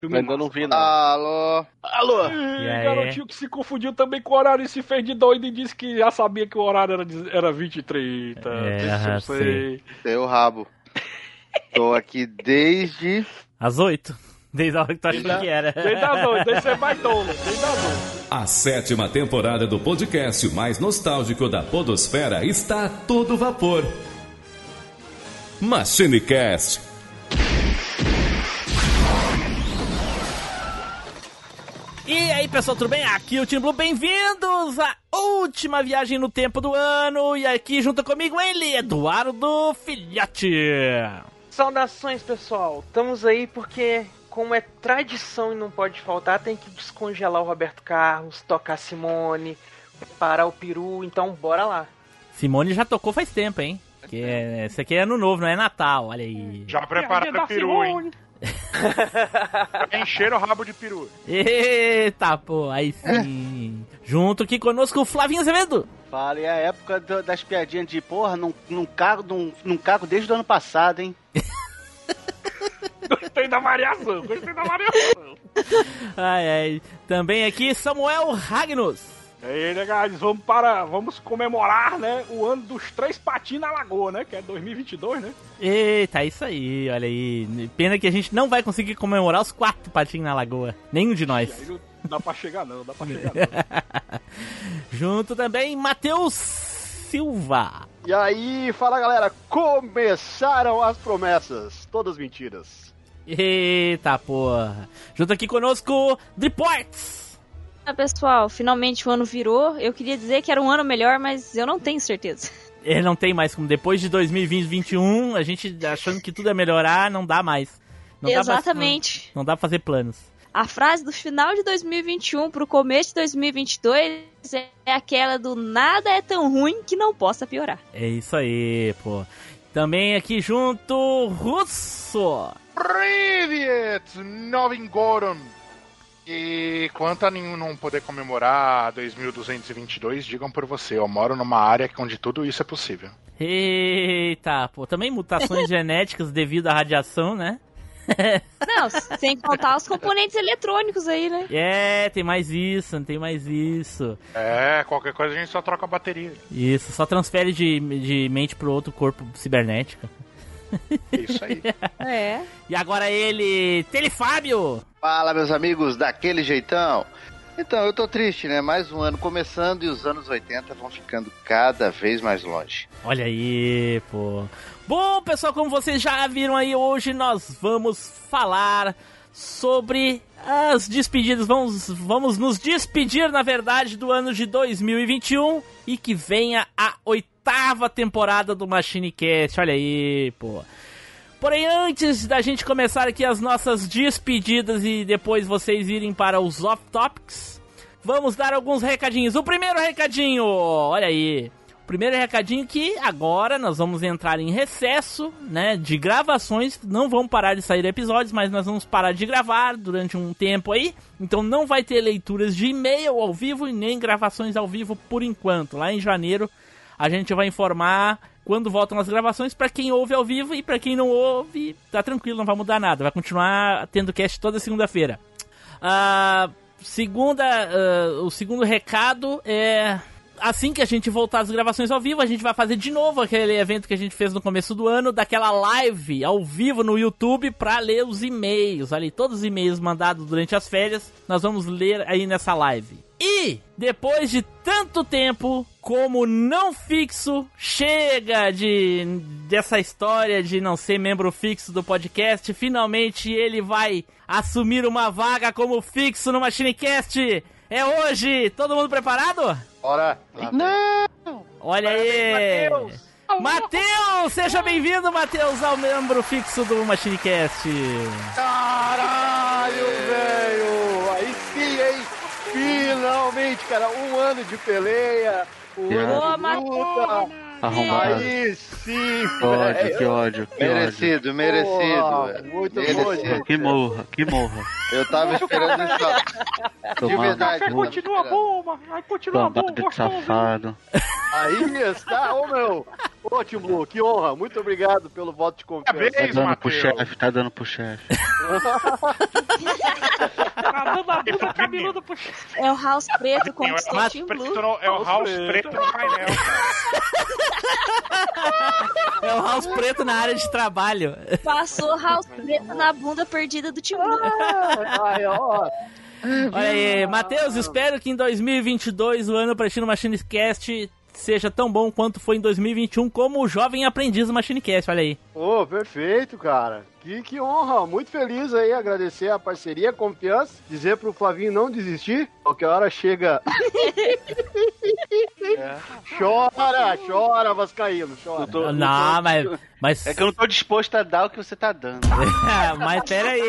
Ainda não vi, não. Alô? Alô? E garotinho que se confundiu também com o horário e se fez de doido e disse que já sabia que o horário era 20h30. É, Isso eu sei. Seu rabo. Tô aqui desde... Às 8. Desde a hora que tu achou que era. Desde as 8, desde ser mais tolo. Desde as 8. A 7ª temporada do podcast mais nostálgico da podosfera está a todo vapor. MachineCast. E aí, pessoal, tudo bem? Aqui é o Tim Blue, bem-vindos à última viagem no tempo do ano. E aqui junto comigo ele, Eduardo Filhote. Saudações, pessoal. Estamos aí porque, como é tradição e não pode faltar, tem que descongelar o Roberto Carlos, tocar Simone, parar o peru, então bora lá. Simone já tocou faz tempo, hein? Esse aqui é ano novo, não é Natal, olha aí. Já prepararam o peru, hein? Encheram o rabo de peru. Eita, pô, aí sim. Junto aqui conosco o Flavinho Azevedo. Fala, é a época das piadinhas de, porra, não cago desde o ano passado, hein? Gostei da variação. Ai. Também aqui Samuel Ragnus. E aí, né, guys, vamos comemorar, né, o ano dos 3 patins na lagoa, né, que é 2022, né? Eita, isso aí, olha aí. Pena que a gente não vai conseguir comemorar os 4 patins na lagoa. Nenhum de nós. Aí não dá pra chegar não. Junto também, Matheus Silva. E aí, fala galera, começaram as promessas, todas mentiras. Eita, porra. Junto aqui conosco, Driports. Pessoal, finalmente o ano virou. Eu queria dizer que era um ano melhor, mas eu não tenho certeza. Ele não tem mais como. Depois de 2020-2021, a gente achando que tudo ia melhorar, não dá mais. Exatamente. Não dá pra fazer planos. A frase do final de 2021 pro começo de 2022 é aquela do nada é tão ruim que não possa piorar. É isso aí, pô. Também aqui junto, Russo. Privet, Novin Goron. E quanto a nenhum não poder comemorar 2222, digam por você, eu moro numa área onde tudo isso é possível. Eita, pô, também mutações genéticas devido à radiação, né? Não, sem contar os componentes eletrônicos aí, né? Tem mais isso. Qualquer coisa a gente só troca a bateria. Isso, só transfere de mente pro outro corpo cibernético. Isso aí. E agora ele, Telefábio. Fala, meus amigos, daquele jeitão. Então, eu tô triste, né? Mais um ano começando e os anos 80 vão ficando cada vez mais longe. Olha aí, pô. Bom, pessoal, como vocês já viram aí, hoje nós vamos falar sobre as despedidas. Vamos nos despedir, na verdade, do ano de 2021 e que venha a 8ª temporada do MachineCast. Olha aí, pô. Porém, antes da gente começar aqui as nossas despedidas e depois vocês irem para os off-topics, vamos dar alguns recadinhos. O primeiro recadinho, olha aí. O primeiro recadinho que agora nós vamos entrar em recesso, né, de gravações. Não vão parar de sair episódios, mas nós vamos parar de gravar durante um tempo aí. Então não vai ter leituras de e-mail ao vivo e nem gravações ao vivo por enquanto. Lá em janeiro a gente vai informar quando voltam as gravações pra quem ouve ao vivo e pra quem não ouve, tá tranquilo, não vai mudar nada. Vai continuar tendo cast toda segunda-feira. O segundo recado é... Assim que a gente voltar às gravações ao vivo, a gente vai fazer de novo aquele evento que a gente fez no começo do ano, daquela live ao vivo no YouTube pra ler os e-mails. Ali, todos os e-mails mandados durante as férias, nós vamos ler aí nessa live. E, depois de tanto tempo como não fixo, chega dessa história de não ser membro fixo do podcast. Finalmente ele vai assumir uma vaga como fixo no MachineCast. É hoje! Todo mundo preparado? Bora! Não! Olha aí! Matheus! Seja bem-vindo, Matheus, ao membro fixo do MachineCast. Caralho, velho! Aí sim, hein? Finalmente, cara, um ano de peleia, ano de luta. Arrumado. Aí sim, ódio, que ódio. Merecido. Muito merecido. bom. Que morra. Eu tava esperando isso. De verdade. Continua bom, mas continua bom, Safado. Aí está, ô meu. Ô, Tim Blue, que honra. Muito obrigado pelo voto de confiança. Tá dando pro chefe. Tá dando a bunda cabeluda pro chefe. É o House Preto conquistou o Tim Blue. É o House Preto no painel, cara. É o House Preto na área de trabalho. Passou o House Preto na bunda perdida do Tim Blue. Ai, ó. Olha aí, Matheus, espero que em 2022 o ano pra ti no MachineCast seja tão bom quanto foi em 2021 como o jovem aprendiz do MachineCast, olha aí. Ô, perfeito, cara. Que honra. Muito feliz aí, agradecer a parceria, a confiança, dizer pro Flavinho não desistir, qualquer hora chega. Chora, Vascaíno, chora. Não, mas... É que eu não tô disposto a dar o que você tá dando. Mas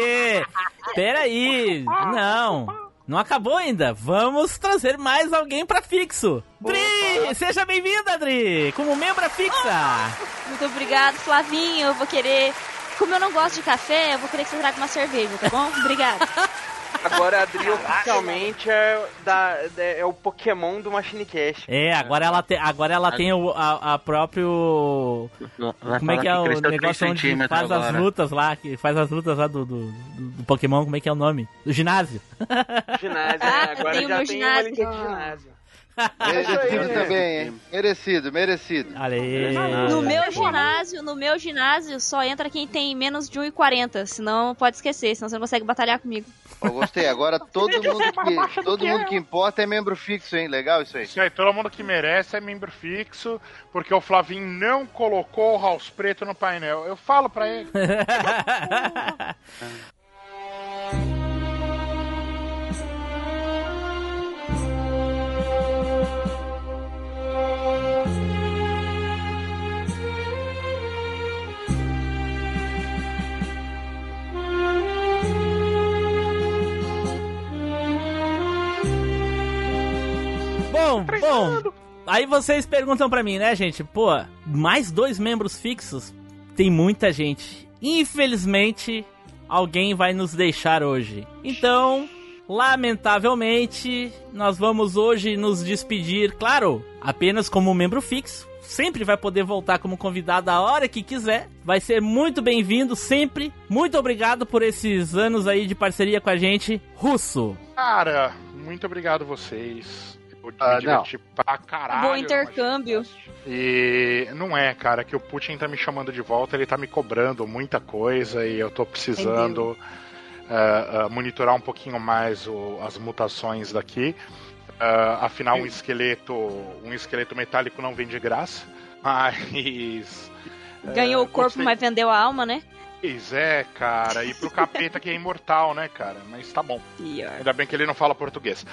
peraí, não acabou ainda. Vamos trazer mais alguém pra fixo. Dri, seja bem-vinda, Dri, como membra fixa. Muito obrigado, Flavinho. Eu vou querer... Como eu não gosto de café, eu vou querer que você traga uma cerveja, tá bom? Obrigado. Agora a Adri oficialmente é o Pokémon do MachineCast. Agora ela tem a próprio... Como é que é o negócio onde faz agora as lutas lá, que faz as lutas lá do Pokémon, como é que é o nome? Do ginásio. Ginásio, né? Agora já tem uma linha de ginásio. Merecido também, hein? Merecido. Olha aí. No meu ginásio só entra quem tem menos de 1,40, senão pode esquecer, senão você não consegue batalhar comigo. Eu gostei, agora todo mundo que importa é membro fixo, hein? Legal isso aí. Isso aí, todo mundo que merece é membro fixo, porque o Flavinho não colocou o House Preto no painel. Eu falo pra ele. Bom, aí vocês perguntam pra mim, né, gente? Pô, mais 2 membros fixos? Tem muita gente. Infelizmente, alguém vai nos deixar hoje. Então, lamentavelmente, nós vamos hoje nos despedir, claro, apenas como membro fixo. Sempre vai poder voltar como convidado a hora que quiser. Vai ser muito bem-vindo sempre. Muito obrigado por esses anos aí de parceria com a gente. Russo. Cara, muito obrigado vocês. Eu me diverti pra caralho. Bom intercâmbio. E não é, cara, que o Putin tá me chamando de volta, ele tá me cobrando muita coisa e eu tô precisando monitorar um pouquinho mais as mutações daqui. Afinal, um esqueleto metálico não vem de graça, mas... Ganhou o corpo, mas vendeu a alma, né? Pois é, cara, e pro capeta que é imortal, né, cara? Mas tá bom. Ainda bem que ele não fala português.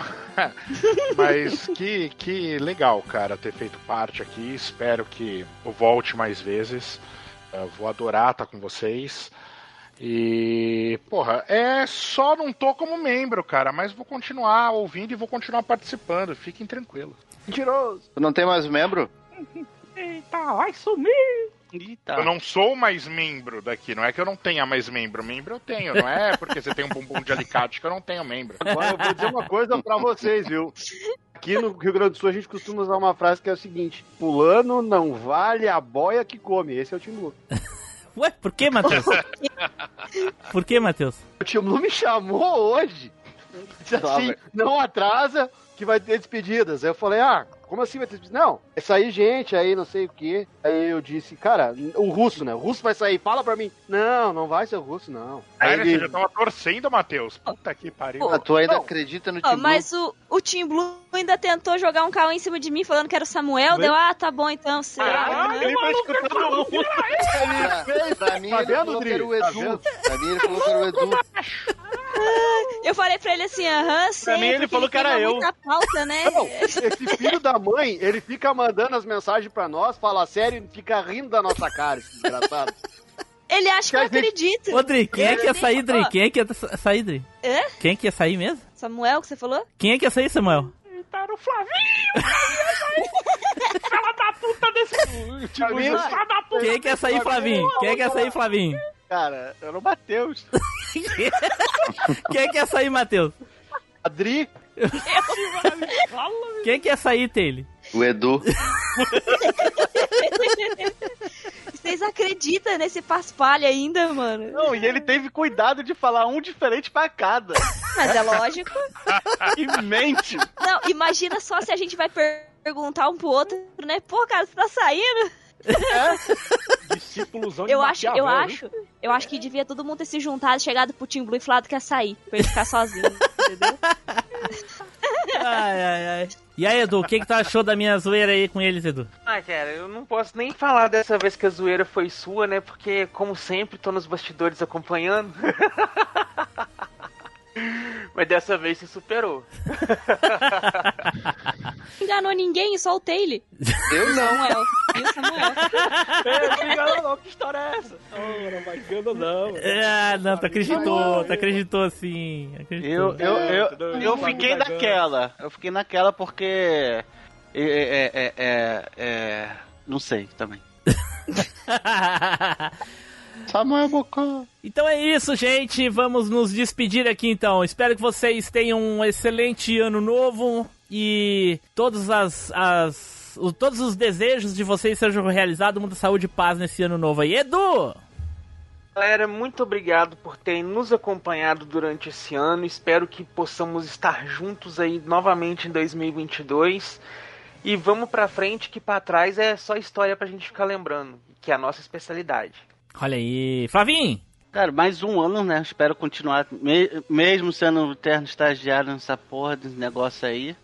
Mas que legal, cara, ter feito parte aqui. Espero que eu volte mais vezes. Vou adorar estar com vocês. E, porra, só não tô como membro, cara, mas vou continuar ouvindo e vou continuar participando. Fiquem tranquilos. Mentiroso. Tu não tem mais membro? Eita, vai sumir. Eita. Eu não sou mais membro daqui, não é que eu não tenha mais membro. Membro eu tenho, não é porque você tem um bumbum de alicate que eu não tenho membro. Agora eu vou dizer uma coisa pra vocês, viu? Aqui no Rio Grande do Sul a gente costuma usar uma frase que é o seguinte: fulano não vale a boia que come. Esse é o Tim Blue. Ué, por que, Matheus? Por que, Matheus? O Tim Blue me chamou hoje. Disse assim, não atrasa que vai ter despedidas. Aí eu falei, como assim vai ter despedidas? Não, vai sair gente aí, não sei o quê. Aí eu disse, cara, o russo, né? O russo vai sair, fala pra mim. Não vai ser o russo, não. Aí você já tava torcendo, Matheus. Puta que pariu. Tu ainda acredita no Tim Blue? Mas o Tim Blue ainda tentou jogar um carro em cima de mim, falando que era o Samuel. Deu, tá bom então. Ele tá escutando o russo. Pra mim ele falou que era o Edu. Eu falei pra ele assim, sei. Pra mim ele falou que era eu. Pauta, né? Não, esse filho da mãe, ele fica mandando as mensagens pra nós, fala sério e fica rindo da nossa cara, esse desgraçado. Ele acha que eu acredito. Ô, Dri, quem é que ia sair, Dri? Quem é que ia sair, Dri? Hã? Quem é que ia sair mesmo? Samuel, que você falou? Quem é que ia sair, Samuel? Tá no Flavinho! Fala da puta desse... Quem é que ia sair, Flavinho? Quem é que ia sair, Flavinho? Cara, era o Matheus. Quem é que ia sair, Matheus? Adri. Quem é que ia sair, Taylor? O Edu. Vocês acreditam nesse paspalho ainda, mano? Não, e ele teve cuidado de falar um diferente pra cada. Mas é lógico. E mente. Não, imagina só se a gente vai perguntar um pro outro, né? Pô, cara, você tá saindo? Discípulosão de Eu Maquiavel, acho que devia todo mundo ter se juntado, chegado pro Team Blue e falado que ia sair, pra ele ficar sozinho, entendeu? Ai. E aí, Edu, o que tu achou da minha zoeira aí com eles, Edu? Cara, eu não posso nem falar dessa vez que a zoeira foi sua, né? Porque, como sempre, tô nos bastidores acompanhando. Mas dessa vez se superou. Não enganou ninguém, só o Taylor. Eu não. Samuel. E o Samuel. Não enganou não, que história é essa? Não vai enganou não. Não, tu acreditou sim. Acreditou. Eu fiquei naquela. Eu fiquei naquela porque... não sei também. Samuel Bocó. Então é isso, gente. Vamos nos despedir aqui, então. Espero que vocês tenham um excelente ano novo e todos os desejos de vocês sejam realizados. Muita saúde e paz nesse ano novo aí. Edu! Galera, muito obrigado por terem nos acompanhado durante esse ano. Espero que possamos estar juntos aí novamente em 2022. E vamos pra frente, que pra trás é só história pra gente ficar lembrando, que é a nossa especialidade. Olha aí. Flavinho! Cara, mais um ano, né? Espero continuar, mesmo sendo o eterno estagiário nessa porra desse negócio aí.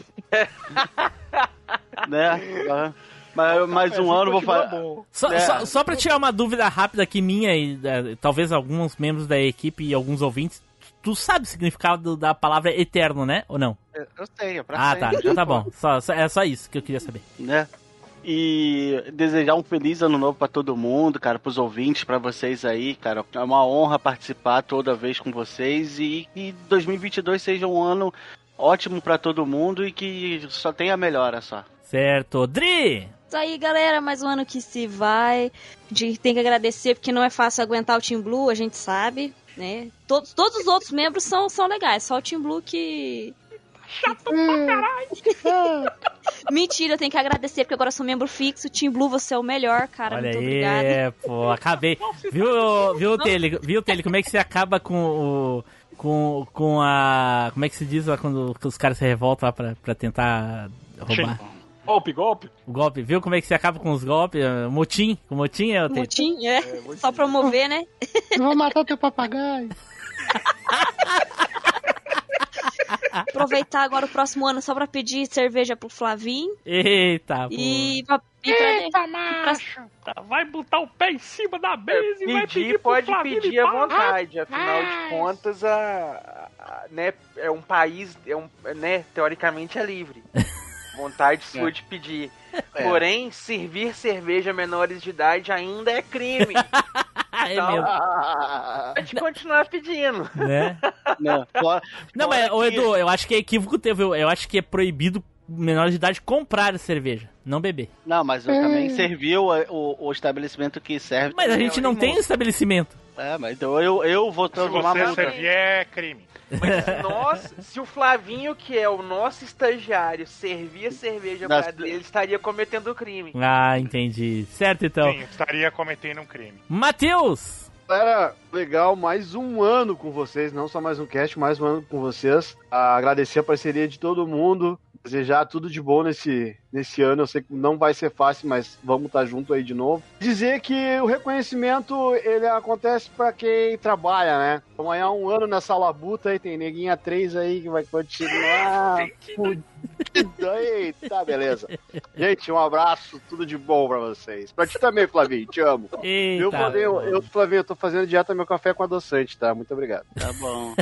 Né? Mais um ano vou fazer. Só pra tirar uma dúvida rápida aqui minha e talvez alguns membros da equipe e alguns ouvintes, tu sabe o significado da palavra eterno, né? Ou não? Eu sei, é pra tá. Então tá bom. É só isso que eu queria saber. Né? E desejar um feliz ano novo pra todo mundo, cara, pros ouvintes, pra vocês aí, cara. É uma honra participar toda vez com vocês e 2022 seja um ano ótimo pra todo mundo e que só tenha melhora só. Certo. Dri! Isso aí, galera, mais um ano que se vai. A gente tem que agradecer porque não é fácil aguentar o Team Blue, a gente sabe, né? Todos os outros membros são legais, só o Team Blue que... Chato pra caralho. Mentira, eu tenho que agradecer porque agora eu sou membro fixo. Team Blue, você é o melhor, cara. Olha muito aí, obrigada. Pô, acabei. Viu, Tele? Como é que você acaba com a... Como é que se diz lá quando os caras se revoltam lá pra tentar roubar? Golpe. O golpe, viu como é que você acaba com os golpes? Motim é o Tele? Motim, só promover, né? Eu vou matar teu papagaio. Aproveitar agora o próximo ano só pra pedir cerveja pro Flavinho. Eita, Eita, macho! Vai botar o pé em cima da mesa e vai pedir pro pode Flavinho pedir à vontade. Afinal de contas, né, é um país, né, teoricamente é livre. Vontade sua de pedir. Porém, servir cerveja a menores de idade ainda é crime. Então, pode continuar pedindo. Né? Não, mas, Edu, eu acho que é equívoco teve. Eu acho que é proibido menores de idade comprar cerveja, não beber. Não, mas eu também servi o estabelecimento que serve. Mas a gente não tem estabelecimento. Mas então eu vou tomar multa. Se você servir, é crime. Mas se o Flavinho, que é o nosso estagiário, servia cerveja pra ele, estaria cometendo crime. Ah, entendi. Certo, então. Sim, estaria cometendo um crime. Matheus! Galera, legal, mais um ano com vocês, não só mais um cast, mais um ano com vocês. Agradecer a parceria de todo mundo, desejar tudo de bom nesse ano. Eu sei que não vai ser fácil, mas vamos estar junto aí de novo. Dizer que o reconhecimento, ele acontece pra quem trabalha, né? Amanhã um ano nessa labuta aí, tem neguinha 3 aí que vai continuar fudido. Eita, beleza. Gente, um abraço, tudo de bom pra vocês. Pra ti também, Flavinho, te amo. Eita, Flavinho, eu tô fazendo dieta, meu café com adoçante, tá? Muito obrigado. Tá bom.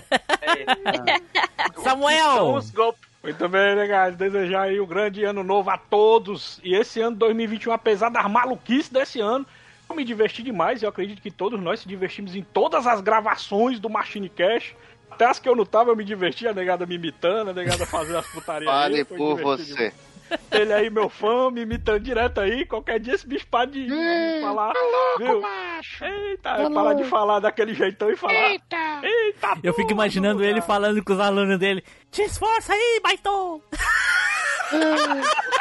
Samuel! Muito bem, né, guys? Desejar aí um grande ano novo a todos. E esse ano 2021, apesar das maluquices desse ano, eu me diverti demais. Eu acredito que todos nós se divertimos em todas as gravações do Machine Cash. Até as que eu não tava, eu me diverti. A negada me imitando, a negada fazendo as putarias. Fale por você. Demais. Ele aí, meu fã, me imitando direto aí. Qualquer dia esse bicho para de falar. Viu? Macho. Eita, parar de falar daquele jeitão e falar. Eita, eu fico imaginando ele falando com os alunos dele. Te esforça aí, baitão!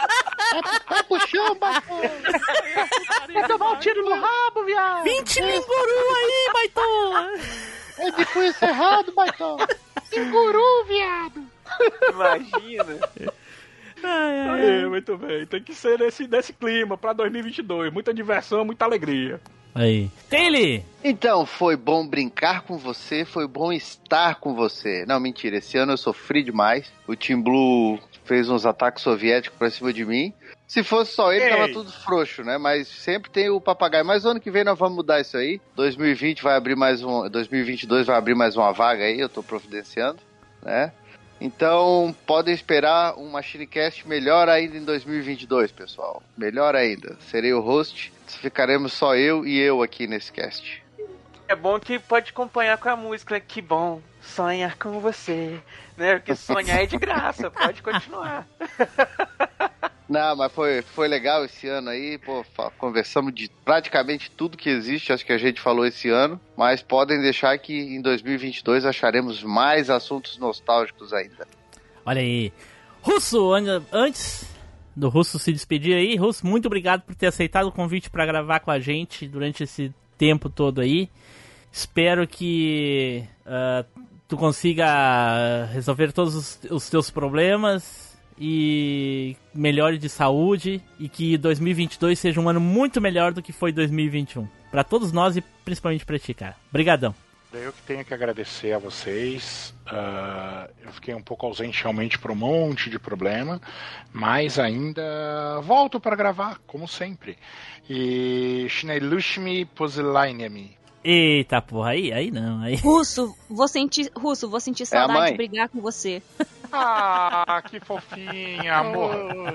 Vai pro chão, baitola. Vai tomar um tiro no rabo, viado. 20 minguru aí, baitola. É de punho cerrado, baitola. Minguru, viado. Imagina. Muito bem. Tem que ser nesse clima pra 2022. Muita diversão, muita alegria. Aí. Taylor! Então, foi bom brincar com você, foi bom estar com você. Não, mentira, esse ano eu sofri demais. O Team Blue fez uns ataques soviéticos pra cima de mim. Se fosse só ele, tava tudo frouxo, né? Mas sempre tem o papagaio. Mas ano que vem nós vamos mudar isso aí. 2022 vai abrir mais uma vaga aí, eu tô providenciando, né? Então, podem esperar um MachineCast melhor ainda em 2022, pessoal. Melhor ainda. Serei o host, ficaremos só eu e eu aqui nesse cast. É bom que pode acompanhar com a música. Que bom sonhar com você, né? Porque sonhar é de graça, pode continuar. Não, mas foi legal esse ano aí, pô, conversamos de praticamente tudo que existe, acho que a gente falou esse ano, mas podem deixar que em 2022 acharemos mais assuntos nostálgicos ainda. Olha aí. Russo, antes do Russo se despedir aí, Russo, muito obrigado por ter aceitado o convite para gravar com a gente durante esse tempo todo aí. Espero que tu consiga resolver todos os teus problemas e melhore de saúde e que 2022 seja um ano muito melhor do que foi 2021. Pra todos nós e principalmente pra ti, cara. Obrigadão. Eu que tenho que agradecer a vocês. Eu fiquei um pouco ausente realmente por um monte de problema, mas ainda volto para gravar, como sempre. E Shneilushmi Pozilainemi. Eita porra, aí não. Aí... Russo, vou sentir saudade de brigar com você. Ah, que fofinha, amor.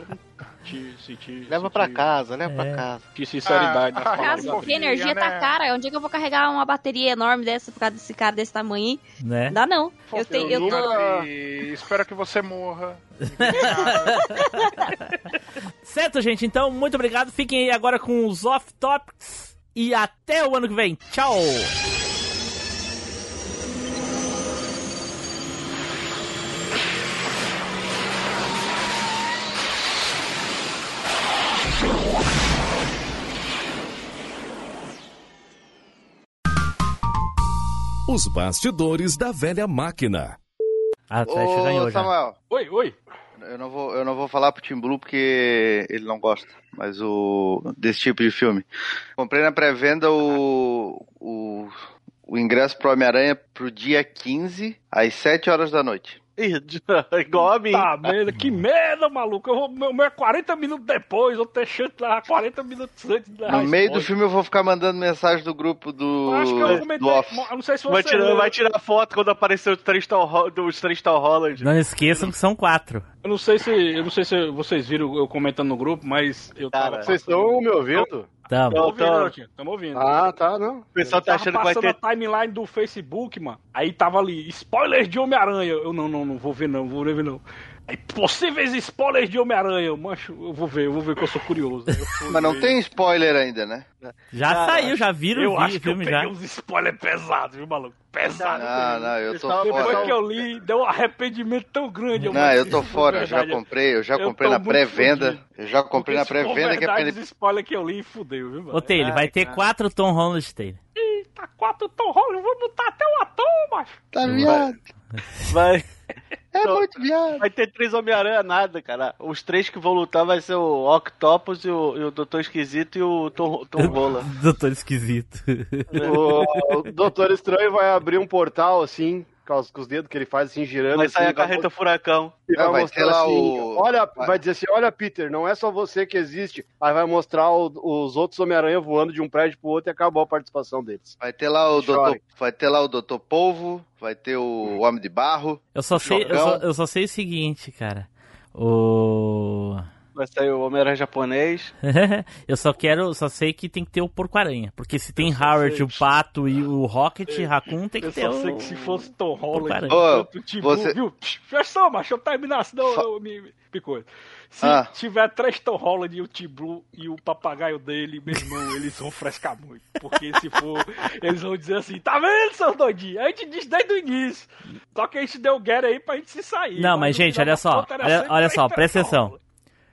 Leva pra casa. Que sinceridade. Que energia tá cara. Onde é que eu vou carregar uma bateria enorme dessa por causa desse cara desse tamanho aí? Né? Dá não. Eu tô... Espero que você morra. Certo, gente. Então, muito obrigado. Fiquem aí agora com os off-topics. E até o ano que vem. Tchau! Os bastidores da velha máquina. Atlético ganhou já. Samuel. Oi. Eu não vou falar pro Team Blue porque ele não gosta, mas desse tipo de filme. Comprei na pré-venda o ingresso pro Homem-Aranha pro dia 15, às 7 horas da noite. Igual a mim. Tá, merda, que merda, maluco. Meu é 40 minutos depois, eu ter chance lá 40 minutos antes da. No meio do filme eu vou ficar mandando mensagem do grupo do Office. Eu não sei se você vai tirar foto quando aparecer os três Tom Holland. Não esqueçam que são 4. Eu não sei se vocês viram eu comentando no grupo, mas eu tava. Vocês estão me ouvindo? Tamo ouvindo. Ah, tá, não. O pessoal tá achando que vai ter... a timeline do Facebook, mano. Aí tava ali, spoilers de Homem-Aranha. Eu não vou ver não. Aí, possíveis spoilers de Homem-Aranha. Mancho, eu vou ver que eu sou curioso. Mas não tem spoiler ainda, né? Já saiu, já viram eu o acho que filme eu já. peguei uns spoilers pesados, viu, maluco? Pesado. Não, eu tô Depois fora. que eu li, deu um arrependimento tão grande. Eu tô fora, eu já comprei na pré-venda. Eu já comprei na pré-venda que é os spoilers que eu li, fudeu, viu, mano? Ô, Taylor, vai ter 4 Tom Holland, Taylor. Eita, 4 Tom Holland, vou botar até o ator, macho. Tá viado. Vai. É muito viado. Vai ter 3 Homem-Aranha nada, cara. Os 3 que vão lutar vai ser o Octopus e o Doutor Esquisito e o Tom Holland. Doutor Esquisito. O Doutor Estranho vai abrir um portal assim, com os dedos que ele faz assim, girando. Vai sair a carreta furacão. E vai ter lá assim, vai dizer assim, olha, Peter, não é só você que existe. Aí vai mostrar os outros Homem-Aranha voando de um prédio pro outro e acabou a participação deles. Vai ter lá o Doutor Polvo, vai ter o Homem de Barro. Eu só sei o seguinte, cara. Vai sair o Homem-Aranha japonês. Eu só sei que tem que ter o Porco-Aranha. Porque se tem Howard, o Pato e o Rocket Raccoon, tem que ter o... Eu só sei que se fosse Tom Holland, viu? Fecha, macho, eu terminar, senão eu me coisa. Se tiver 3 Tom Holland e o T-Blue e o papagaio dele, meu irmão, eles vão frescar muito. Porque se for, eles vão dizer assim, tá vendo, seus doidinhos? A gente disse desde o início. Só que a gente deu guerra aí pra gente se sair. Não, mas gente, olha só, presta atenção.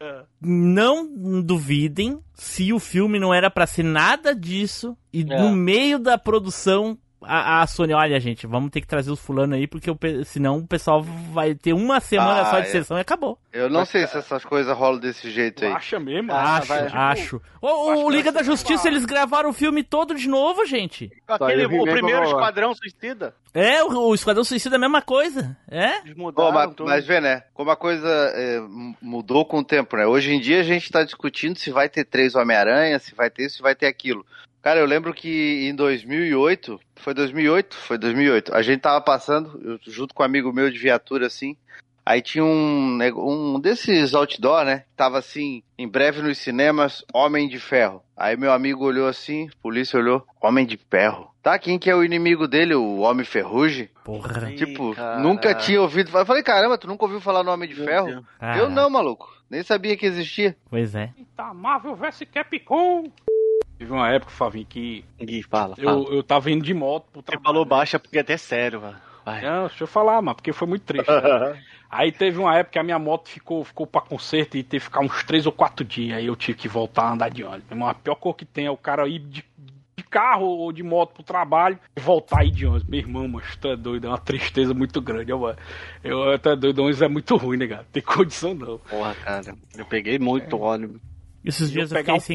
Não duvidem se o filme não era pra ser nada disso e no meio da produção a Sony, olha, gente, vamos ter que trazer os fulanos aí, porque senão o pessoal vai ter uma semana só de sessão e acabou. Eu não sei se essas coisas rolam desse jeito aí. Acha mesmo? Acho. O Liga da Justiça, eles gravaram o filme todo de novo, gente. O primeiro Esquadrão Suicida. O Esquadrão Suicida é a mesma coisa. Eles mudaram mas vê, né? Como a coisa mudou com o tempo, né? Hoje em dia a gente tá discutindo se vai ter 3 Homem-Aranha, se vai ter isso, se vai ter aquilo. Cara, eu lembro que em 2008, foi 2008, a gente tava passando, junto com um amigo meu de viatura, assim, aí tinha um desses outdoor, né, tava assim, em breve nos cinemas, Homem de Ferro. Aí meu amigo olhou assim, a polícia olhou, Homem de Ferro. Tá, quem que é o inimigo dele, o Homem Ferrugem? Porra. Tipo, nunca tinha ouvido, eu falei, caramba, tu nunca ouviu falar no Homem de Ferro? Eu não, maluco, nem sabia que existia. Pois é. Eita, Marvel vs Capcom. Teve uma época, Flavinho, que fala. Eu tava indo de moto pro trabalho. Você falou baixa porque é até sério, mano. Não, deixa eu falar, mano, porque foi muito triste. Né? Aí teve uma época que a minha moto ficou pra conserto e teve que ficar uns 3 ou 4 dias. Aí eu tive que voltar a andar de ônibus. A pior coisa que tem é o cara ir de carro ou de moto pro trabalho e voltar aí de ônibus. Meu irmão, mas tu é doido, é uma tristeza muito grande, mano. Eu tô doido, ônibus é muito ruim, né, cara? Não tem condição não. Porra, cara, eu peguei muito ônibus. Esses dias eu fiquei sem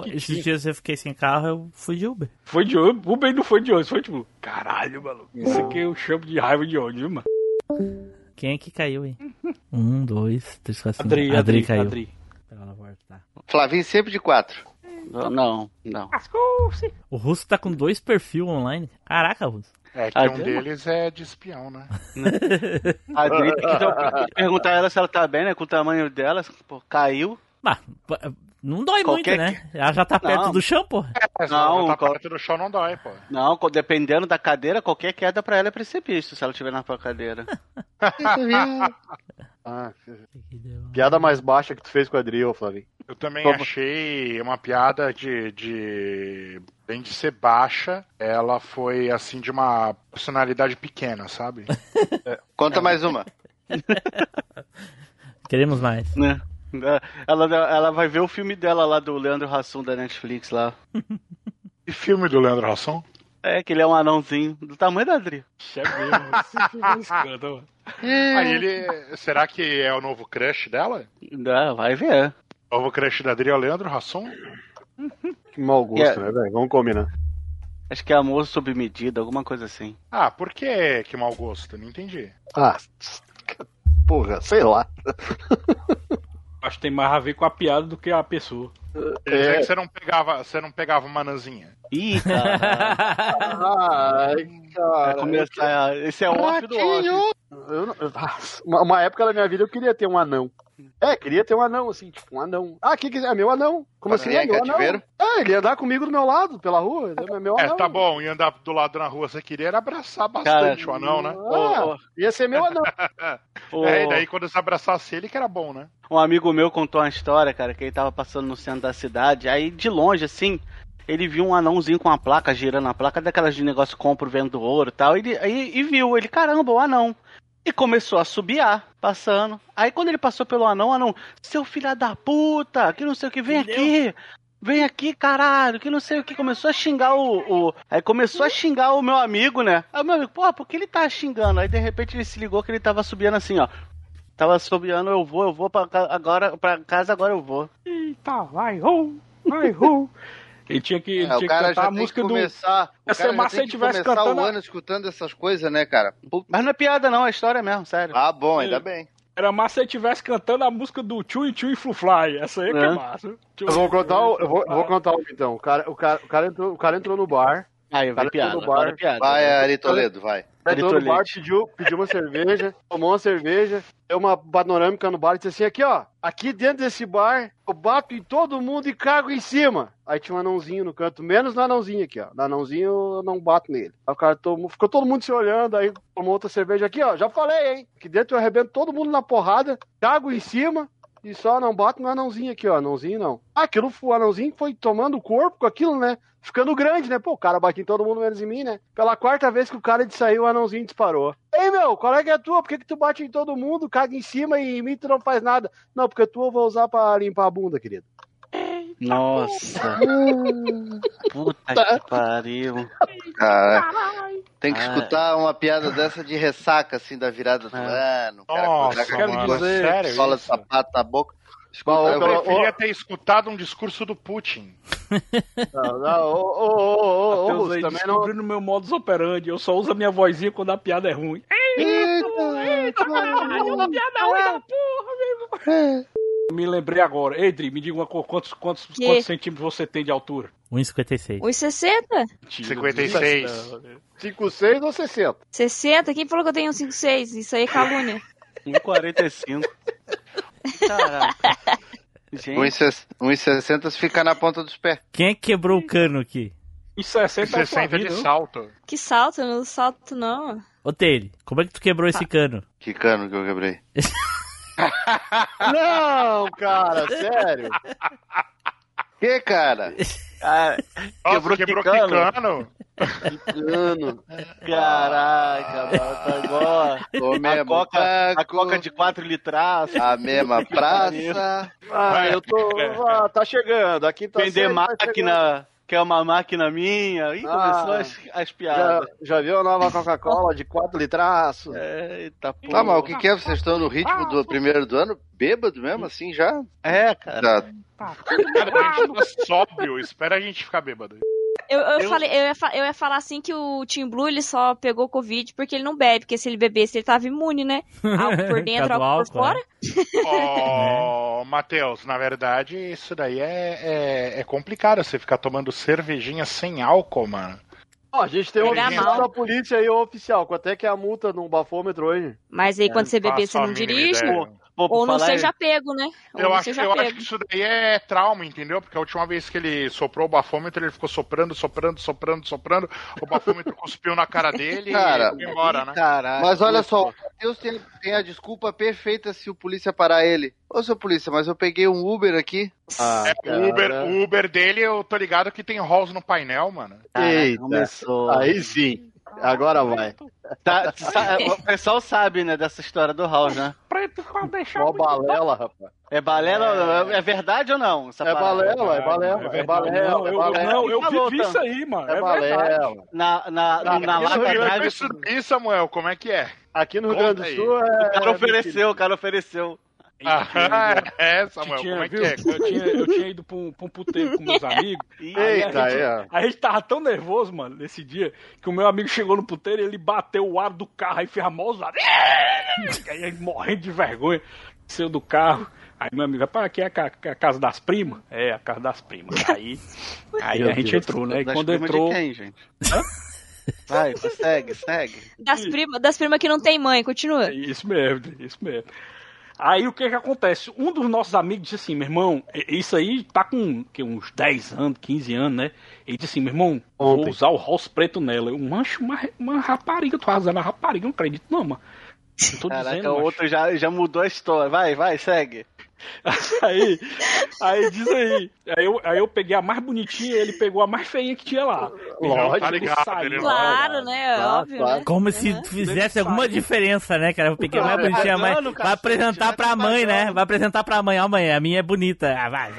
carro, eu fui de Uber. Foi de ônibus? Uber não foi de ônibus, foi tipo, caralho, maluco. Isso aqui eu chamo de raiva de ônibus, viu, mano? Quem é que caiu aí? 1, 2, 3, 4, 5. Adri caiu. Flavinho sempre de 4. Não. O Russo tá com 2 perfis online. Caraca, Russo. É que um deles é de espião, né? A Adri tem que perguntar a ela se ela tá bem, né? Com o tamanho dela, pô, caiu. Não dói muito, né? Ela já tá perto do chão, pô. Não, perto do chão não dói, pô. Não, dependendo da cadeira, qualquer queda pra ela é precipício, se ela estiver na tua cadeira. Piada mais baixa que tu fez com a Adri, ô Flavinho. Eu também achei uma piada bem de ser baixa, ela foi assim de uma personalidade pequena, sabe? Conta mais uma. Queremos mais. Né? Ela vai ver o filme dela lá do Leandro Hassum da Netflix lá. Que filme do Leandro Hassum? É, que ele é um anãozinho do tamanho da Adri. Aí será que é o novo crush dela? Não, vai ver. O novo crush da Adri é o Leandro Hassum? Que mau gosto, né, velho? Vamos combinar. Acho que é amor sob medida, alguma coisa assim. Ah, por que mau gosto? Não entendi. Porra, sei lá. Acho que tem mais a ver com a piada do que a pessoa. É que você não pegava uma nanzinha. Ih, cara. Ai, cara. Esse é o off do off. Uma época da minha vida eu queria ter um anão. Queria ter um anão, assim, tipo um anão. Que é meu anão. Como assim? É meu anão? Ele ia andar comigo do meu lado, pela rua. É meu anão. Tá bom, ia andar do lado na rua, você queria era abraçar bastante o anão, né? Ia ser meu anão. E daí quando você abraçasse ele, que era bom, né? Um amigo meu contou uma história, cara, que ele tava passando no centro da cidade, aí de longe, assim, ele viu um anãozinho com uma placa, girando a placa, daquelas de negócio compro, vendo ouro e tal, e viu, caramba, o anão. E começou a assobiar, passando. Aí quando ele passou pelo anão, seu filho da puta, que não sei o que, vem aqui, caralho, que não sei o que, começou a xingar Aí começou a xingar o meu amigo, né? Aí o meu amigo, por que ele tá xingando? Aí de repente ele se ligou que ele tava assobiando assim, ó. Tava assobiando, eu vou pra casa, agora eu vou. Eita, vai, Ele tinha que cantar a música do... Se você tivesse cantando o ano escutando essas coisas, né, cara? Mas não é piada não, é história mesmo, sério. Ah, bom, ainda bem. Era massa se ele estivesse cantando a música do Chui Chui Fly. Essa aí que é massa. Eu vou contar um então. O cara entrou no bar. Aí, vai piada. Vai, Ari Toledo, vai. Entrou no bar, pediu uma cerveja, tomou uma cerveja, deu uma panorâmica no bar e disse assim, aqui ó, aqui dentro desse bar, eu bato em todo mundo e cago em cima. Aí tinha um anãozinho no canto, menos no anãozinho aqui, ó. No anãozinho eu não bato nele. Aí o cara ficou todo mundo se olhando, aí tomou outra cerveja aqui, ó, já falei, hein. Aqui dentro eu arrebento todo mundo na porrada, cago em cima, E só não bota no anãozinho aqui, ó. Anãozinho não. O anãozinho foi tomando o corpo com aquilo, né? Ficando grande, né? Pô, o cara bate em todo mundo menos em mim, né? Pela 4ª vez que o cara saiu, o anãozinho disparou. Ei, meu, qual é que é a tua? Por que tu bate em todo mundo, caga em cima e em mim tu não faz nada? Não, porque tu eu vou usar pra limpar a bunda, querido. Nossa. Puta que pariu. Cara, tem que escutar uma piada dessa de ressaca, assim, da virada do ano. O cara Nossa, com sério sola de isso? sapato na boca. Eu preferia ter escutado um discurso do Putin. Matheus aí descobrindo meu modus operandi. Eu só uso a minha vozinha quando a piada é ruim. Eita, caralho, uma piada ruim da porra, mesmo. Me lembrei agora. Ei, Dri, me diga quantos centímetros você tem de altura? 1,56. 1,60? 56. 5,6 ou 60? 60? Quem falou que eu tenho 5,6? Isso aí é calúnia. 1,45. Caraca. Gente. 1,60 fica na ponta dos pés. Quem é que quebrou o cano aqui? 60 de salto. Que salto? Eu não salto, não. Ô, Taylor, como é que tu quebrou esse cano? Que cano que eu quebrei? Não, cara, sério. Que, cara? Nossa, quebrou que cano? Que cano. Caraca, mano, agora. A coca de 4 litros. A mesma praça. Eu tô. Tá chegando. Aqui tá Vender máquina. Que é uma máquina minha. Ih, começou as piadas. Já viu a nova Coca-Cola de 4 litros? Eita porra. Tá, mas o que é? Vocês estão no ritmo do primeiro do ano? Bêbado mesmo, assim, já? É, cara. Já. Cara, a gente tá sóbrio. Espera a gente ficar bêbado. Eu ia falar assim que o Team Blue ele só pegou Covid porque ele não bebe, porque se ele bebesse ele tava imune, né? Álcool por dentro, álcool por fora. Matheus, na verdade isso daí é complicado, você ficar tomando cervejinha sem álcool, mano. A gente tem uma oficial da polícia aí, oficial. Quanto é que é a multa no bafômetro hoje? Mas aí quando você beber, você não dirige? Ou não seja pego, né? Eu acho que isso daí é trauma, entendeu? Porque a última vez que ele soprou o bafômetro, ele ficou soprando. O bafômetro cuspiu na cara dele cara, e foi embora, né? Caraca, mas olha só, o Deus tem a desculpa perfeita se o polícia parar ele. Ô, seu polícia, mas eu peguei um Uber aqui. O Uber dele, eu tô ligado que tem Halls no painel, mano. Eita, começou. Aí sim. Agora vai. O pessoal sabe, né, dessa história do House, né? Preto pra deixar. Ó, balela, rapaz. É balela? É verdade ou não? É balela. Eu vivi isso aí, mano. É balela. Na Lata Drive. Isso, Samuel, como é que é? Aqui no Rio Grande do Sul O cara ofereceu. Samuel, como é que é? Eu tinha ido pra um puteiro com meus amigos. A gente tava tão nervoso, mano, nesse dia, que o meu amigo chegou no puteiro e ele bateu o ar do carro e fez a mãozada. Aí morrendo de vergonha, saiu do carro. Aí meu amigo, rapaz, aqui é a casa das primas? É, a casa das primas. Aí a gente entrou, né? E quando entrou. De quem, gente? Vai, segue. Das primas que não tem mãe, continua. Isso mesmo. Aí o que acontece? Um dos nossos amigos disse assim, meu irmão, isso aí tá com uns 10 anos, 15 anos, né? Ele disse assim, meu irmão, vou usar o House preto nela. Eu mancho uma rapariga, tu vai usar uma rapariga, não acredito não, mano. Caraca, o outro já mudou a história. Vai, segue. Aí diz aí. Aí eu peguei a mais bonitinha e ele pegou a mais feinha que tinha lá. Lógico, tá ligado, claro, né? Óbvio, né? Como se fizesse alguma diferença, né, cara? Eu peguei a mais bonitinha, mas vai apresentar pra mãe, né? Vai apresentar pra mãe, ó, mãe, a minha é bonita. Ah, vai.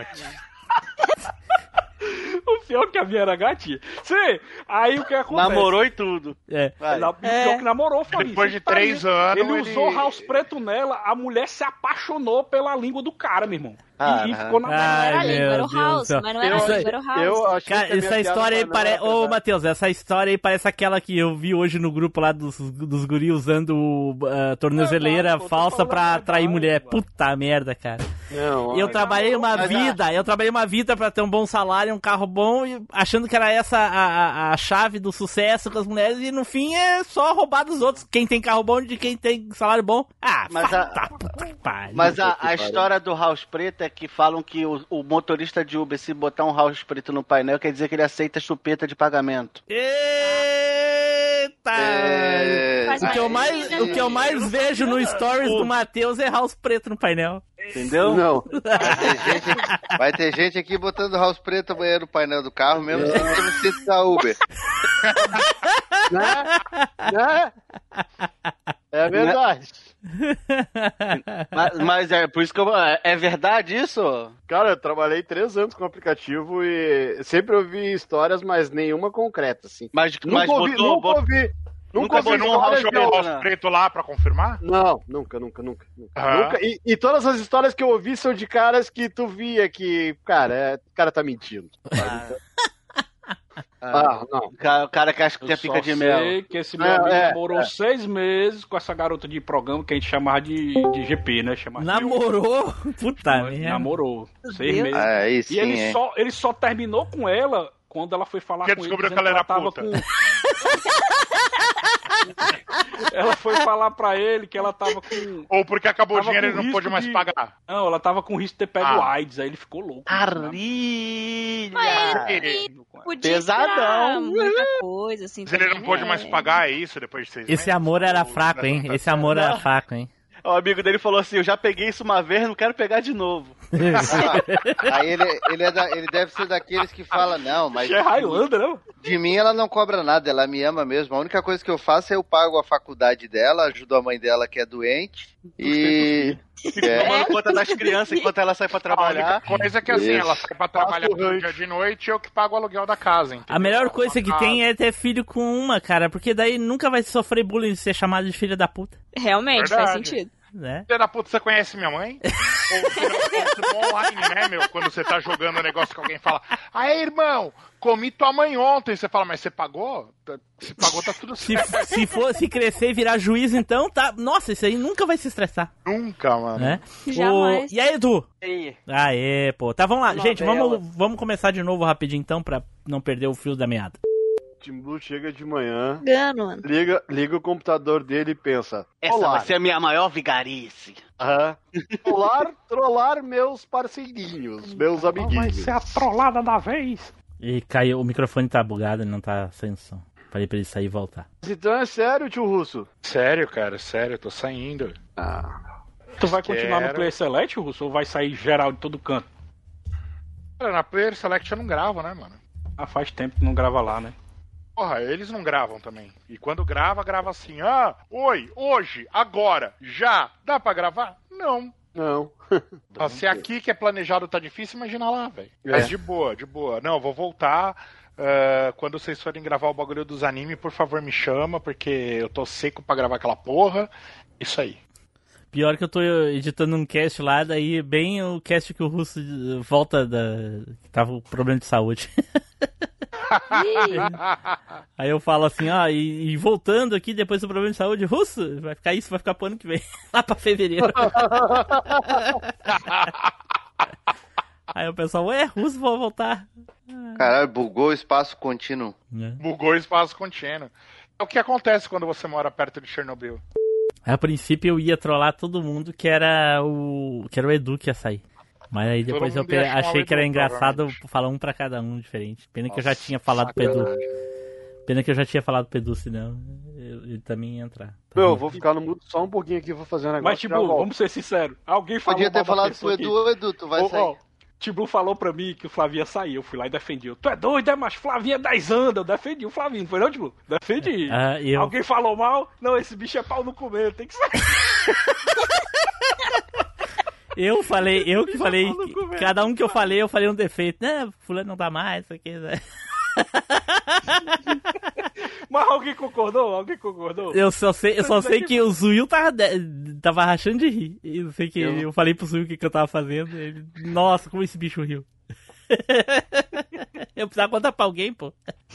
O pior que a minha era gatinha. Sim, aí o que acontece? Namorou e tudo. O pior que namorou foi isso. Depois de 3 anos. Ele usou House preto nela, a mulher se apaixonou pela língua do cara, meu irmão. E ficou na era o House, mas não era a língua, era o House. Cara, essa história aí parece. Ô, Matheus, essa história aí parece aquela que eu vi hoje no grupo lá dos guris usando tornozeleira falsa pra atrair mulher. Puta merda, cara. Eu trabalhei uma vida pra ter um bom salário, um carro bom, achando que era essa a chave do sucesso com as mulheres, e no fim é só roubar dos outros. Quem tem carro bom de quem tem salário bom. Mas a história do House preto é que falam que o motorista de Uber, se botar um House preto no painel, quer dizer que ele aceita chupeta de pagamento. Eita! O que eu mais vejo no stories do Matheus é House preto no painel. Entendeu? Não. Vai ter gente aqui botando house preto amanhã no painel do carro, mesmo sem ter no sítio da Uber. Né? É verdade. Mas é por isso que é verdade isso? Cara, eu trabalhei 3 anos com o aplicativo e sempre ouvi histórias, mas nenhuma concreta, assim. Nunca ouvi Não achou o house preto lá pra confirmar? Não, nunca. E todas as histórias que eu ouvi são de caras que tu via que, cara, o cara tá mentindo. Não. O cara que acha que tem pica de mel. Eu sei que esse meu amigo namorou 6 meses com essa garota de programa que a gente chamava de GP, né? Namorou? Puta merda. Namorou. 6 meses. Isso, e ele só terminou com ela quando ela foi falar com ele. Descobriu que ela era puta. Ela foi falar pra ele que ela tava com... Ou porque acabou o dinheiro e ele não pôde mais pagar. Não, ela tava com risco de ter pego AIDS, aí ele ficou louco. Pesadão. Muita coisa, assim. Se ele não pôde mais pagar, é isso, depois de 6 meses? Esse amor era fraco, hein? Esse amor era fraco, hein? O amigo dele falou assim, eu já peguei isso uma vez, não quero pegar de novo. Aí ele deve ser daqueles que fala, não, mas... É Highlander, não? De mim ela não cobra nada, ela me ama mesmo. A única coisa que eu faço é eu pago a faculdade dela, ajudo a mãe dela que é doente e... Tomando conta das crianças enquanto ela sai pra trabalhar. A única coisa é que assim, ela sai pra trabalhar no dia de noite e eu que pago o aluguel da casa, entendeu? A melhor coisa que tem é ter filho com uma, cara, porque daí nunca vai sofrer bullying de ser chamado de filha da puta. Realmente, faz sentido. Né? Filha da puta, você conhece minha mãe? Ou online, né, meu? Quando você tá jogando um negócio que alguém fala, aí, irmão, comi tua mãe ontem. Você fala, mas você pagou? Se pagou, tá tudo certo. Se crescer e virar juiz, então, tá... Nossa, isso aí nunca vai se estressar. Nunca, mano. Né? Jamais. E aí, Edu? E Aê, pô. Tá, vamos lá. Gente, vamos começar de novo rapidinho, então, pra não perder o fio da meada. Tim Blue chega de manhã, Mano. liga o computador dele e pensa... essa vai ser a minha maior vigarice. Trollar meus parceirinhos, meus amiguinhos. Vai ser a trollada da vez. E caiu, o microfone tá bugado, ele não tá sem som. Falei pra ele sair e voltar. Então é sério, tio Russo? Sério, cara, sério, eu tô saindo. Tu vai continuar no Player Select, Russo, ou vai sair geral de todo canto? Cara, na Player Select eu não gravo, né, mano? Faz tempo que não grava lá, né? Porra, eles não gravam também. E quando grava assim, oi, hoje, agora, já, dá pra gravar? Não. Se aqui que é planejado tá difícil, imagina lá, velho. Mas de boa. Não, eu vou voltar. Quando vocês forem gravar o bagulho dos animes, por favor me chama, porque eu tô seco pra gravar aquela porra. Isso aí. Pior que eu tô editando um cast lá, daí bem o cast que o Russo volta que tava com problema de saúde. Aí eu falo assim, e voltando aqui depois do problema de saúde, Russo, vai ficar pro ano que vem, lá pra fevereiro. Aí o pessoal, Russo, vou voltar. Caralho, bugou o espaço contínuo. Bugou o espaço contínuo. É o que acontece quando você mora perto de Chernobyl. A princípio eu ia trollar todo mundo que era o Edu que ia sair. Mas aí depois eu achei que era engraçado falar um pra cada um diferente. Pena que eu já tinha falado pro Edu. Pena que eu já tinha falado pro Edu, senão ele também ia entrar. Eu vou ficar no mudo só um pouquinho aqui, vou fazer um negócio. Mas, tipo, vamos ser sinceros. Alguém falou podia ter falado pro Edu, tu vai sair. Tibu falou pra mim que o Flavinho ia sair. Eu fui lá e defendi. Tu é doido, mas Flavinho é 10 anos. Eu defendi o Flavinho, não foi não, Tibu? Defendi. Alguém falou mal? Não, esse bicho é pau no comer, tem que sair. Eu que falei, cada um que eu falei um defeito. Fulano não dá mais, isso aqui, né? Mas alguém concordou? Eu só sei que o Zuil tava rachando de rir. Eu sei que eu falei pro Zuil o que eu tava fazendo. Ele, nossa, como esse bicho riu. Eu precisava contar pra alguém, pô.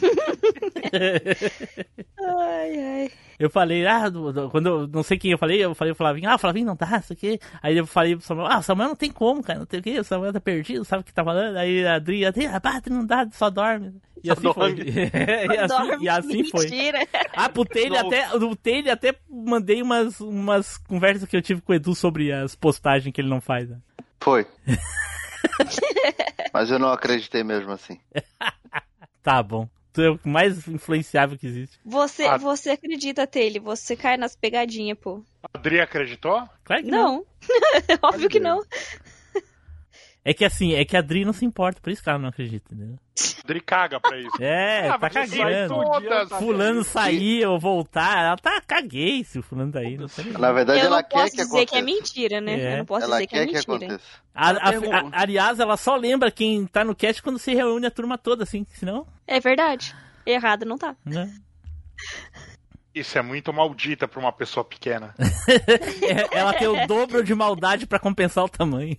Ai. Eu falei, quando eu não sei quem eu falei pro Flavinho, Flavinho não dá, isso aqui. Aí eu falei pro Samuel, Samuel não tem como, cara, não tem o que, o Samuel tá perdido, sabe o que tá falando? Aí a Adri, não dá, só dorme. E assim foi. E assim foi. Pro Taylor até mandei umas conversas que eu tive com o Edu sobre as postagens que ele não faz. Né? Foi. Mas eu não acreditei mesmo assim. Tá bom. Tu é o mais influenciável que existe. Você acredita, Taylor, você cai nas pegadinhas, pô. A Adri acreditou? Claro que Não. Óbvio que não. É que assim, é que a Adri não se importa, por isso que ela não acredita, entendeu? A Adri caga pra isso. Tá cagando. Fulano sair ou voltar, ela tá caguei se o fulano tá aí. Não sei. Na verdade, Eu ela não quer posso que dizer aconteça. que é mentira, né? Eu não posso Ela dizer que é quer que mentira. aconteça. Aliás, ela só lembra quem tá no cast quando se reúne a turma toda, assim, senão... É verdade. Errado não tá. Né? Isso é muito maldita pra uma pessoa pequena. Ela tem o dobro de maldade pra compensar o tamanho.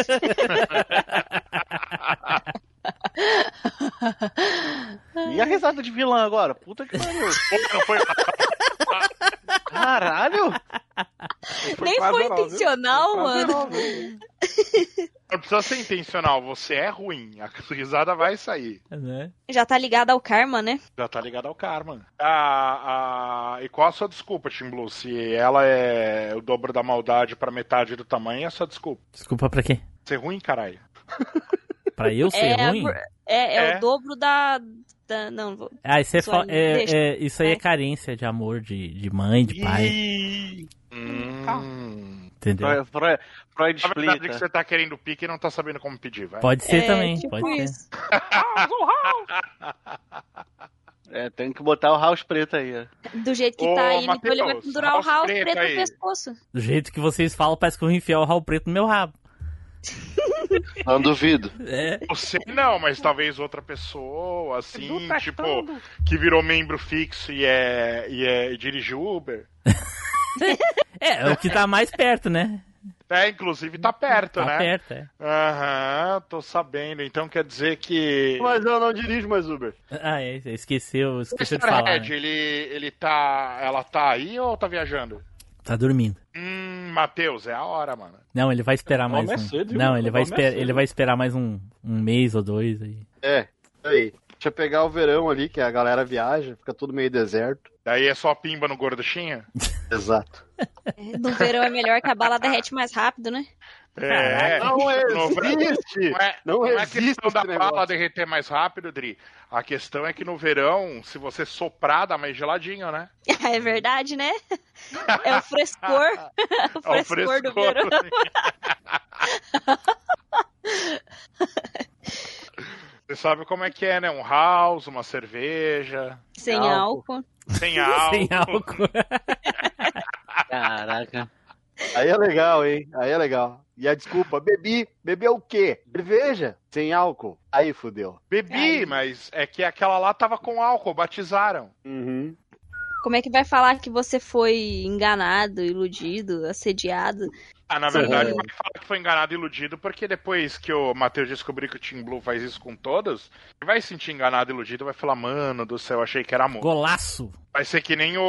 E a risada de vilã agora? Puta que pariu. Não foi... Caralho! Nem foi intencional, mano. Não precisa ser intencional, você é ruim. A risada vai sair. Né? Já tá ligado ao karma, né? Já tá ligado ao karma. E qual a sua desculpa, Tim Blue? Se ela é o dobro da maldade pra metade do tamanho, é a sua desculpa. Desculpa pra quê? Ser ruim, caralho. Pra eu ser ruim? O dobro da não, vou... isso isso aí é carência de amor de mãe, de pai. Entendeu? Freud Na verdade explica. que você tá querendo pique e não tá sabendo como pedir, vai. Pode ser também, tipo pode isso. ser. Tem que botar o house preto aí. Do jeito que Ô, tá aí, Matheus, ele vai pendurar o house house preto preto no aí. pescoço. Do jeito que vocês falam, parece que eu vou enfiar o ralo preto no meu rabo. Não duvido. Você não, mas talvez outra pessoa, assim, Tá tipo, todo. que virou membro fixo e dirige Uber. É o que tá mais perto, né? Inclusive tá perto, Tá né? perto, é. Aham, tô sabendo. Então quer dizer que... Mas eu não dirijo mais Uber. Esqueceu de Mr. falar. Red, Né? ela tá aí ou tá viajando? Tá dormindo. Matheus, é a hora, mano. Não, ele vai esperar mais nome é um. cedo, Não, viu? ele O vai, nome é cedo. ele vai esperar mais um mês ou dois aí. Aí. Deixa eu pegar o verão ali, que a galera viaja, fica tudo meio deserto. Daí é só pimba no gorduchinha? Exato. No verão é melhor que a bala derrete mais rápido, né? Não existe! Não é existe questão da esse bala negócio. derreter mais rápido, Dri. A questão é que no verão, se você soprar, dá mais geladinho, né? É verdade, né? É o frescor. O frescor do verão. Você sabe como é que é, né? Um house, uma cerveja. Sem álcool. Sem álcool. Sem álcool. Caraca. Aí é legal, hein? Aí é legal. E a desculpa, bebi é o quê? Cerveja? Sem álcool. Aí fudeu. Bebi, mas é que aquela lá tava com álcool, batizaram. Uhum. Como é que vai falar que você foi enganado, iludido, assediado? Na verdade, vai falar que foi enganado e iludido, porque depois que o Matheus descobriu que o Team Blue faz isso com todas, ele vai se sentir enganado e iludido, vai falar, mano do céu, achei que era amor. Golaço. Vai ser que nem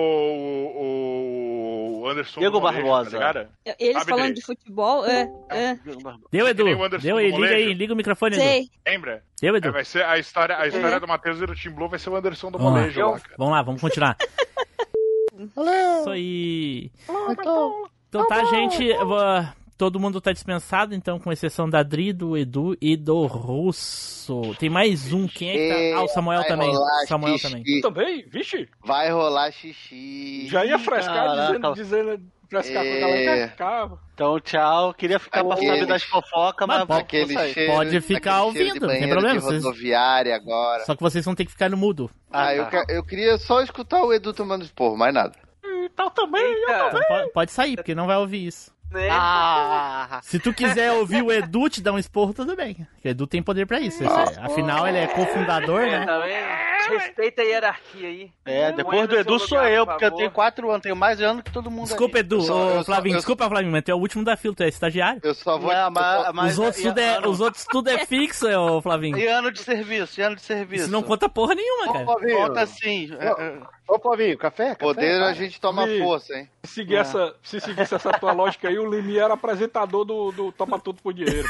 o Anderson Diego do Molejo, Barbosa. tá ligado? Eles Sabe, falando Dri? de futebol, Deu, Edu. nem o Anderson Deu aí, do liga Molejo. aí, liga o microfone, Edu. sei. Lembra? Deu, Edu. Vai ser a história do Matheus e do Team Blue vai ser o Anderson do Vamos lá. Molejo lá, cara. Vamos lá, vamos continuar. Isso aí. Então tá, gente. Todo mundo tá dispensado, então, com exceção da Dri, do Edu e do Russo. Tem mais um. Quem é que tá? O Samuel Vai também. rolar Samuel xixi. também. Também? Vixe. Vai rolar xixi. Já ia frescar Caraca. dizendo frescar com a galera. Ficava. Então, tchau. Queria ficar pra saber das fofocas, mas vou Aquele sair. cheiro, Pode ficar aquele cheiro ouvindo, de não tem banheiro problema, de vocês- rodoviária agora. Só que vocês vão ter que ficar no mudo. Eu queria só escutar o Edu tomando esporro, mais nada. Então também, Então pode sair, porque não vai ouvir isso. Ah, Se tu quiser ouvir o Edu te dar um esporro, tudo bem. Porque o Edu tem poder pra isso. Afinal, ele é cofundador, né? Tá vendo? Respeita a hierarquia aí. depois do Edu sou eu, porque eu tenho 4 anos, tenho mais anos que todo mundo. Desculpa, Edu. eu Flavinho, só- desculpa, Flavinho, mas tu é o último da fila, tu é estagiário. Eu só vou. Os outros tudo é fixo, ô Flavinho. E ano de serviço, Isso não conta porra nenhuma, cara. Flavinho, Conta sim. Ô, Flavinho, café? Poder a gente toma Sim. força, hein? Se seguisse essa tua lógica aí, o Limi era apresentador do Toma Tudo por Dinheiro.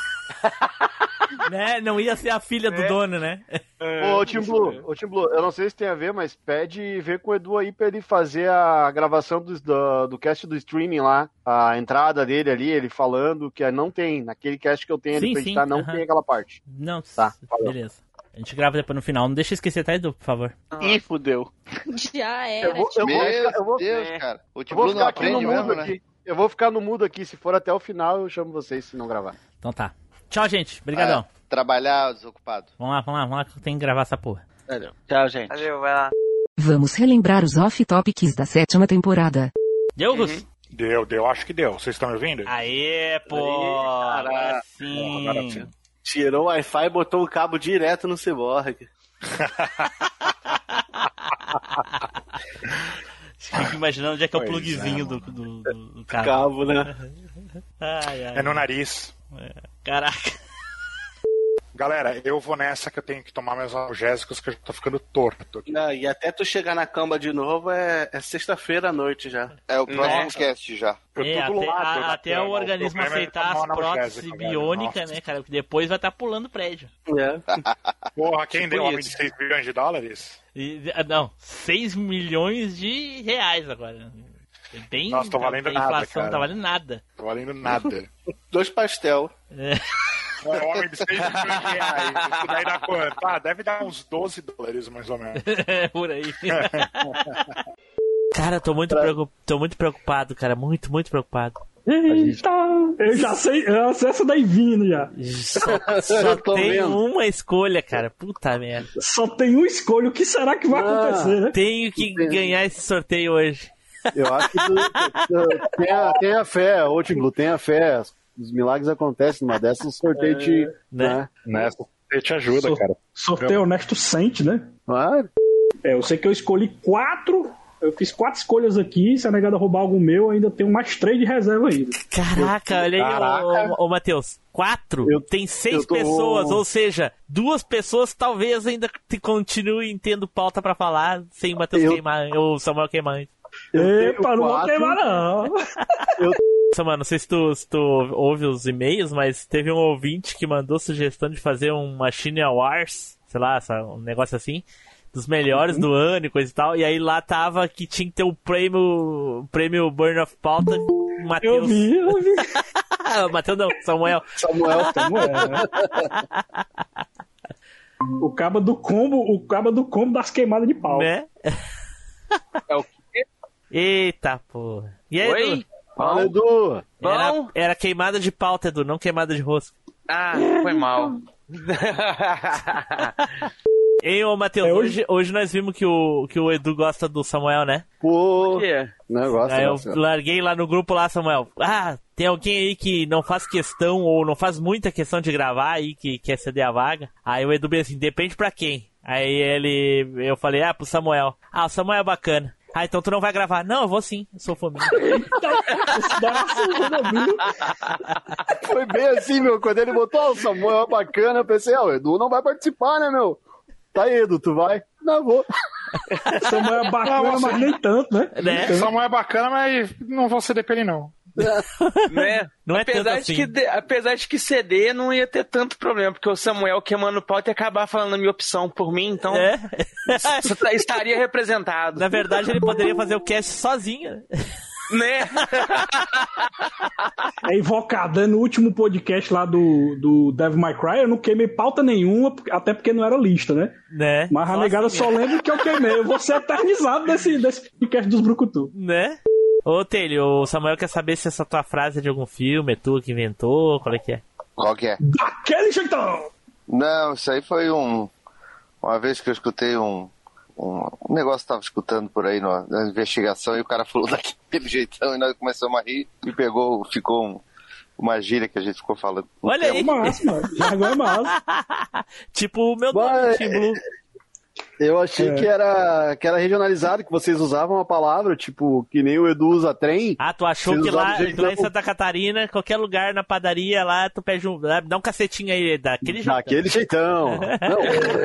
Né? Não ia ser a filha do dono, né? Ô, Tim Blue, eu não sei se tem a ver, mas pede ver com o Edu aí pra ele fazer a gravação do cast do streaming lá, a entrada dele ali, ele falando que não tem, naquele cast que eu tenho ali Sim, pra sim, editar, não aham. tem aquela parte. Não, Tá, valeu. beleza. A gente grava depois no final. Não deixa eu esquecer, tá, Edu, por favor. Ih, fudeu. Já era. Meu Deus, cara. O Eu vou Timbu não ficar aqui no aprende mudo mesmo, né? aqui. Eu vou ficar no mudo aqui. Se for até o final, eu chamo vocês se não gravar. Então tá. Tchau, gente. Obrigadão. Trabalhar desocupado. Vamos lá, que eu tenho que gravar essa porra. Valeu. Tchau, gente. Valeu, vai lá. Vamos relembrar os off-topics da 7ª temporada. Deu, Gus? Deu, acho que deu. Vocês estão me ouvindo? Aê, pô! Agora sim. Agora sim. Tirou o Wi-Fi e botou o cabo direto no Cyborg. Fico imaginando onde é que é o Pois plugzinho é, do cabo. Cabo, né? Ai. É no nariz. Caraca. Galera, eu vou nessa que eu tenho que tomar meus analgésicos que eu já tô ficando torto. Não, e até tu chegar na cama de novo é sexta-feira à noite já. É o próximo cast já. Até o organismo aceitar as próteses biônicas, né, cara? Porque depois vai estar pulando prédio. Porra, quem deu homem de isso. 6 bilhões de dólares? Não, 6 milhões de reais agora. Bem, Nossa, tô valendo a nada, inflação cara. Tá valendo nada. Tô valendo nada. 2 pastel. Um homem de 6 milhões de reais. Isso daí dá quanto? Ah, deve dar uns 12 dólares, mais ou menos. Por aí. Cara, tô muito preocupado, cara. Muito preocupado. Eita, eu já sei essa daí vindo já. Só tem uma escolha, cara. Puta merda. Só tem uma escolha. O que será que vai acontecer, né? Tenho que ganhar esse sorteio hoje. Eu acho que tenha fé, ô Timbu, tenha fé. Os milagres acontecem, numa dessas o sorteio te... Né? Nessa sorteio te ajuda, cara. Sorteio honesto sente, né? Claro. Eu sei que eu escolhi 4. Eu fiz 4 escolhas aqui. Se a negada roubar algum meu, eu ainda tenho mais 3 de reserva ainda. Caraca, olha aí, ô Matheus. 4? Tem 6 pessoas, ou seja, 2 pessoas talvez ainda continuem tendo pauta pra falar sem o Matheus queimar, ou o Samuel queimar antes. Epa, não vou queimar não. Mano, não sei se tu ouve os e-mails, mas teve um ouvinte que mandou sugestão de fazer um Machine Wars, sei lá, um negócio assim, dos melhores do ano e coisa e tal, e aí lá tava que tinha que ter o prêmio Burn of Pauta, Matheus. Eu vi. Matheus não, Samuel. O cabo do combo das queimadas de pau. Né? É o quê? Eita porra. E aí, Oi? Edu? Fala, Edu. Era queimada de pauta, Edu, não queimada de rosca. Ah, foi mal. Hein, ô Matheus, hoje nós vimos que o Edu gosta do Samuel, né? Pô, Yeah. negócio. Aí eu larguei lá no grupo lá, Samuel. Ah, tem alguém aí que não faz questão ou não faz muita questão de gravar aí, que quer ceder a vaga. Aí o Edu bem assim, depende pra quem. Aí eu falei, pro Samuel. Ah, o Samuel é bacana. Ah, então tu não vai gravar. Não, eu vou sim, eu sou fominha. Foi bem assim, meu. Quando ele botou o Samuel é bacana, eu pensei, o Edu não vai participar, né, meu? Tá aí, Edu, tu vai? Não, vou. Samuel é bacana, mas nem tanto, né? Samuel é bacana, mas não vou ceder pra ele, não. Né? Não é apesar, tanto assim. apesar de que ceder não ia ter tanto problema, porque o Samuel queimando o pau ia acabar falando a minha opção por mim, então estaria representado. Na verdade, ele poderia fazer o cast sozinho. Né? É invocado, né? No último podcast lá do Devil May Cry, eu não queimei pauta nenhuma, até porque não era lista, né? Mas a negada só lembra que eu queimei. Eu vou ser eternizado desse podcast dos Brucutu. Né? Ô, Telho, o Samuel quer saber se essa tua frase é de algum filme, é tu que inventou, qual é que é? Qual que é? Daquele jeitão! Não, isso aí foi uma vez que eu escutei um negócio que tava escutando por aí na investigação e o cara falou daquele jeitão e nós começamos a rir e ficou uma gíria que a gente ficou falando. Olha aí! Jargão é massa. Tipo o meu nome, Timbu. Eu achei que era regionalizado, que vocês usavam a palavra, tipo, que nem o Edu usa trem. Ah, tu achou que lá em Santa Catarina, qualquer lugar na padaria lá, tu pede dá um cacetinho aí, daquele jeitão. Daquele jeitão. Não.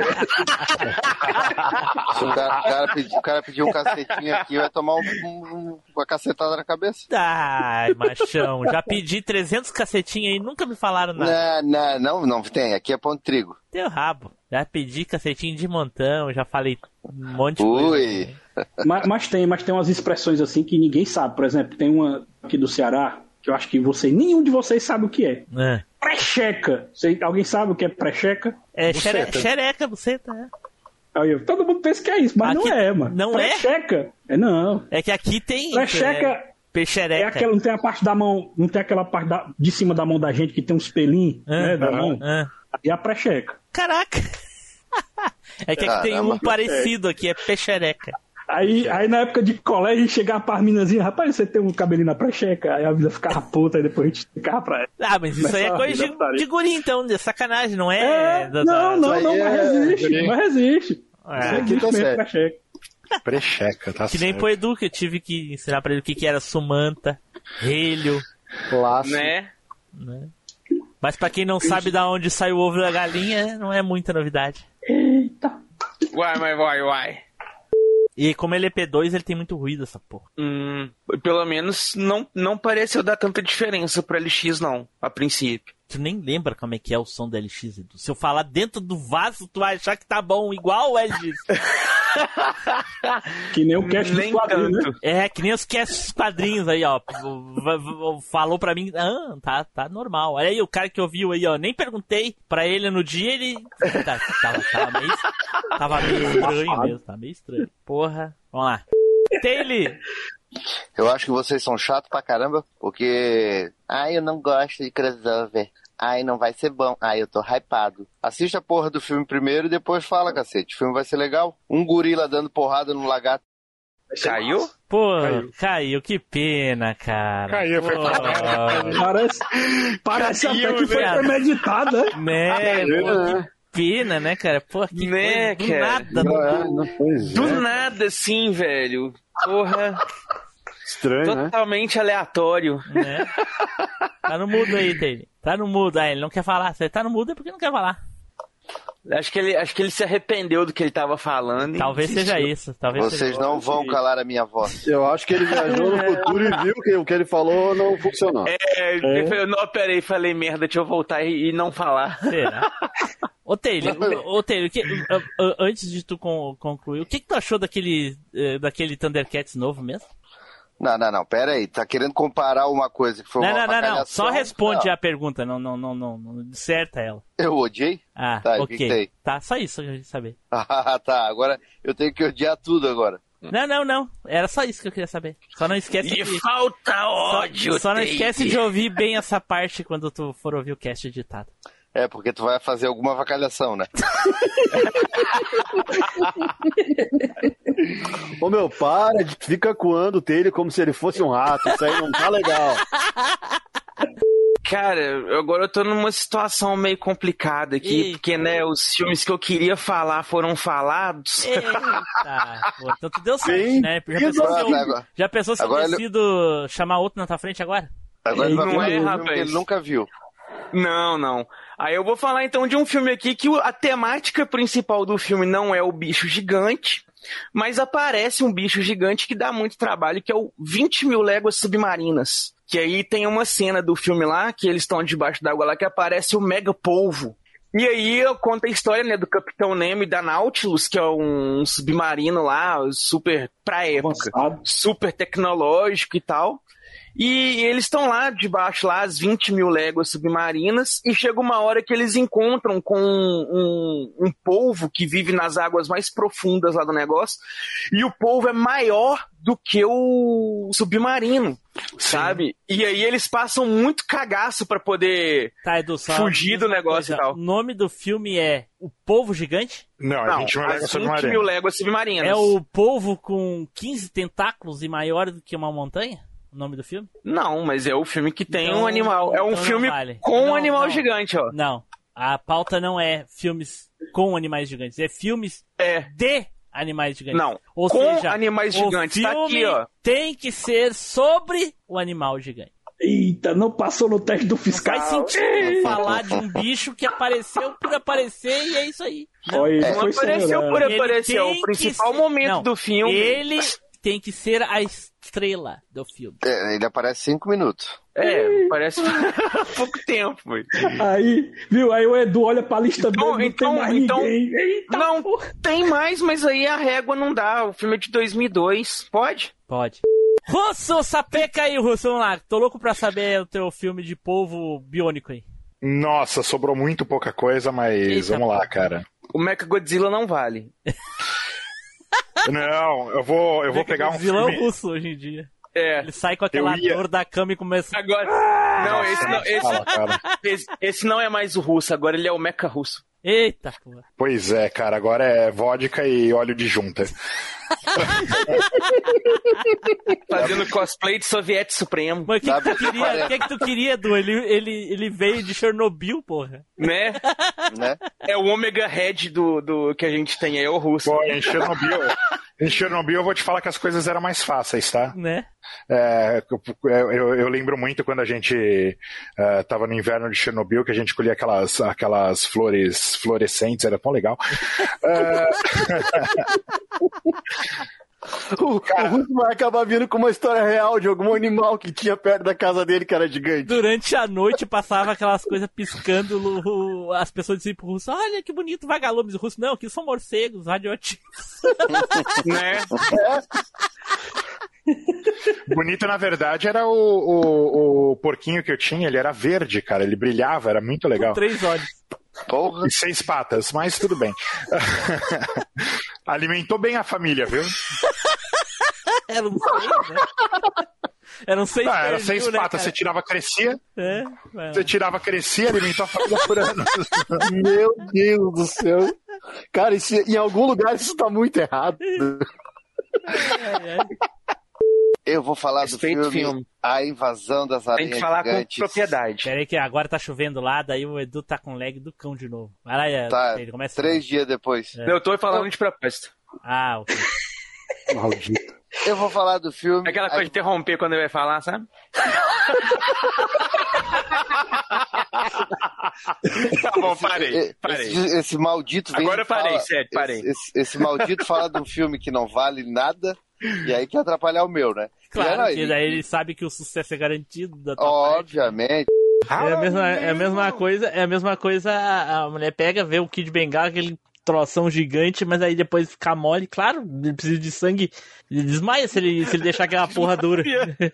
O cara pediu um cacetinho aqui, vai tomar uma cacetada na cabeça. Ai, machão, já pedi 300 cacetinhos aí, nunca me falaram nada. Não tem, aqui é pão de trigo. Teu rabo. Já pedi cacetinho de montão, já falei um monte de coisa. Mas tem umas expressões assim que ninguém sabe. Por exemplo, tem uma aqui do Ceará, que eu acho que nenhum de vocês sabe o que é. pré-checa. Alguém sabe o que é pré-checa? É xereca, buceta, né? Aí, todo mundo pensa que é isso, mas aqui não é, mano. Não pré-checa. Não. É que aqui tem... Pré-checa... Peixereca. É aquela, não tem a parte da mão, não tem aquela parte de cima da mão da gente que tem uns pelinhos, né, da mão. E a pré-checa. Caraca! É que aqui tem um parecido aqui, é peixereca. Aí na época de colégio, a gente chegava para as minazinhas, rapaz, você tem um cabelinho na pré-checa? Aí a vida ficava puta, e depois a gente ficava pra ela. Ah, mas isso aí é coisa de guri, então, de sacanagem, não é? Não, mas resiste. É. Aqui tá certo. Precheca, tá que nem pro Edu, que eu tive que ensinar pra ele o que era sumanta, relho. Clássico. Né? Mas pra quem não sabe da onde sai o ovo da galinha, não é muita novidade. Eita. Uai. E como ele é P2, ele tem muito ruído, essa porra. Pelo menos não pareceu dar tanta diferença pro LX, não, a princípio. Tu nem lembra como é que é o som do LX, Edu. Se eu falar dentro do vaso, tu vai achar que tá bom, igual o LX. Que nem o cast dos quadrinhos, né? É, que nem os cast dos quadrinhos aí, ó. Falou pra mim, tá normal. Olha aí, o cara que ouviu aí, ó, nem perguntei pra ele no dia, ele... Tava meio estranho mesmo, tá meio estranho. Porra, vamos lá. Taylor! Eu acho que vocês são chatos pra caramba, porque... eu não gosto de crossover. Não vai ser bom. Eu tô hypado. Assista a porra do filme primeiro e depois fala, cacete. O filme vai ser legal. Um gorila dando porrada no lagarto. Caiu? Pô, caiu. Que pena, cara. Caiu, foi Parece até que foi premeditada. Né, pô, que pena, né, cara? Pô, que né, coisa, do nada. Do nada, assim, velho. Porra... Estranho, totalmente aleatório. Né? Tá no mudo aí, Taylor. Tá no mudo aí, ele não quer falar. Você tá no mudo é porque não quer falar. Acho que ele se arrependeu do que ele tava falando. Talvez seja isso. Vocês não vão calar a minha voz. Eu acho que ele viajou no futuro e viu que o que ele falou não funcionou. Não, peraí, falei merda, deixa eu voltar e não falar. Será? Ô Taylor, antes de tu concluir, o que tu achou daquele Thundercats novo mesmo? Não, pera aí, tá querendo comparar uma coisa que foi uma avacalhação? Não, só responde a pergunta, não disserta ela. Eu odiei? Tá, ok. Tá, só isso que eu queria saber. Tá, agora eu tenho que odiar tudo agora. Não, era só isso que eu queria saber. Só não esquece falta ódio, Só não esquece de ouvir bem essa parte quando tu for ouvir o cast editado. Porque tu vai fazer alguma avacalhação, né? Ô meu, fica coando o Taylor como se ele fosse um rato, isso aí não tá legal. Cara, agora eu tô numa situação meio complicada aqui, porque, né, os filmes que eu queria falar foram falados. Eita, pô, então tu deu sorte, né? Já pensou se eu decido chamar outro na tua frente agora? Agora não é, rapaz. Ele nunca viu. Não. Aí eu vou falar então de um filme aqui que a temática principal do filme não é o bicho gigante, mas aparece um bicho gigante que dá muito trabalho, que é o 20 Mil Léguas Submarinas. Que aí tem uma cena do filme lá, que eles estão debaixo d'água lá, que aparece o mega polvo. E aí eu conto a história, né, do Capitão Nemo e da Nautilus, que é um submarino lá, super, pra época, super tecnológico e tal. E eles estão lá debaixo, lá, as 20 mil léguas submarinas, e chega uma hora que eles encontram com um polvo que vive nas águas mais profundas lá do negócio, e o polvo é maior do que o submarino, sabe? E aí eles passam muito cagaço pra poder fugir do negócio e tal. O nome do filme é O Polvo Gigante? Não, é 20 mil léguas submarinas. É o polvo com 15 tentáculos e maior do que uma montanha? O nome do filme? Não, mas é o filme que tem um animal. É um filme com um animal gigante, ó. Não, a pauta não é filmes com animais gigantes, é filmes de animais gigantes. Não, ou com seja, animais gigantes. O filme tá aqui, ó. Tem que ser sobre o animal gigante. Eita, não passou no teste do fiscal. Não faz sentido falar de um bicho que apareceu por aparecer e é isso aí. Não apareceu por aparecer. É o principal momento do filme. Ele tem que ser a estrela do filme. Ele aparece 5 minutos. Parece pouco tempo. Aí, viu? Aí o Edu olha pra lista dele, não tem mais ninguém. Eita, não, tem mais, mas aí a régua não dá. O filme é de 2002. Pode? Pode. Russo, sapeca aí, Russo. Vamos lá. Tô louco pra saber o teu filme de polvo biônico aí. Nossa, sobrou muito pouca coisa, mas vamos lá, cara. O Mechagodzilla não vale. Não, eu vou pegar um filme... Godzilla é o russo hoje em dia. É. Ele sai com aquela dor da cama e começa... Agora... Não, esse não é mais o russo, agora ele é o Mecha russo. Eita, porra. Pois é, cara, agora é vodka e óleo de junta. Fazendo cosplay de soviete supremo. Mas o que tu queria, Edu? Ele veio de Chernobyl, porra. Né? É o Omega Red do que a gente tem aí, é o russo. Pô, em Chernobyl eu vou te falar que as coisas eram mais fáceis, tá? Né? Eu lembro muito quando a gente tava no inverno de Chernobyl, que a gente colhia aquelas flores fluorescentes, era tão legal. O Russo vai acabar vindo com uma história real de algum animal que tinha perto da casa dele que era gigante. Durante a noite passava aquelas coisas piscando, as pessoas diziam pro Russo, olha que bonito, vagalumes. O Russo, não, aqui são morcegos radioativos. Né? Bonito, na verdade, era o porquinho que eu tinha, ele era verde, cara, ele brilhava, era muito legal. Com 3 olhos. Porra. E 6 patas, mas tudo bem. Alimentou bem a família, viu? Eram 6, né? Eram 6 patas. Era 6 patas, você tirava, crescia. Você tirava, crescia, alimentou a família por anos. Meu Deus do céu. Cara, em algum lugar isso tá muito errado. Eu vou falar do filme A Invasão das Aranhas Gigantes. Tem que falar com propriedade. Peraí que agora tá chovendo lá, daí o Edu tá com lag do cão de novo. Vai lá, tá, ele começa 3 dias depois. Eu tô falando de propósito. Ah, ok. Maldito. Eu vou falar do filme... Aquela coisa de interromper quando ele vai falar, sabe? Tá bom, parei. Esse maldito... Agora eu parei, sério, parei. Esse maldito fala de um filme que não vale nada... E aí quer atrapalhar o meu, né? Claro, porque daí ele sabe que o sucesso é garantido da tua Obviamente. É a mesma coisa, a mulher pega, vê o Kid Bengala, aquele troção gigante, mas aí depois fica mole, claro, ele precisa de sangue, ele desmaia se ele deixar aquela porra dura.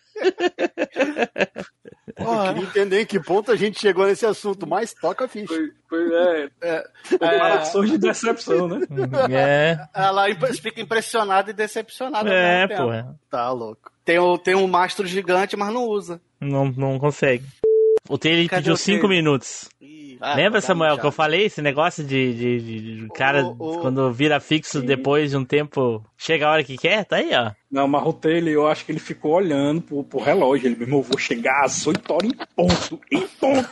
Eu queria entender em que ponto a gente chegou nesse assunto, mas toca a ficha. Comparações de decepção, né? Ela fica impressionada e decepcionada. Porra. Tá louco. Tem um mastro gigante, mas não usa. Não consegue. O Taylor pediu 5 minutos. Lembra, Samuel, que eu falei? Esse negócio de cara, quando vira fixo depois de um tempo, chega a hora que quer? Tá aí, ó. Não, mas o Taylor, eu acho que ele ficou olhando pro relógio. Ele mesmo, eu vou chegar às 8 horas em ponto.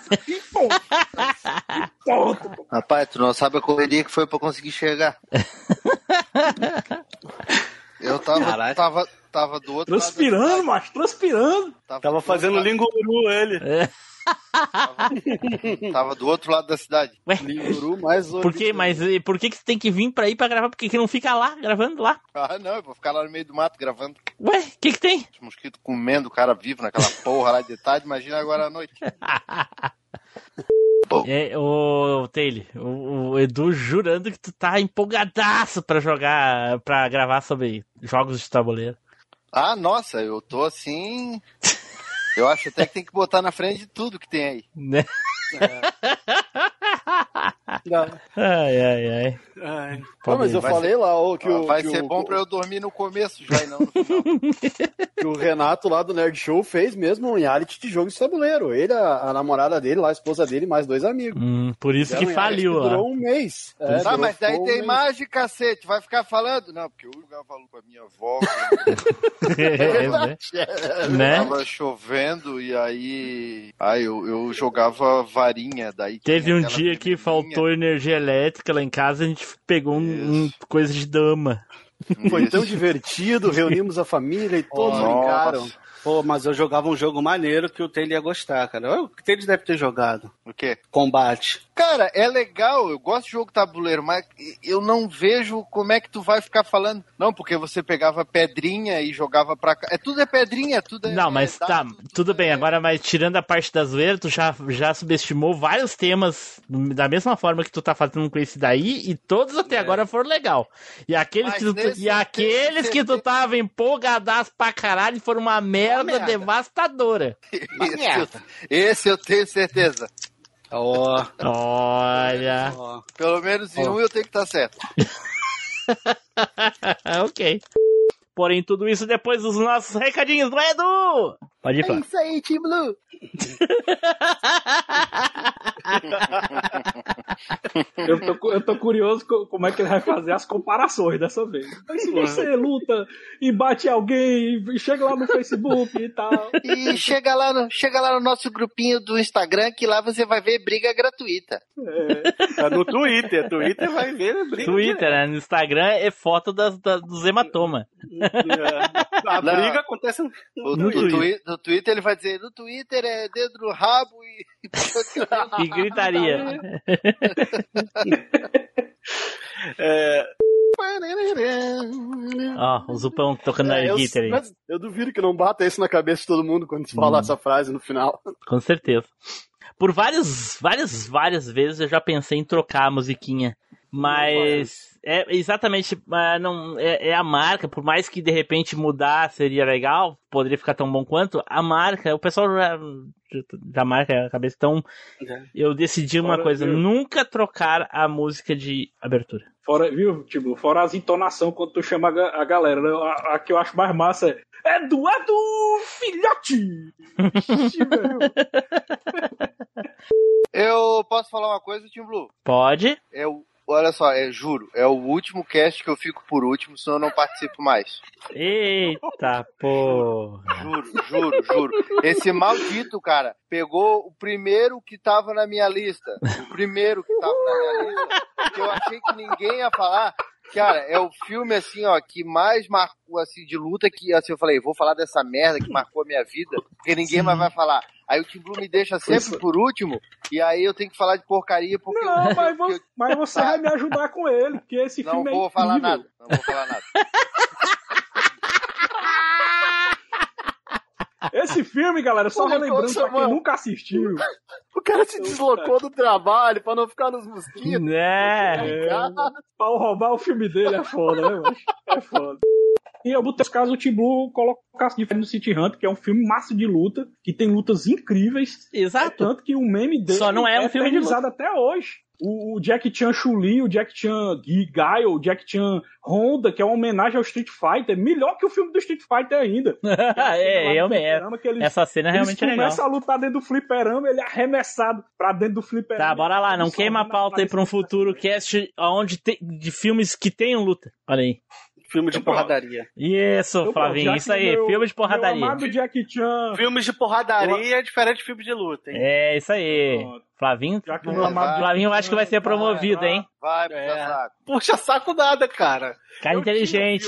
Rapaz, tu não sabe a correria que foi pra conseguir chegar. Eu tava do outro lado. Transpirando. Tava fazendo linguru ele. Tava do outro lado da cidade. Ué? Linguru mais por quê? Mas por que você tem que vir pra ir pra gravar? Por que não fica lá, gravando lá? Ah, não, eu vou ficar lá no meio do mato gravando. Ué, o que tem? Os mosquitos comendo o cara vivo naquela porra lá de tarde, imagina agora à noite. O Taylor, o Edu jurando que tu tá empolgadaço pra gravar sobre jogos de tabuleiro. Ah, nossa, eu tô assim... Eu acho até que tem que botar na frente de tudo que tem aí. Né? Ai. Não, mas eu falei lá que vai ser bom pra eu dormir no começo já e não no final. Que o Renato lá do Nerd Show fez mesmo um reality de jogo de tabuleiro. Ele, a namorada dele, lá, a esposa dele, mais 2 amigos. Por isso que faliu, ó. Durou um mês. Tá, mas daí tem imagem, cacete. Vai ficar falando? Não, porque eu jogava com a minha avó. Né? Tava chovendo e aí eu jogava varinha. Daí teve um dia que faltou energia elétrica lá em casa, a gente pegou coisa de dama. Foi tão divertido, reunimos a família e todos brincaram. Pô, mas eu jogava um jogo maneiro que o Taylor ia gostar, cara. O que o Taylor deve ter jogado? O quê? Combate. Cara, é legal, eu gosto de jogo tabuleiro, mas eu não vejo como é que tu vai ficar falando. Não, porque você pegava pedrinha e jogava pra cá. Tudo é pedrinha, tudo é... Não, mas tudo bem. Agora, mas tirando a parte da zoeira, tu já subestimou vários temas da mesma forma que tu tá fazendo com esse daí, e todos até agora foram legal. E aqueles que tu tava empolgadaço pra caralho foram uma merda devastadora. Esse eu tenho certeza. Olha. Pelo menos em um eu tenho que estar certo. Ok. Porém, tudo isso depois dos nossos recadinhos do Edu. Pode ir, Flávio. É isso aí, Team Blue. Eu tô curioso como é que ele vai fazer as comparações dessa vez. Mas se você luta e bate alguém, e chega lá no Facebook e tal. E chega lá no nosso grupinho do Instagram, que lá você vai ver briga gratuita. É no Twitter. Twitter vai ver briga. Twitter, né? No Instagram é foto dos hematomas. A briga acontece no Twitter ele vai dizer, no Twitter é dedo no rabo e gritaria. Ó, o Zupão tocando na guitarra aí. Mas eu duvido que não bata isso na cabeça de todo mundo quando se fala essa frase no final. Com certeza. Por várias vezes eu já pensei em trocar a musiquinha. Mas exatamente, não, é a marca, por mais que de repente mudar seria legal, poderia ficar tão bom quanto, a marca, o pessoal já marca a cabeça, então eu decidi uma coisa, nunca trocar a música de abertura. Fora, viu, tipo, fora as entonações quando tu chama a galera, né? A que eu acho mais massa é Edu, filhote! Eu posso falar uma coisa, Team Blue? Pode. Olha só, juro, é o último cast que eu fico por último, senão eu não participo mais. Eita, porra. Juro. Esse maldito, cara, pegou o primeiro que tava na minha lista. Que eu achei que ninguém ia falar. Cara, é o filme, assim, ó, que mais marcou, assim, de luta, que, assim, eu falei, vou falar dessa merda que marcou a minha vida, porque ninguém mais vai falar. Aí o Team Blue me deixa sempre por último, e aí eu tenho que falar de porcaria, porque... Não, mas você vai me ajudar com ele, porque esse filme Não vou falar nada. Esse filme, galera, só relembrando pra quem nunca assistiu. O cara se deslocou do trabalho pra não ficar nos mosquitos. Pra roubar o filme dele é foda, né, mano? É foda. E eu botei os casos do Team Blue colocasse diferente do City Hunter, que é um filme massa de luta, que tem lutas incríveis. Exato. Tanto que o meme dele só não é um filme de luta até hoje. O Jack Chan Chun-Li, o Jack Chan Guile, o Jack Chan Honda, que é uma homenagem ao Street Fighter, melhor que o filme do Street Fighter ainda. Essa cena realmente é legal. Começa a lutar dentro do fliperama, ele é arremessado pra dentro do fliperama. Tá, bora lá, não queima a pauta aí pra um futuro cast onde de filmes que tenham luta. Olha aí. Filme de porradaria. Isso, Flavinho, isso aí, filme de porradaria. Meu amado Jack Chan. Filmes de porradaria é diferente de filme de luta, hein? É, isso aí. Pronto. Flavinho, Flavinho acho que vai ser promovido, hein? Vai, puxa saco. Puxa saco nada, cara. Cara inteligente.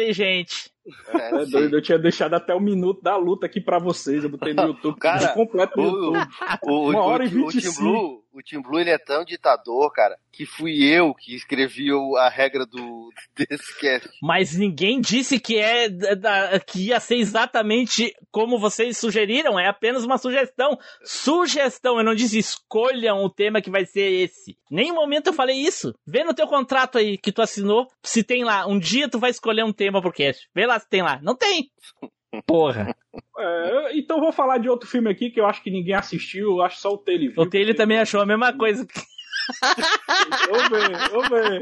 É doido, eu tinha deixado até o minuto da luta aqui pra vocês. Eu botei no YouTube, cara, completo no YouTube. 1h25. O Team Blue, ele é tão ditador, cara, que fui eu que escrevi a regra desse cast. Mas ninguém disse que que ia ser exatamente como vocês sugeriram. É apenas uma sugestão. Eu não disse escolham o tema que vai ser esse. Nenhum momento eu falei isso. Vê no teu contrato aí que tu assinou, se tem lá, um dia tu vai escolher um tema pro cast. Vê lá se tem lá. Não tem. Porra. Então vou falar de outro filme aqui que eu acho que ninguém assistiu, eu acho só o Taylor viu. O Taylor também achou a mesma coisa. Vou ver.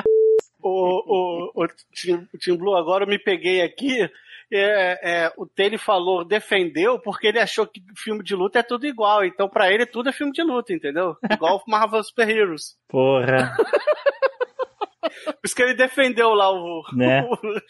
O Team Blue, agora eu me peguei aqui. O Taylor falou, defendeu, porque ele achou que filme de luta é tudo igual. Então pra ele tudo é filme de luta, entendeu? Igual o Marvel Super Heroes. Porra. Por isso que ele defendeu lá né?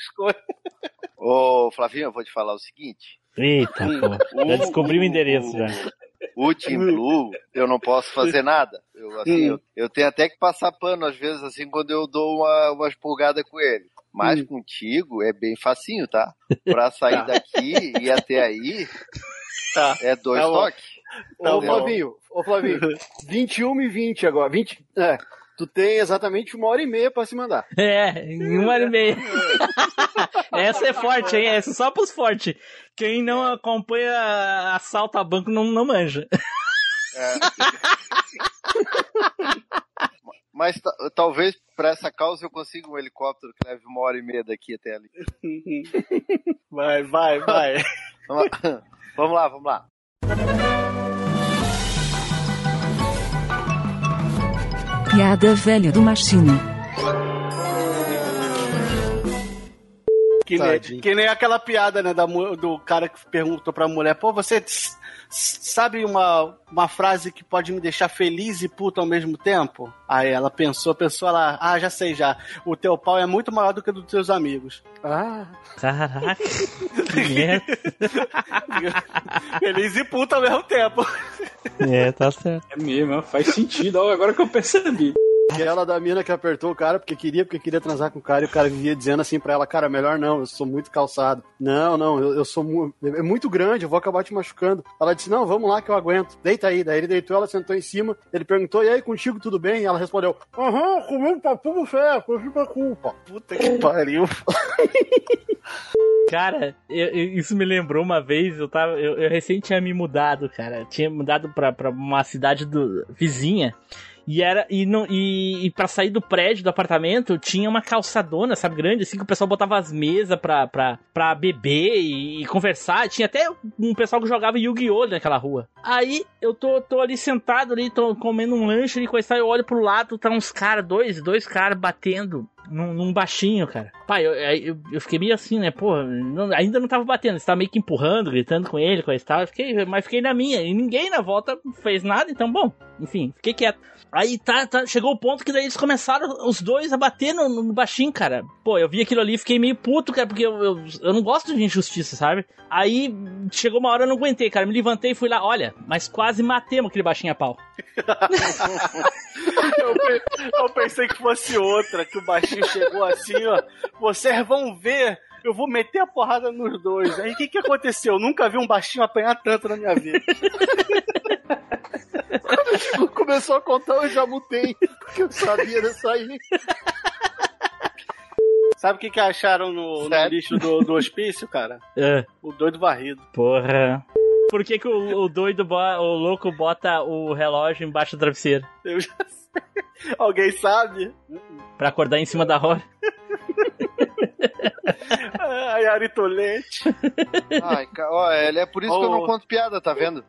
Ô, Flavinho, eu vou te falar o seguinte. Eita, pô. Já descobri o endereço já. O Team Blue, eu não posso fazer nada. Eu tenho até que passar pano, às vezes, assim, quando eu dou umas pulgadas com ele. Mas contigo é bem facinho, tá? Pra sair daqui e até aí, é 2 toques. Ô, Flavinho, 21h20 agora. Tu tem exatamente 1h30 pra se mandar. Em 1h30. Essa é forte, hein? Essa é só pros fortes. Quem não acompanha assalto a banco não manja. Mas talvez pra essa causa eu consiga um helicóptero que leve 1h30 daqui até ali. Vai. Vamos lá. piada velha do Machino. Que nem aquela piada, né, do cara que perguntou pra mulher, pô, você sabe uma frase que pode me deixar feliz e puta ao mesmo tempo? Aí ela pensou, ela, já sei já, o teu pau é muito maior do que o dos teus amigos. Caraca, que merda. Feliz e puta ao mesmo tempo. Tá certo. É mesmo, faz sentido, agora que eu percebi. Aquela da mina que apertou o cara porque queria transar com o cara, e o cara vivia dizendo assim pra ela, cara, melhor não, eu sou muito calçado. Não, eu sou é muito grande, eu vou acabar te machucando. Ela disse, não, vamos lá que eu aguento. Deita aí. Daí ele deitou, ela sentou em cima, ele perguntou, e aí, contigo tudo bem? E ela respondeu, comigo tá tudo certo, eu fico a culpa. Puta que pariu. Cara, isso me lembrou uma vez, eu recém tinha me mudado, cara. Tinha mudado pra uma cidade vizinha. E pra sair do prédio, do apartamento, tinha uma calçadona, sabe, grande, assim, que o pessoal botava as mesas pra beber e conversar. Tinha até um pessoal que jogava Yu-Gi-Oh! Naquela rua. Aí, eu tô ali sentado, ali, tô comendo um lanche ali, coisa, eu olho pro lado, tá uns caras, dois caras batendo num baixinho, cara. Pai, eu fiquei meio assim, né, pô, ainda não tava batendo, você tava meio que empurrando, gritando com ele, coisa e tal, mas fiquei na minha, e ninguém na volta fez nada, então, bom, enfim, fiquei quieto. Aí chegou o ponto que daí eles começaram os dois a bater no baixinho, cara. Pô, eu vi aquilo ali e fiquei meio puto, cara, porque eu não gosto de injustiça, sabe? Aí chegou uma hora eu não aguentei, cara, me levantei e fui lá, olha, mas quase matemos aquele baixinho a pau. Eu pensei que fosse outra, que o baixinho chegou assim, ó, vocês vão ver, eu vou meter a porrada nos dois. Aí o que aconteceu? Eu nunca vi um baixinho apanhar tanto na minha vida. Começou a contar, eu já mutei, porque eu sabia dessa aí. Sabe o que acharam no lixo do hospício, cara? O doido varrido. Porra. Por que o louco bota o relógio embaixo do travesseiro? Eu já sei. Alguém sabe? Pra acordar em cima da hora. Ai, Aritolete. Ai, é por isso que eu não conto piada, tá vendo?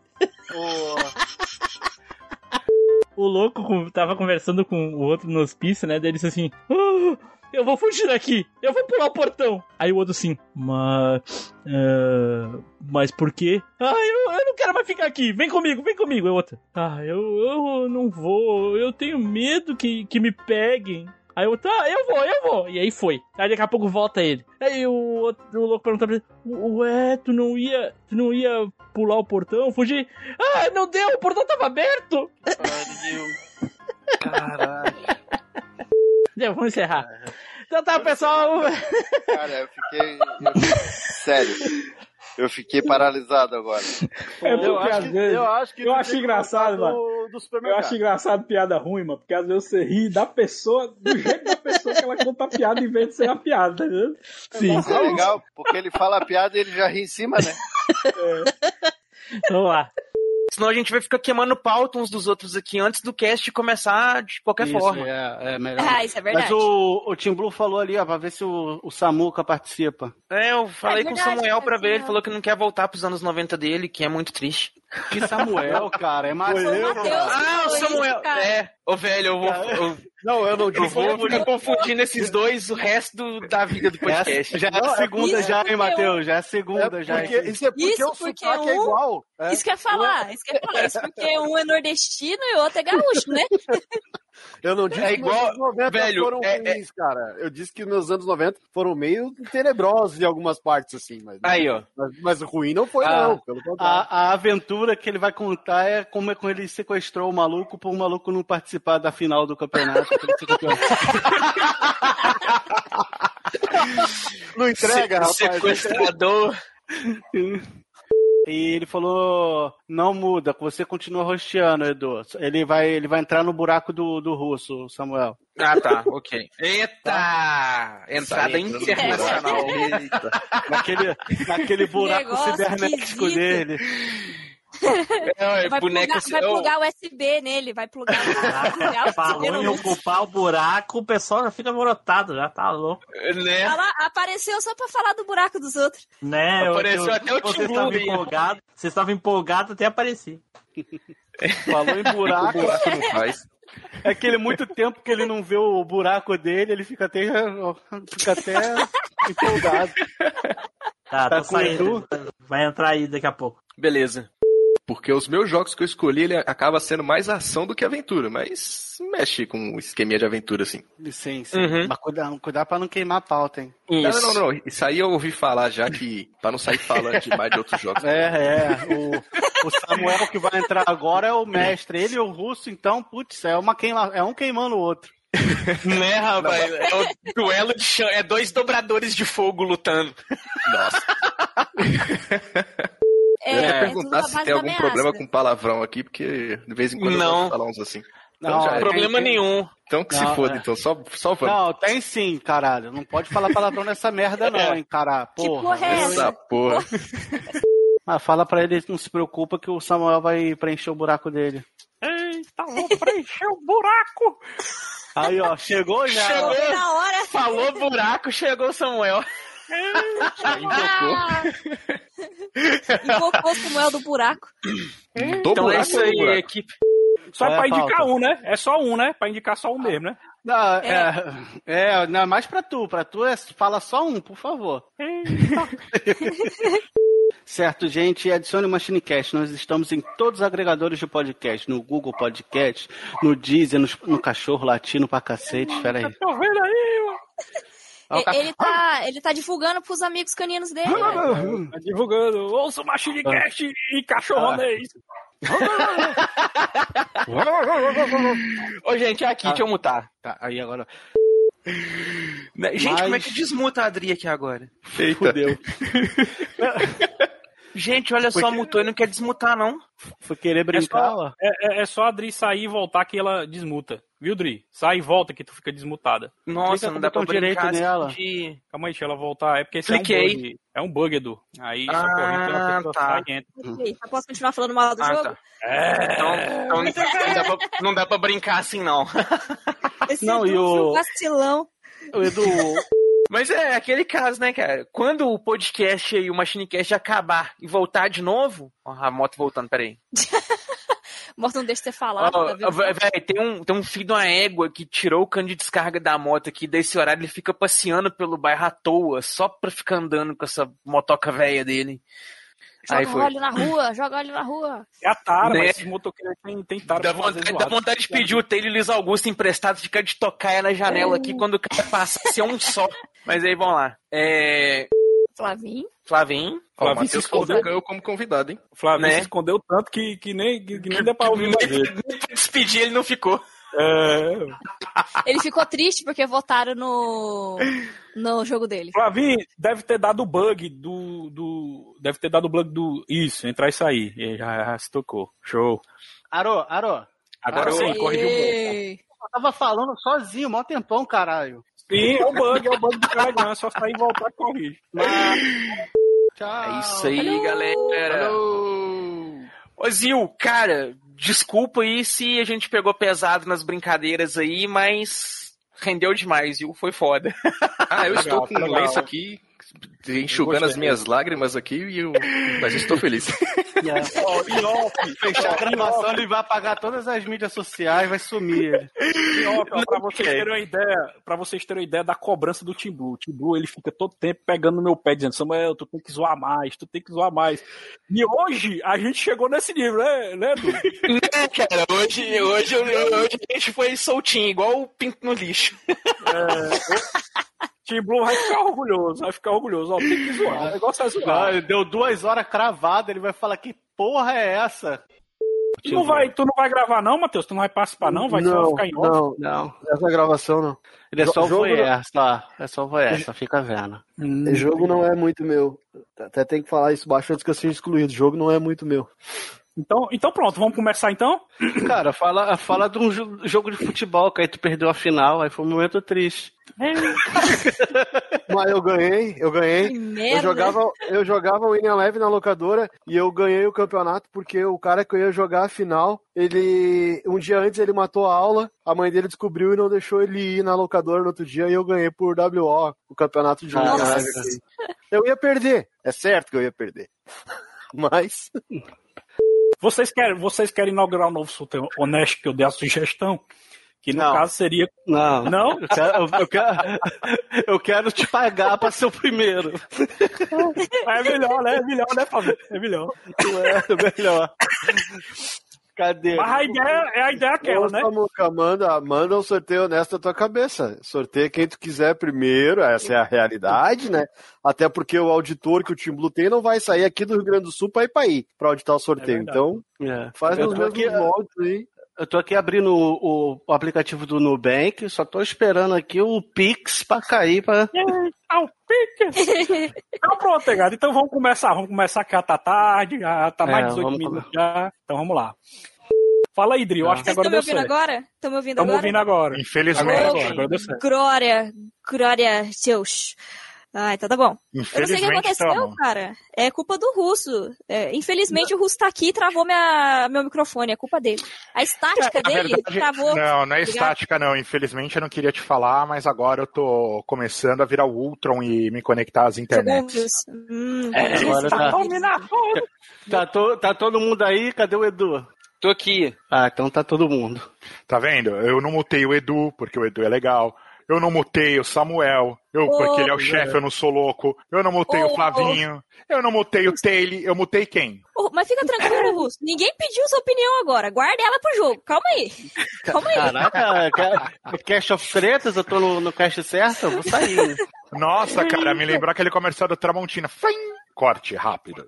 O louco tava conversando com o outro no hospício, né? Daí ele disse assim, eu vou fugir daqui, eu vou pular o portão. Aí o outro assim, mas por quê? Eu não quero mais ficar aqui, vem comigo. Aí o outro, eu não vou, eu tenho medo que me peguem. Aí eu, eu vou. E aí foi. Aí daqui a pouco volta ele. Aí o louco pergunta pra ele, ué, tu não ia pular o portão, fugir? Não deu, o portão tava aberto. Caralho. Vamos encerrar. Então tá, pessoal. Cara, sério. Eu fiquei paralisado agora. Eu acho engraçado, mano. Eu acho engraçado piada ruim, mano. Porque às vezes você ri da pessoa, do jeito da pessoa que ela conta a piada, em vez de ser a piada, tá vendo? Sim. Isso é legal, porque ele fala a piada e ele já ri em cima, né? Vamos lá. Senão a gente vai ficar queimando pauta uns dos outros aqui antes do cast começar de qualquer forma. É melhor. Isso é verdade. Mas o Tim Blue falou ali, ó, pra ver se o Samuca participa. Eu falei com o Samuel pra ver, ele não. falou que não quer voltar pros anos 90 dele, que é muito triste. Que Samuel, cara, é Matheus. O Samuel. Ô velho, eu vou ficar confundindo esses dois o resto da vida do podcast. Já é a segunda já, hein, Matheus? Já é a segunda já. Isso é porque o sotaque é igual. Isso que eu ia falar. Isso porque um é nordestino e o outro é gaúcho, né? Eu não disse que igual, meus anos 90 velho, foram ruins, cara. Eu disse que meus anos 90 foram meio tenebrosos em algumas partes, assim. Aí, ó. Mas ruim não foi, não. Pelo contrário. A aventura que ele vai contar é como ele sequestrou o maluco para o maluco não participar da final do campeonato. Não entrega, rapaz. Sequestrador. E ele falou, não muda, você continua rosteando, Edu. Ele vai entrar no buraco do russo, Samuel. Tá, ok. Eita! Entrada internacional. Eita. Naquele buraco cibernético dele. Vai plugar USB nele, vai plugar Falou em ocupar o buraco, o pessoal já fica alvorotado, já tá louco. Né? Apareceu só pra falar do buraco dos outros. Né? Apareceu até o Tim Blue. Vocês estavam empolgados até aparecer. Falou em buraco. O buraco não faz. É aquele muito tempo que ele não vê o buraco dele, ele fica até empolgado. Tá, tô saindo. Vai entrar aí daqui a pouco. Beleza. Porque os meus jogos que eu escolhi, ele acaba sendo mais ação do que aventura, mas mexe com o esqueminha de aventura, assim. Sim. Mas cuidar pra não queimar a pauta, hein? Isso. Não. Isso aí eu ouvi falar já que, pra não sair falando demais de outros jogos. O Samuel que vai entrar agora é o mestre. Ele e o Russo, então, putz, é um queimando o outro. Né, rapaz? É o duelo de chão. É 2 dobradores de fogo lutando. Nossa. Eu ia perguntar se tem algum problema com palavrão aqui, porque de vez em quando eu gosto de falar uns assim. Não, problema nenhum. Então que se foda, então só vamos. Não, tem sim, caralho. Não pode falar palavrão nessa merda não, hein, cara. Porra. Essa porra. Mas fala pra ele, não se preocupa que o Samuel vai preencher o buraco dele. Eita, vou preencher o buraco! Aí, ó, chegou já. Chegou na hora. Falou buraco, chegou o Samuel. Invocou o Samuel do buraco. Então é isso aí, equipe. Só pra indicar um, né? É só um, né? Pra indicar só um mesmo, né? Não, não, mais pra tu. Pra tu fala só um, por favor. Certo, gente, adicione o MachineCast. Nós estamos em todos os agregadores de podcast. No Google Podcast, no Deezer, no Cachorro Latino pra cacete. Espera aí. Tô vendo aí, mano. Ele tá divulgando pros amigos caninos dele. Tá divulgando. Ouça o MachineCast e cachorronês. Ô, gente, aqui, deixa eu mutar. Tá, aí agora. Gente, como é que desmuta a Adri aqui agora? Fudeu. Gente, olha só, mutou e não quer desmutar, não. Foi querer brincar, ó. É só a Dri sair e voltar que ela desmuta. Viu, Dri? Sai e volta que tu fica desmutada. Nossa, não dá pra brincar nela. Calma aí, deixa ela voltar. É porque esse é um bug, Edu. Aí só corrige quando a pessoa sai e entra. Posso continuar falando mal do jogo? Tá. Então não dá pra brincar assim, não. Esse não, Edu, e o vacilão. O Edu... Mas é aquele caso, né, cara? Quando o podcast e o MachineCast acabar e voltar de novo... Ó, a moto voltando, peraí. Moto não deixa você falar. Véi, tem um filho de uma égua que tirou o cano de descarga da moto aqui. Desse horário ele fica passeando pelo bairro à toa, só pra ficar andando com essa motoca velha dele. Joga óleo na rua. É a tara, mas esses motoqueiros tem tara. Dá vontade de pedir o Taylor e Luiz Augusto emprestado, ficar de tocaia na janela aqui quando o cara passa, ser um só. Mas aí, vamos lá. Flavinho. Ó, o Matheus colocou eu como convidado, hein? Flavinho se escondeu tanto que nem dá pra ouvir mais ele. Despedir, ele não ficou. Ele ficou triste porque votaram no jogo dele. Flavinho deve ter dado bug deve ter dado bug do... Isso, entrar e sair. E já se tocou. Show. Arô. Agora sim, corrigiu um pouco. Eu tava falando sozinho, mó tempão, caralho. Sim, é o bug do Telegram. Só sair e voltar e corrige. Tchau. É isso aí, galera. Ô, Zil, cara, desculpa aí se a gente pegou pesado nas brincadeiras aí, mas rendeu demais, viu? Foi foda. Eu estou com um lenço aqui, enxugando as minhas lágrimas aqui, mas eu estou feliz. Fechar a gravação, ele vai apagar todas as mídias sociais, vai sumir. Pra vocês terem uma ideia da cobrança do Team Blue. O Team Blue, ele fica todo tempo pegando no meu pé, dizendo: Samuel, tu tem que zoar mais. E hoje a gente chegou nesse nível, né, Edu? Né, cara, hoje a gente foi soltinho, igual o pinto no lixo. Team Blue vai ficar orgulhoso. Ó, tem que zoar. O negócio é zoar. Deu 2 horas cravado, ele vai falar: que porra é essa? Tu não vai gravar não, Matheus? Tu não vai participar não? Vai só ficar em off? Não. Essa gravação não. Ele é só voyeur, só fica vendo. Esse jogo não é muito meu. Até tem que falar isso baixo antes que eu seja excluído. O jogo não é muito meu. Então pronto, vamos começar então? Cara, fala de um jogo de futebol, que aí tu perdeu a final, aí foi um momento triste. Mas eu ganhei. Eu jogava o Winning Eleven na locadora e eu ganhei o campeonato porque o cara que eu ia jogar a final, um dia antes ele matou a aula, a mãe dele descobriu e não deixou ele ir na locadora no outro dia e eu ganhei por WO o campeonato de Winning Eleven. Eu ia perder, é certo que eu ia perder. Mas... Vocês querem inaugurar um novo sorteio honesto que eu dei a sugestão? Que no caso seria... Não? Eu quero te pagar pra ser o primeiro. É melhor, né, Fábio? É melhor. É melhor. Cadê? Mas a ideia é aquela, né? Samuca, manda um sorteio honesto da tua cabeça. Sorteia quem tu quiser primeiro, essa é a realidade, né? Até porque o auditor que o Team Blue tem não vai sair aqui do Rio Grande do Sul pra ir pra auditar o sorteio. Então, faz os mesmos moldes aí. Eu tô aqui abrindo o aplicativo do Nubank, só tô esperando aqui o Pix pra cair pra... O Pix! Então pronto, negado. Então vamos começar que já tá tarde, já tá mais de 18 minutos já. Então vamos lá. Fala aí, Dri, eu acho que agora deu certo. Estão me ouvindo agora? Estamos ouvindo agora. Infelizmente. Agora deu certo. Glória, seus... Ah, então tá bom. Eu não sei o que aconteceu, cara. É culpa do Russo. Infelizmente o Russo tá aqui e travou meu microfone. É culpa dele. A estática dele travou. Não é estática, não. Infelizmente eu não queria te falar, mas agora eu tô começando a virar o Ultron e me conectar às internets. Agora tá todo mundo aí? Cadê o Edu? Tô aqui. Ah, então tá todo mundo. Tá vendo? Eu não mutei o Edu, porque o Edu é legal. Eu não mutei o Samuel, porque ele é o chefe, eu não sou louco. Eu não mutei o Flavinho. Eu não mutei o Taylor. Eu mutei quem? Mas fica tranquilo, Russo. Ninguém pediu sua opinião agora. Guarda ela pro jogo. Calma aí. Caraca, Cash of Tretas, eu tô no cast certo? Eu vou sair. Nossa, cara, me lembrou aquele comercial do Tramontina. Corte rápido.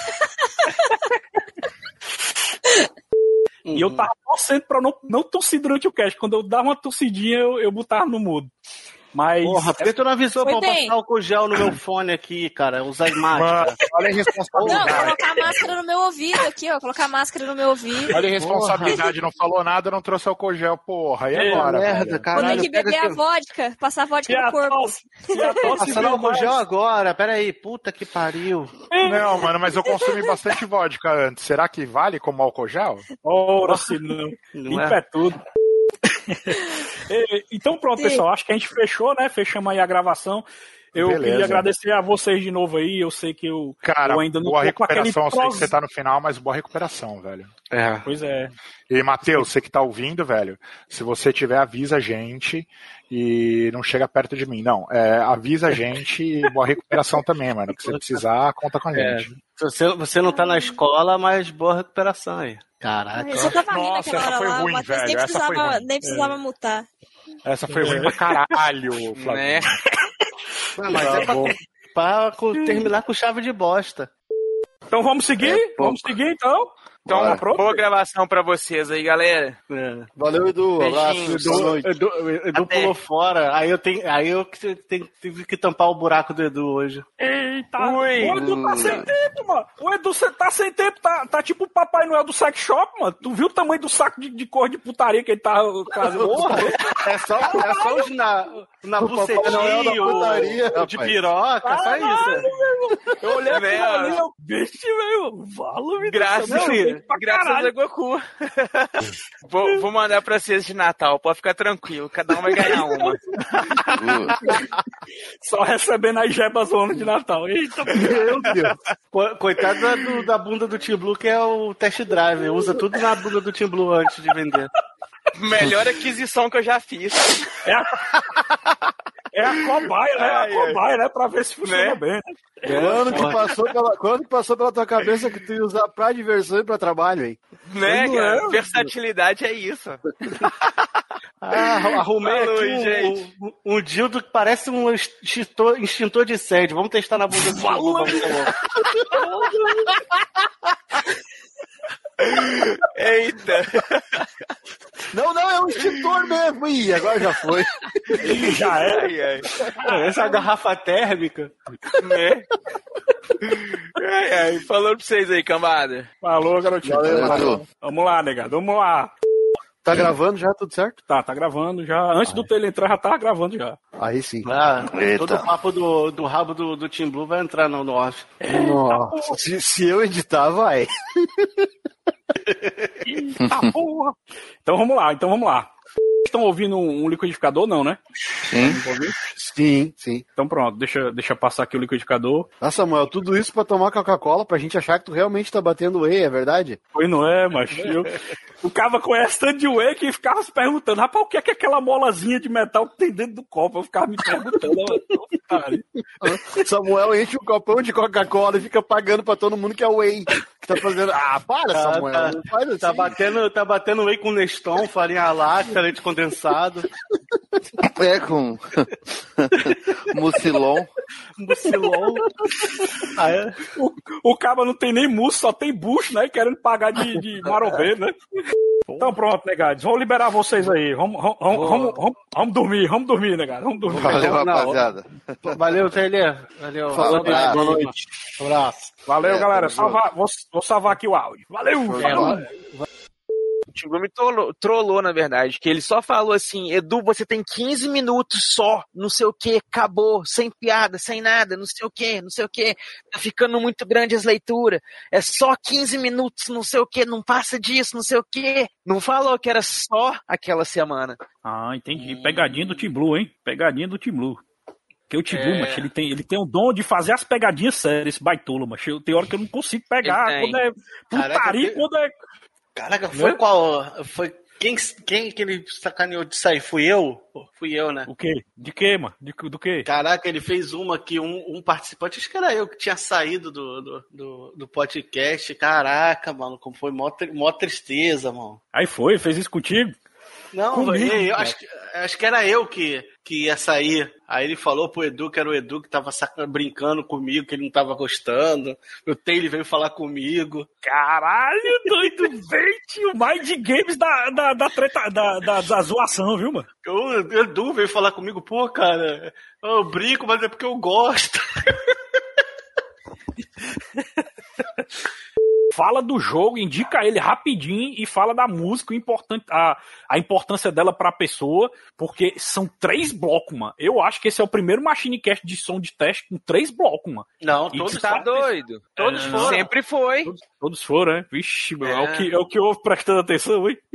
E eu tava torcendo pra não tossir durante o cast. Quando eu dava uma tossidinha, eu botava no mudo. Mas... Porra, por que tu não avisou pra eu passar álcool gel no meu fone aqui, cara? Usar máscara. Olha a responsabilidade. Não, colocar a máscara no meu ouvido aqui, ó. Colocar a máscara no meu ouvido. Olha a responsabilidade, não falou nada, não trouxe álcool gel, porra. E agora? Merda, caralho. Vou ter que beber a vodka, passar a vodka no corpo. Passando álcool gel agora, peraí. Puta que pariu. Não, mano, mas eu consumi bastante vodka antes. Será que vale como álcool gel? Ora, se não. Limpa é tudo. Então pronto, pessoal, acho que a gente fechou, né? Fechamos aí a gravação. Eu queria agradecer a vocês de novo aí. Eu sei que eu ainda não boa recuperação. Eu sei que você tá no final, mas boa recuperação, velho. Pois é. E, Matheus, você que tá ouvindo, velho, se você tiver, avisa a gente e não chega perto de mim. Não, avisa a gente e boa recuperação também, mano. Que você precisar, conta com a gente. Você não tá na escola, mas boa recuperação aí. Caraca. Nossa, essa foi ruim, velho. Nem precisava mutar. Essa foi ruim pra caralho, Flavinho. Mas é pra terminar com chave de bosta. Então vamos seguir? Vamos seguir, então? Então, boa gravação pra vocês aí, galera. Valeu, Edu. Abraço. Edu pulou fora. Aí eu tive que tampar o buraco do Edu hoje. Eita! O Edu tá sem tempo, mano. O Edu tá sem tempo. Tá tipo o Papai Noel do sex shop, mano. Tu viu o tamanho do saco de cor de putaria que ele tá fazendo? É só os na bucetinho, de piroca, só isso. Eu olhei ali, eu bicho, velho. Graças a Goku. Vou mandar pra vocês de Natal, pode ficar tranquilo, cada um vai ganhar uma. Só recebendo as jebas de Natal. Eita, meu Deus. Coitado da bunda do Team Blue, que é o test drive. Usa tudo na bunda do Team Blue antes de vender. Melhor aquisição que eu já fiz. É a cobaia, né? A cobaia, né? Pra ver se funciona bem. Quando que passou pela tua cabeça que tu ia usar pra diversão e pra trabalho, hein? Né, cara? Versatilidade é isso. Arrumei aqui um dildo que parece um extintor de incêndio. Vamos testar na bunda do Falou. Eita! Não, é um extintor mesmo. Ih, agora já foi. Já é. Essa é a garrafa térmica. Né? Falando pra vocês aí, cambada. Falou, garotinho. Valeu. Vamos lá, negado. Vamos lá. Tá gravando já, tudo certo? Tá gravando já. Antes do Taylor entrar, já tava gravando já. Aí sim. Todo o papo do rabo do Team Blue vai entrar no off. Nossa, se eu editar, vai. Eita porra. Então vamos lá. Estão ouvindo um liquidificador, não, né? Sim. Sim, sim. Então pronto, deixa passar aqui o liquidificador. Nossa, Samuel, tudo isso pra tomar Coca-Cola pra gente achar que tu realmente tá batendo whey, é verdade? Pois não é, macho. O cara conhece tanto de whey que ficava se perguntando, rapaz, o que é aquela molazinha de metal que tem dentro do copo? Eu ficava me perguntando. Samuel enche um copão de Coca-Cola e fica pagando pra todo mundo que é whey. Que tá fazendo... para, Samuel. Não faz assim. Tá batendo whey com Neston, farinha láctea, leite condensado. Com Mucilon. O cara não tem nem mousse, só tem bucho, né? Querendo pagar de marombeiro, né? Então pronto, negados. Vamos liberar vocês aí. Vamos dormir, negados. Vamos dormir. Valeu, rapaziada. Valeu, Taylor. Valeu. Boa noite. Abraço. Valeu, galera. Vou salvar aqui o áudio. Valeu! O Tim Blue me trollou, na verdade, que ele só falou assim, Edu, você tem 15 minutos só, não sei o que, acabou, sem piada, sem nada, não sei o que, tá ficando muito grande as leituras, é só 15 minutos, não sei o que, não passa disso, não sei o que. Não falou que era só aquela semana. Ah, entendi. Pegadinha do Tim Blue, hein? Pegadinha do Tim Blue. Porque o Tim Blue, macho, ele tem o dom de fazer as pegadinhas sérias, esse baitola, macho. Tem hora que eu não consigo pegar, quando é putaria, quando é... Caraca, foi quem que ele sacaneou de sair? Fui eu, né? O quê? De quê, mano? Do quê? Caraca, ele fez uma que um participante, acho que era eu, que tinha saído do podcast. Caraca, mano, como foi mó tristeza, mano. Aí fez isso contigo? Não, comigo, acho que era eu que ia sair. Aí ele falou pro Edu que era o Edu que tava brincando comigo, que ele não tava gostando. O Taylor veio falar comigo. Caralho, doido, tio. Mind Games da treta, da zoação, viu, mano? O Edu veio falar comigo, pô, cara, eu brinco, mas é porque eu gosto. Fala do jogo, indica ele rapidinho e fala da música, a importância dela pra pessoa, porque são 3 blocos, mano. Eu acho que esse é o primeiro Machine Cast de som de teste com 3 blocos, mano. Não, todos tá doido. Todos foram. Sempre foi. Todos foram, né? Vixe, meu, é o que eu ouvo prestando atenção, hein?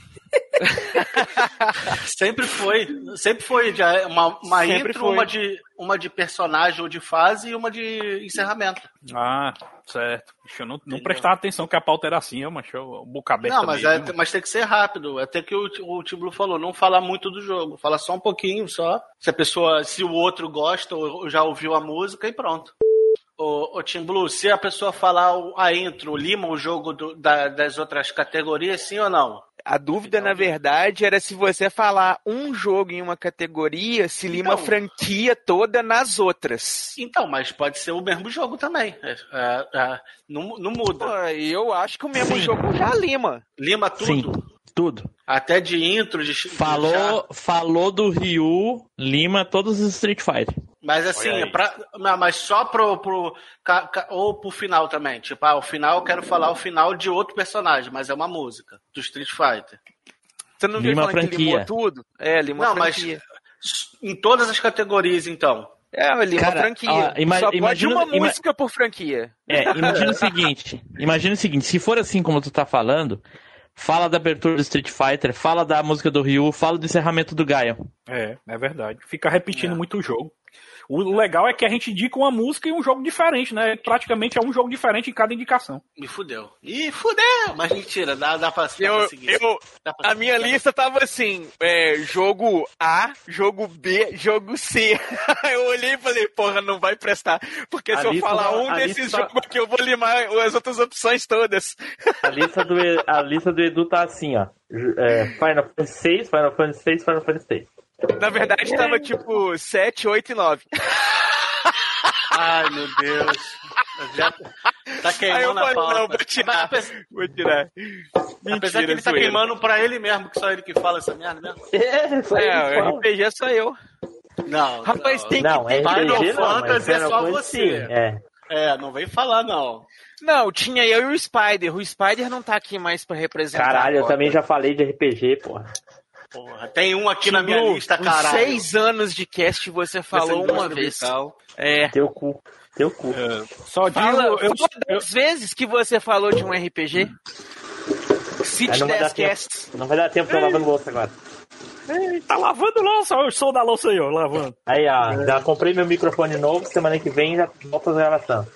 Sempre foi já uma sempre intro, foi. uma de personagem ou de fase e uma de encerramento. Ah, certo. Deixa eu não prestar atenção que a pauta era assim, mas o boca aberta. Não, mas tem que ser rápido. Até que o Tim Blue falou, não falar muito do jogo, fala só um pouquinho só. Se o outro gosta ou já ouviu a música e pronto. O Tim Blue, se a pessoa falar a intro, lima o jogo das outras categorias, sim ou não? A dúvida, na verdade, era se você falar um jogo em uma categoria, se lima a franquia toda nas outras. Então, mas pode ser o mesmo jogo também. Não muda. Pô, eu acho que o mesmo jogo já lima. Lima tudo? Sim, tudo. Até de intro, Falou do Ryu, lima todos os Street Fighter. Mas assim, mas só ou pro final também. Tipo, o final eu quero falar o final de outro personagem, mas é uma música do Street Fighter. Você não viu falando que limou tudo? Limou a franquia. Mas em todas as categorias, então. Lima a franquia. Só pode uma música por franquia. Imagina o seguinte, se for assim como tu tá falando, fala da abertura do Street Fighter, fala da música do Ryu, fala do encerramento do Gaia. É verdade. Fica repetindo muito o jogo. O legal é que a gente indica uma música e um jogo diferente, né? Praticamente é um jogo diferente em cada indicação. Me fudeu. Mas mentira, dá pra seguir. A minha lista tava assim, jogo A, jogo B, jogo C. Eu olhei e falei, porra, não vai prestar. Porque se eu falar desses jogos aqui, eu vou limar as outras opções todas. A lista do Edu tá assim, ó. Final Fantasy VI, Final Fantasy VI, Final Fantasy VI. Na verdade, tava tipo 7, 8 e 9. Ai, meu Deus. Já tá queimando a pauta. Não, vou tirar. Apesar que ele tá queimando pra ele mesmo, que só ele que fala essa merda mesmo. O RPG é só eu. Não. Rapaz, tem que ter. Final Fantasy é só você. Não vem falar, não. Não, tinha eu e o Spider. O Spider não tá aqui mais pra representar. Caralho, eu também já falei de RPG, porra. Porra, tem um aqui na minha lista, caralho. 6 anos de cast você falou uma vez. Teu cu. Só digo... Quantas vezes que você falou de um RPG? Cite 10 casts. Não vai dar tempo de eu lavar no bolso agora. Ei, tá lavando louça, eu sou da louça aí, ó, lavando. Aí, ó, já comprei meu microfone novo, semana que vem já volta a gravação.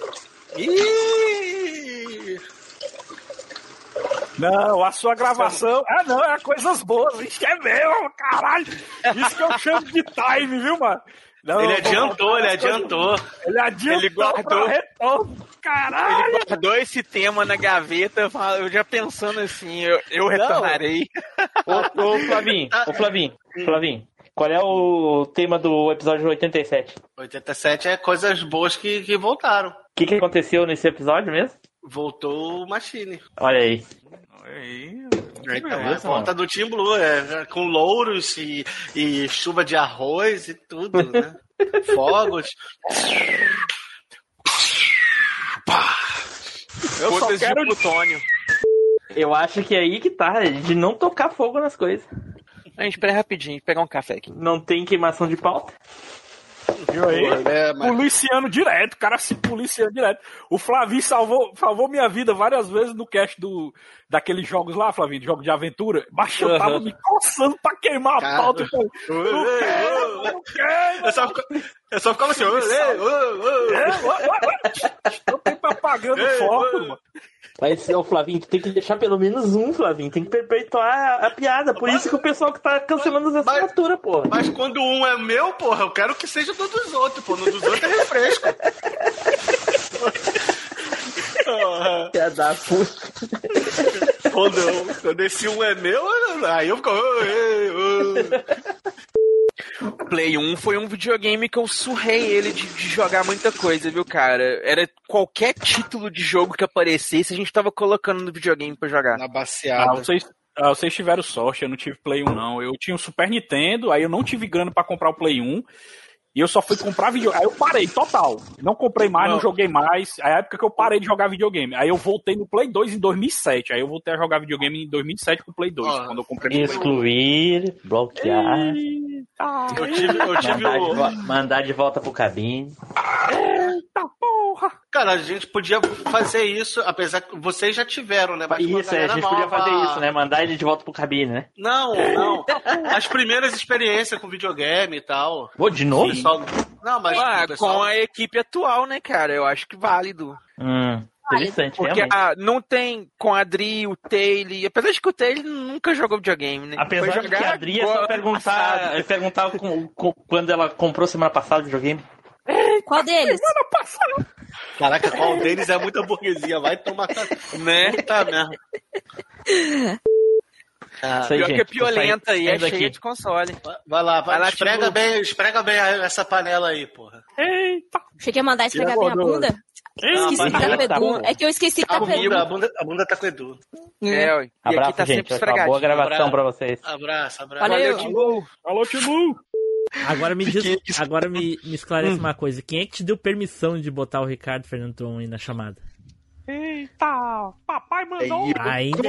Não, a sua gravação... Ah, não, é coisas boas, isso é meu, caralho. Isso que eu chamo de time, viu, mano? Não, ele adiantou. Ele guardou. Caralho! Ele guardou esse tema na gaveta, eu já pensando assim, eu retornarei. Ô Flavinho, qual é o tema do episódio 87? 87 é coisas boas que voltaram. O que aconteceu nesse episódio mesmo? Voltou o Machine. Olha aí. Então, a volta do Team Blue, com louros e chuva de arroz e tudo, né? Fogos. Eu só quero plutônio. Eu acho que é aí que tá, de não tocar fogo nas coisas. A gente espera rapidinho, pegar um café aqui. Não tem queimação de pauta? Viu aí? Policiano direto, cara se policiando direto. O Flavinho salvou minha vida várias vezes no cast daqueles jogos lá, Flavinho, de jogo de aventura. Mas eu tava me coçando pra queimar a pauta. Eu só ficava assim. Eu tenho propaganda foco, mano. Mas, ô Flavinho, tu tem que deixar pelo menos um, Flavinho. Tem que perpetuar a piada. Por isso que o pessoal que tá cancelando as assinaturas, porra. Mas quando um é meu, porra, eu quero que seja do dos outros, pô. No dos outros é refresco. Quer dar puta. Quando esse um é meu, aí eu fico... Play 1 foi um videogame que eu surrei ele de jogar muita coisa, viu, cara? Era qualquer título de jogo que aparecesse, a gente tava colocando no videogame pra jogar. Na baseada. Vocês tiveram sorte, eu não tive Play 1 não. Eu tinha o Super Nintendo, aí eu não tive grana pra comprar o Play 1. E eu só fui comprar videogame. Aí eu parei, total. Não comprei mais, não joguei mais. Aí é a época que eu parei de jogar videogame. Aí eu voltei no Play 2 em 2007. Aí eu voltei a jogar videogame em 2007 com o Play 2. Quando eu comprei excluir, bloquear. Eu tive mandar de volta pro cabine. Eita porra! Cara, a gente podia fazer isso, apesar que vocês já tiveram, né? Mas isso, a gente podia fazer isso, né? Mandar ele de volta pro cabine, né? Não. As primeiras experiências com videogame e tal. Pô, de novo? Não, mas pessoal... com a equipe atual, né, cara? Eu acho que válido. Interessante, porque não tem com a Adri, o Taylor, apesar de que o Taylor nunca jogou videogame, né? Apesar de que a Adri é só perguntar quando ela comprou semana passada o videogame. Qual deles? Semana passada. Caraca, qual deles é muita burguesia? Vai tomar... Né? Tá mesmo. Pior que é piolenta e é cheia de console. Vai lá, esprega bem essa panela aí, porra. Eita! Achei que ia mandar esfregar bem a bunda. Esqueci que tá com o Edu. É que eu esqueci que tá com o Edu. A bunda tá com o Edu. E abraço, aqui tá gente, sempre esfregado. Boa gravação pra vocês. Abraço. Valeu, Timbu. Falou, Timbu. Agora me esclarece uma coisa. Quem é que te deu permissão de botar o Ricardo Fernando Tron aí na chamada? Eita! Papai mandou. Ainda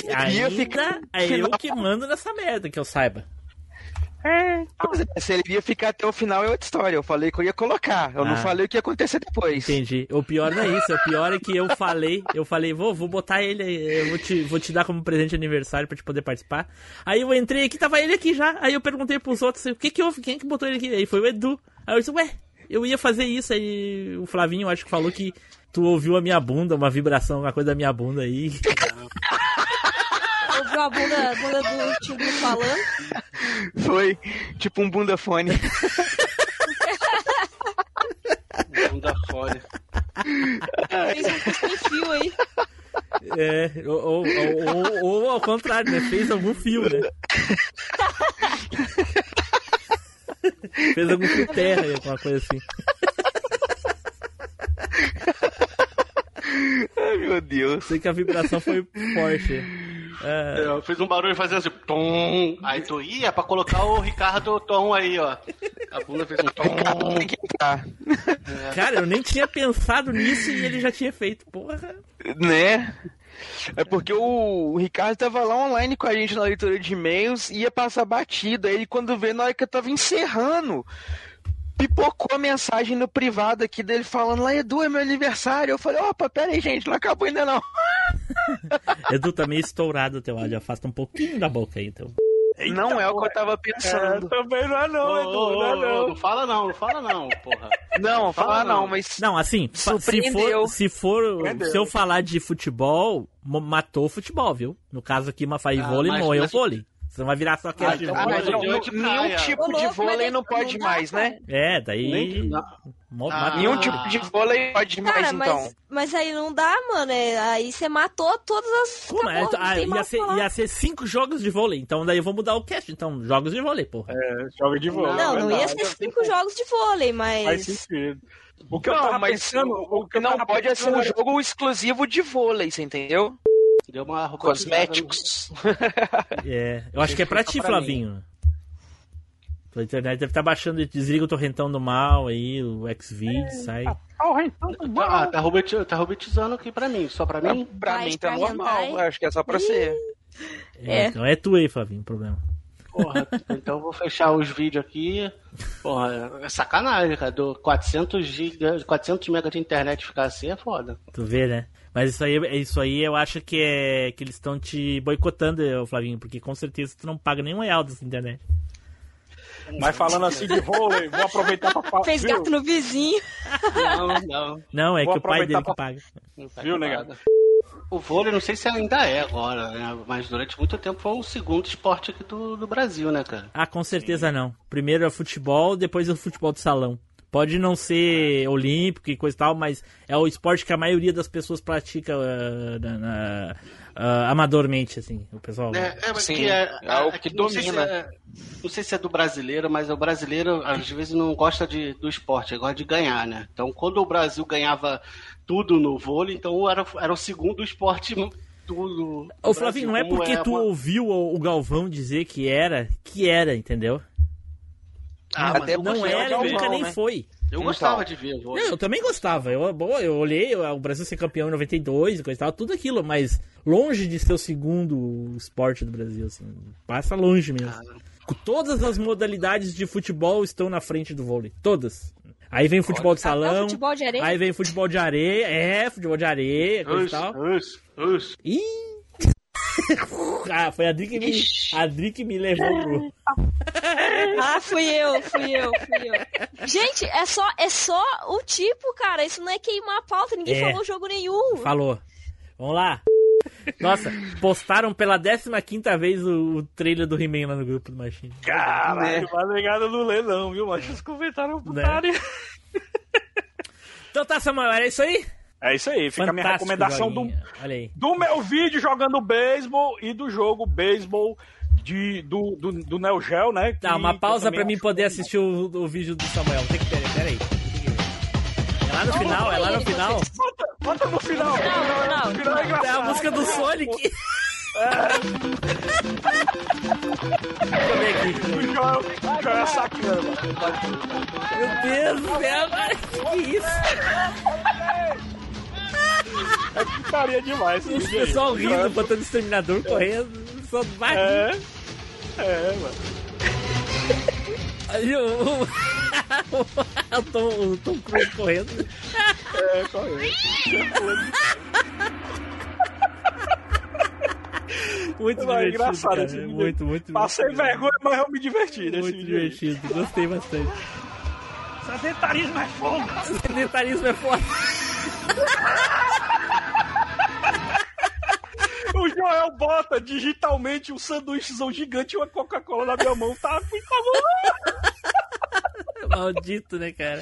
eu que mando nessa merda, que eu saiba. Se ele ia ficar até o final é outra história. Eu falei que eu ia colocar. Eu não falei o que ia acontecer depois. Entendi. O pior não é isso. O pior é que eu falei, vou botar ele aí. Eu vou te dar como presente de aniversário pra te poder participar. Aí eu entrei aqui, tava ele aqui já. Aí eu perguntei pros outros, o que houve? Quem é que botou ele aqui? Aí foi o Edu. Aí eu disse, eu ia fazer isso. Aí o Flavinho, acho que falou que tu ouviu a minha bunda, uma vibração, uma coisa da minha bunda aí. Ouviu a bunda do Timbu falando? Foi tipo um bundafone. Bundafone. Fez um fio aí. Ou ao contrário, né? Fez algum fio, né? Fez algum fio terra, alguma coisa assim. Ai, meu Deus. Sei que a vibração foi forte. Eu fiz um barulho fazendo assim, tom. Aí tu ia pra colocar o Ricardo Tom aí, ó. A bunda fez um tom. Tem que entrar. Cara, eu nem tinha pensado nisso e ele já tinha feito, porra. Né? É porque o Ricardo tava lá online com a gente na leitura de e-mails e ia passar batida. Aí quando veio, na hora que eu tava encerrando, pipocou a mensagem no privado aqui dele falando lá, Edu, é meu aniversário. Eu falei, opa, pera aí, gente, não acabou ainda não. Edu, tá meio estourado o teu áudio, afasta um pouquinho da boca aí, então. Eita, não é o que eu tava pensando. Também não é não, Edu. Não fala não, porra. Não, fala não, mas... Não, assim, se eu falar de futebol, matou o futebol, viu? No caso aqui, Mafai vôlei, morreu o vôlei. Você não vai virar só aquele de vôlei. Nenhum tipo de vôlei não pode mais, né? Daí... Nenhum tipo de vôlei pode mais, então. Mas aí não dá, mano. Aí você matou todas as... Ia ser 5 jogos de vôlei. Então daí eu vou mudar o cast. Então, jogos de vôlei, porra. Jogos de vôlei. Não ia ser 5 jogos de vôlei, mas... Faz sentido. O que eu tava pensando... O que não pode ser um jogo exclusivo de vôlei, você entendeu? Deu uma cosméticos. Eu acho que é pra ti, Flavinho. A internet deve estar baixando, desliga o torrentão do mal aí, o Xvideos, sai. Tá robotizando aqui pra mim, só pra mim? Pra mim tá normal, acho que é só pra você. Então é tu aí, Flavinho, o problema. Porra, então eu vou fechar os vídeos aqui. Porra, é sacanagem, cara. 400 MB de internet ficar assim é foda. Tu vê, né? Mas isso aí eu acho que eles estão te boicotando, Flavinho, porque com certeza tu não paga nenhum real dessa internet. Mas falando assim de vôlei, vou aproveitar pra falar. Fez gato no vizinho. Não, é que o pai dele que paga. Viu, negado? O vôlei, não sei se ainda é agora, né? Mas durante muito tempo foi o segundo esporte aqui do Brasil, né, cara? Com certeza não. Primeiro é o futebol, depois é o futebol de salão. Pode não ser olímpico e coisa e tal, mas é o esporte que a maioria das pessoas pratica amadormente, assim, o pessoal. É o que domina. Não sei se é do brasileiro, mas o brasileiro às vezes não gosta do esporte, gosta de ganhar, né? Então quando o Brasil ganhava tudo no vôlei, então era o segundo esporte do Ô Flavinho, não é porque tu ouviu o Galvão dizer que era, entendeu? Até não era e nunca nem foi. Eu gostava de ver. Eu também gostava. Eu olhei o Brasil ser campeão em 92 e coisa e tal, tudo aquilo, mas longe de ser o segundo esporte do Brasil, assim. Passa longe mesmo. Todas as modalidades de futebol estão na frente do vôlei. Todas. Aí vem o futebol de salão. Futebol de areia. Aí vem o futebol de areia. Futebol de areia, coisa e tal. Ih! Foi a Adri que me levou pro... fui eu. Gente, é só o tipo, cara. Isso não é queimar a pauta. Ninguém falou jogo nenhum. Falou. Vamos lá. Nossa, postaram pela 15ª vez o trailer do He-Man lá no grupo do Machine. Caralho, mas ligado não lê não, viu? Mas os comentários putaria. Então tá, Samuel, era isso aí? É isso aí, fica a minha recomendação do meu vídeo jogando beisebol e do jogo beisebol do Neo Geo, né? Tá, uma pausa pra mim poder assistir o vídeo do Samuel. Tem que peraí. É lá no final. Bota no final. Não. É a música do Sonic. Deixa eu ver aqui. O Joel é sacana. Meu Deus do céu, cara. Que isso? É putaria demais. O pessoal rindo, botando exterminador correndo. Só vai. Mano. Aí o Tom Cruise correndo. Correndo. Muito divertido, engraçado cara. esse vídeo. Muito Passei vergonha, mas eu me diverti nesse muito vídeo. Divertido, gostei bastante. Sedentarismo é foda. Sedentarismo é foda. O Joel bota digitalmente um sanduíchezão gigante e uma Coca-Cola na minha mão. Tá muito bom. Maldito, né, cara?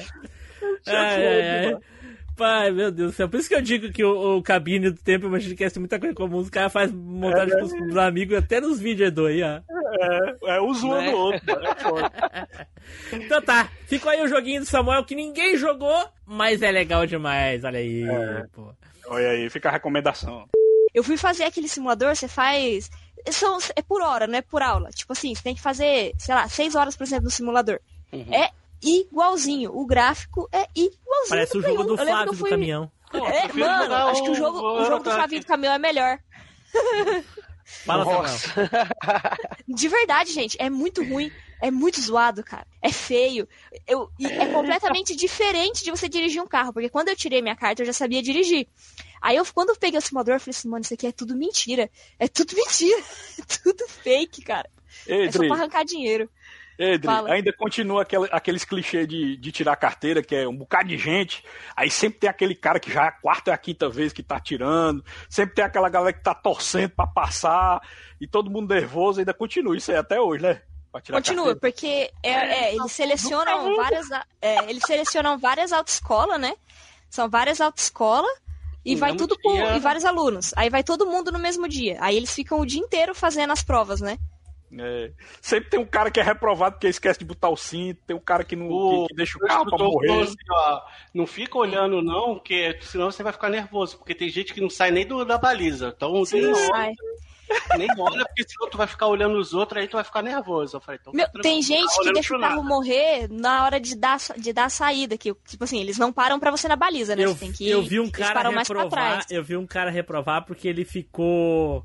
Pai, meu Deus do céu. Por isso que eu digo que o Cabine do Tempo, eu imagino que tem muita coisa comum. Os caras fazem montagem com os amigos, até nos vídeos Edu aí, ó. Um zoando o outro. Então tá, ficou aí o joguinho do Samuel que ninguém jogou, mas é legal demais. Olha aí, pô. Olha aí, fica a recomendação. Eu fui fazer aquele simulador, você faz... É por hora, não é por aula. Tipo assim, você tem que fazer, sei lá, 6 horas, por exemplo, no simulador. Uhum. É igualzinho. O gráfico é igualzinho. Parece o jogo do Flávio do caminhão. Mano, acho que o jogo do Flavinho do caminhão é melhor. Fala, Samuel. De verdade, gente, é muito ruim. É muito zoado, cara. É feio. E é completamente diferente de você dirigir um carro. Porque quando eu tirei minha carta, eu já sabia dirigir. Aí, quando eu peguei o simulador, eu falei assim, mano, isso aqui é tudo mentira. É tudo mentira. É tudo fake, cara. É só pra arrancar dinheiro. Edri, ainda continua aqueles clichês de tirar a carteira, que é um bocado de gente. Aí sempre tem aquele cara que já é a quarta ou a quinta vez que tá tirando. Sempre tem aquela galera que tá torcendo pra passar. E todo mundo nervoso. Ainda continua isso aí até hoje, né? Continua, porque eles selecionam várias autoescolas, né? São várias autoescolas. E vai tudo e vários alunos. Aí vai todo mundo no mesmo dia. Aí eles ficam o dia inteiro fazendo as provas, né? Sempre tem um cara que é reprovado porque esquece de botar o cinto, tem um cara que não que deixa o carro pra morrer. Assim, ó, não fica olhando não, porque senão você vai ficar nervoso, porque tem gente que não sai nem da baliza. Então nem olha, porque senão tu vai ficar olhando os outros, aí tu vai ficar nervoso. Eu falei, então, tem gente que deixa o carro morrer na hora de dar a saída, que tipo assim, eles não param pra você na baliza, né? Você tem que eu vi um cara reprovar porque ele ficou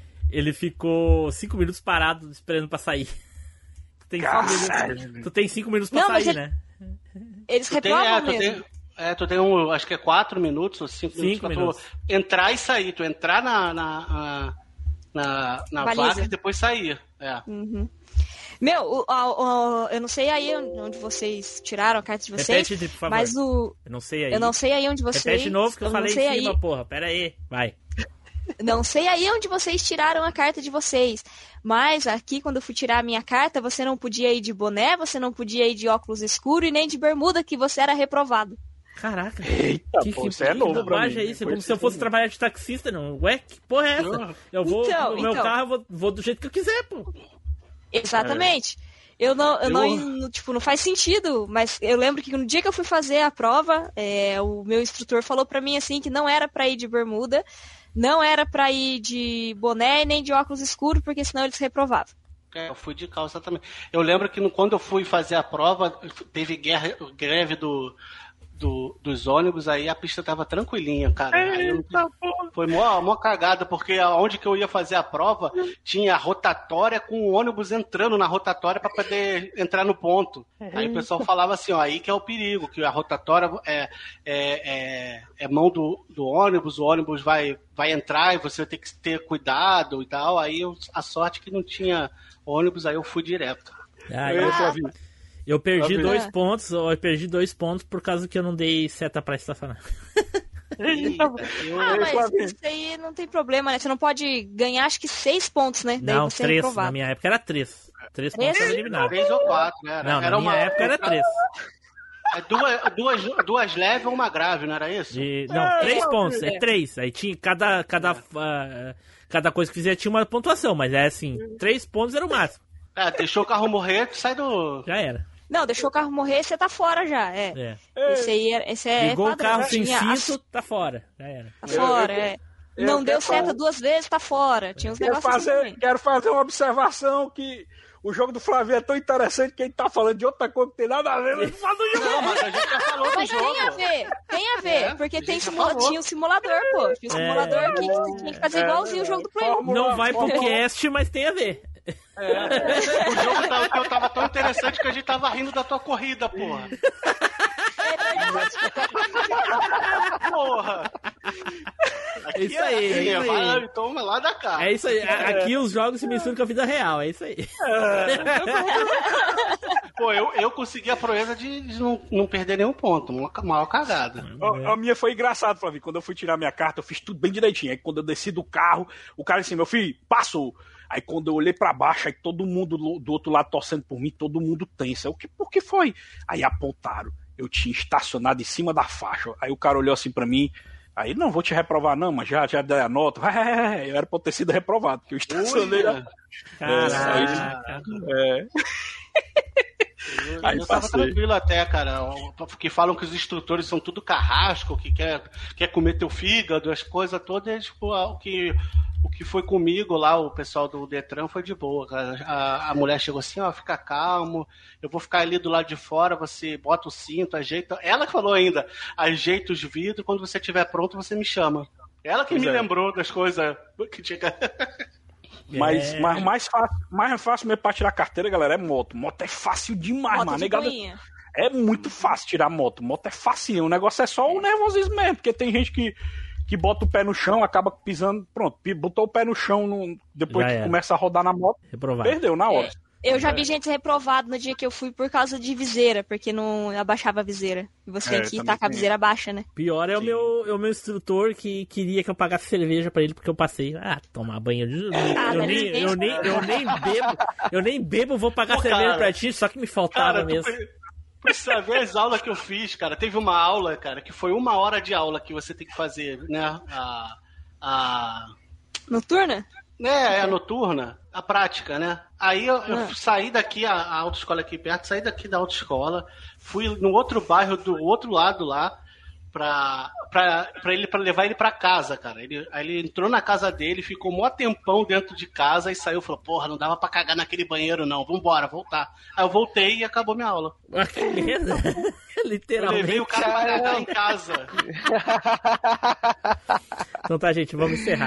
5 minutos parado esperando pra sair. Tu tem 5 minutos pra sair, né? Eles reprovam mesmo. Tu tem acho que é 4 minutos ou 5 minutos pra tu entrar e sair. Tu entrar na vaga e depois sair. Uhum. Meu, eu não sei aí onde vocês tiraram a carta de vocês. Repete, por favor. Mas eu não sei aí. Eu não sei aí onde vocês... Repete de novo que eu falei em cima, porra. Pera aí, vai. Não sei aí onde vocês tiraram a carta de vocês, mas aqui quando eu fui tirar a minha carta, você não podia ir de boné, você não podia ir de óculos escuros e nem de bermuda, que você era reprovado. Caraca. Eita, isso é novo pra mim. É isso? É como se eu fosse trabalhar de taxista, não. Ué, que porra é essa? Eu vou no meu carro, eu vou do jeito que eu quiser, pô. Exatamente. Não faz sentido, mas eu lembro que no dia que eu fui fazer a prova, o meu instrutor falou pra mim assim que não era pra ir de bermuda, não era pra ir de boné nem de óculos escuros, porque senão eles reprovavam. Eu fui de calça também. Eu lembro que quando eu fui fazer a prova, teve greve dos ônibus, aí a pista tava tranquilinha, cara. Foi mó cagada, porque onde que eu ia fazer a prova, tinha rotatória com o ônibus entrando na rotatória para poder entrar no ponto. Aí o pessoal falava assim, ó, aí que é o perigo, que a rotatória é mão do ônibus, o ônibus vai entrar e você tem que ter cuidado e tal. Aí a sorte que não tinha ônibus, aí eu fui direto. Eu perdi 2 pontos, por causa que eu não dei seta pra estacionar. Mas isso aí não tem problema, né? Você não pode ganhar, acho que 6 pontos, né? Daí não, você 3, na minha época era 3. 3 pontos era eliminado. 3 ou 4, né? Não, na minha época era 3. Duas leves ou uma grave, não era isso? Não, 3 pontos, é 3. Aí tinha cada coisa que fizia tinha uma pontuação, mas é assim, 3 pontos era o máximo. Deixou o carro morrer, tu sai do... Já era. Não, deixou o carro morrer, você tá fora já, Esse é ligou padrão, o carro sem cinto, tá fora, já era. Tá fora, Não deu seta 2 vezes, tá fora. Tinha uns negócios assim. Quero fazer uma observação que o jogo do Flavinho é tão interessante que ele tá falando de outra coisa que tem nada a ver, mas fala do jogo. Não, mas a gente já falou do jogo. Tem a ver, porque tinha um simulador, pô. Tinha um simulador que tinha que fazer igualzinho o jogo do Play. Não vai pro cast, mas tem a ver. O jogo tava tão interessante que a gente tava rindo da tua corrida, porra. Porra. Aqui isso aí, é isso aí. Toma lá da cara. É isso aí. Aqui os jogos se misturam com a vida real, é isso aí. Pô, eu consegui a proeza de não perder nenhum ponto. Uma maior cagada. A minha foi engraçado, Flavinho. Quando eu fui tirar minha carta, eu fiz tudo bem direitinho. Aí quando eu desci do carro, o cara disse, meu filho, passou. Aí quando eu olhei pra baixo, aí todo mundo do outro lado torcendo por mim, todo mundo tenso. Por que foi? Aí apontaram. Eu tinha estacionado em cima da faixa. Aí o cara olhou assim pra mim. Aí, não vou te reprovar não, mas já dei a nota. Eu era pra ter sido reprovado, porque eu estacionei. Aí eu tava tranquilo até, cara. Porque falam que os instrutores são tudo carrasco, que quer comer teu fígado, as coisas todas. Tipo, o que foi comigo lá, o pessoal do Detran, foi de boa, cara. A mulher chegou assim, fica calmo, eu vou ficar ali do lado de fora, você bota o cinto, ajeita. Ela que falou ainda, ajeita os vidros, quando você estiver pronto, você me chama. Ela que me lembrou das coisas que tinha. Mas mais fácil mesmo pra tirar carteira, galera, é moto. Moto é fácil demais, mano. É muito fácil tirar moto. Moto é facinho. O negócio é só o nervosismo mesmo, porque tem gente que que bota o pé no chão, acaba pisando, pronto, botou o pé no chão, depois que começa a rodar na moto, reprovado. Perdeu na hora. Eu já vi gente reprovado no dia que eu fui por causa de viseira, porque não abaixava a viseira. E você tem que tacar a viseira baixa, né? Pior é o meu instrutor que queria que eu pagasse cerveja pra ele porque eu passei. Tomar banho de. Eu nem bebo, vou pagar cerveja pra ti, só que me faltava mesmo. Precisa ver as aulas que eu fiz, cara. Teve uma aula, cara, que foi 1 hora de aula que você tem que fazer, né? Noturna? A noturna, a prática, né? Aí eu saí daqui, a autoescola aqui perto, saí daqui da autoescola, fui no outro bairro do outro lado lá, pra levar ele pra casa, cara. Aí ele entrou na casa dele, ficou mó tempão dentro de casa e saiu e falou, porra, não dava pra cagar naquele banheiro não, vambora, voltar. Aí eu voltei e acabou minha aula. Que merda. Literalmente. Eu levei o cara pra cagar em casa. Então tá, gente, vamos encerrar.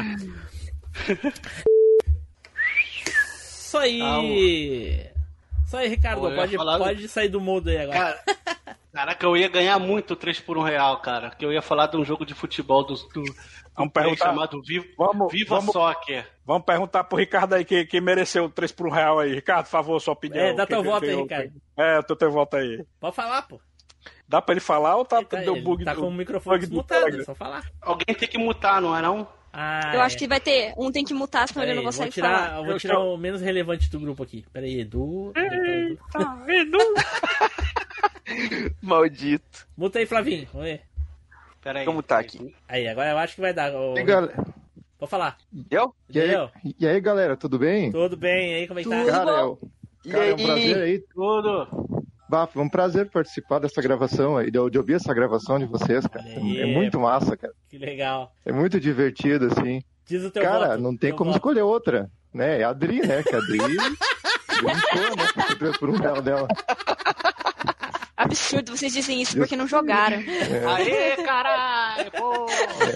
Isso aí, Ricardo. Pode sair do mundo aí agora. Caraca, eu ia ganhar muito 3 por R$1, cara. Que eu ia falar de um jogo de futebol vamos perguntar, chamado Viva Soccer. Vamos perguntar pro Ricardo aí que mereceu 3 por R$1 aí. Ricardo, por favor, sua opinião. Dá teu voto aí, Ricardo. Teu voto aí. Pode falar, pô. Dá pra ele falar ou deu bug? Tá com o microfone desmutado, é só falar. Alguém tem que mutar, não é não? Eu acho que vai ter. Um tem que mutar, senão ele não consegue falar. Vou tirar o menos relevante do grupo aqui. Pera aí, Edu. Edu. Maldito. Muta aí, Flavinho. Vamos ver. Pera aí. Vou mutar aqui. Aí, agora eu acho que vai dar. Vou falar. Eu? E aí, galera, tudo bem? Tudo bem, e aí, como é que tá? Cara, é um prazer aí. Tudo. Foi um prazer participar dessa gravação aí, de ouvir essa gravação de vocês, cara. Aí, é muito massa, cara. Que legal. É muito divertido, assim. Diz o teu cara, voto. Não tem como escolher outra, né? É a Adri, né? Que a Adri brincou, né? Com 3 por R$1 dela. Absurdo, vocês dizem isso porque não jogaram. Aê, caralho! Pô!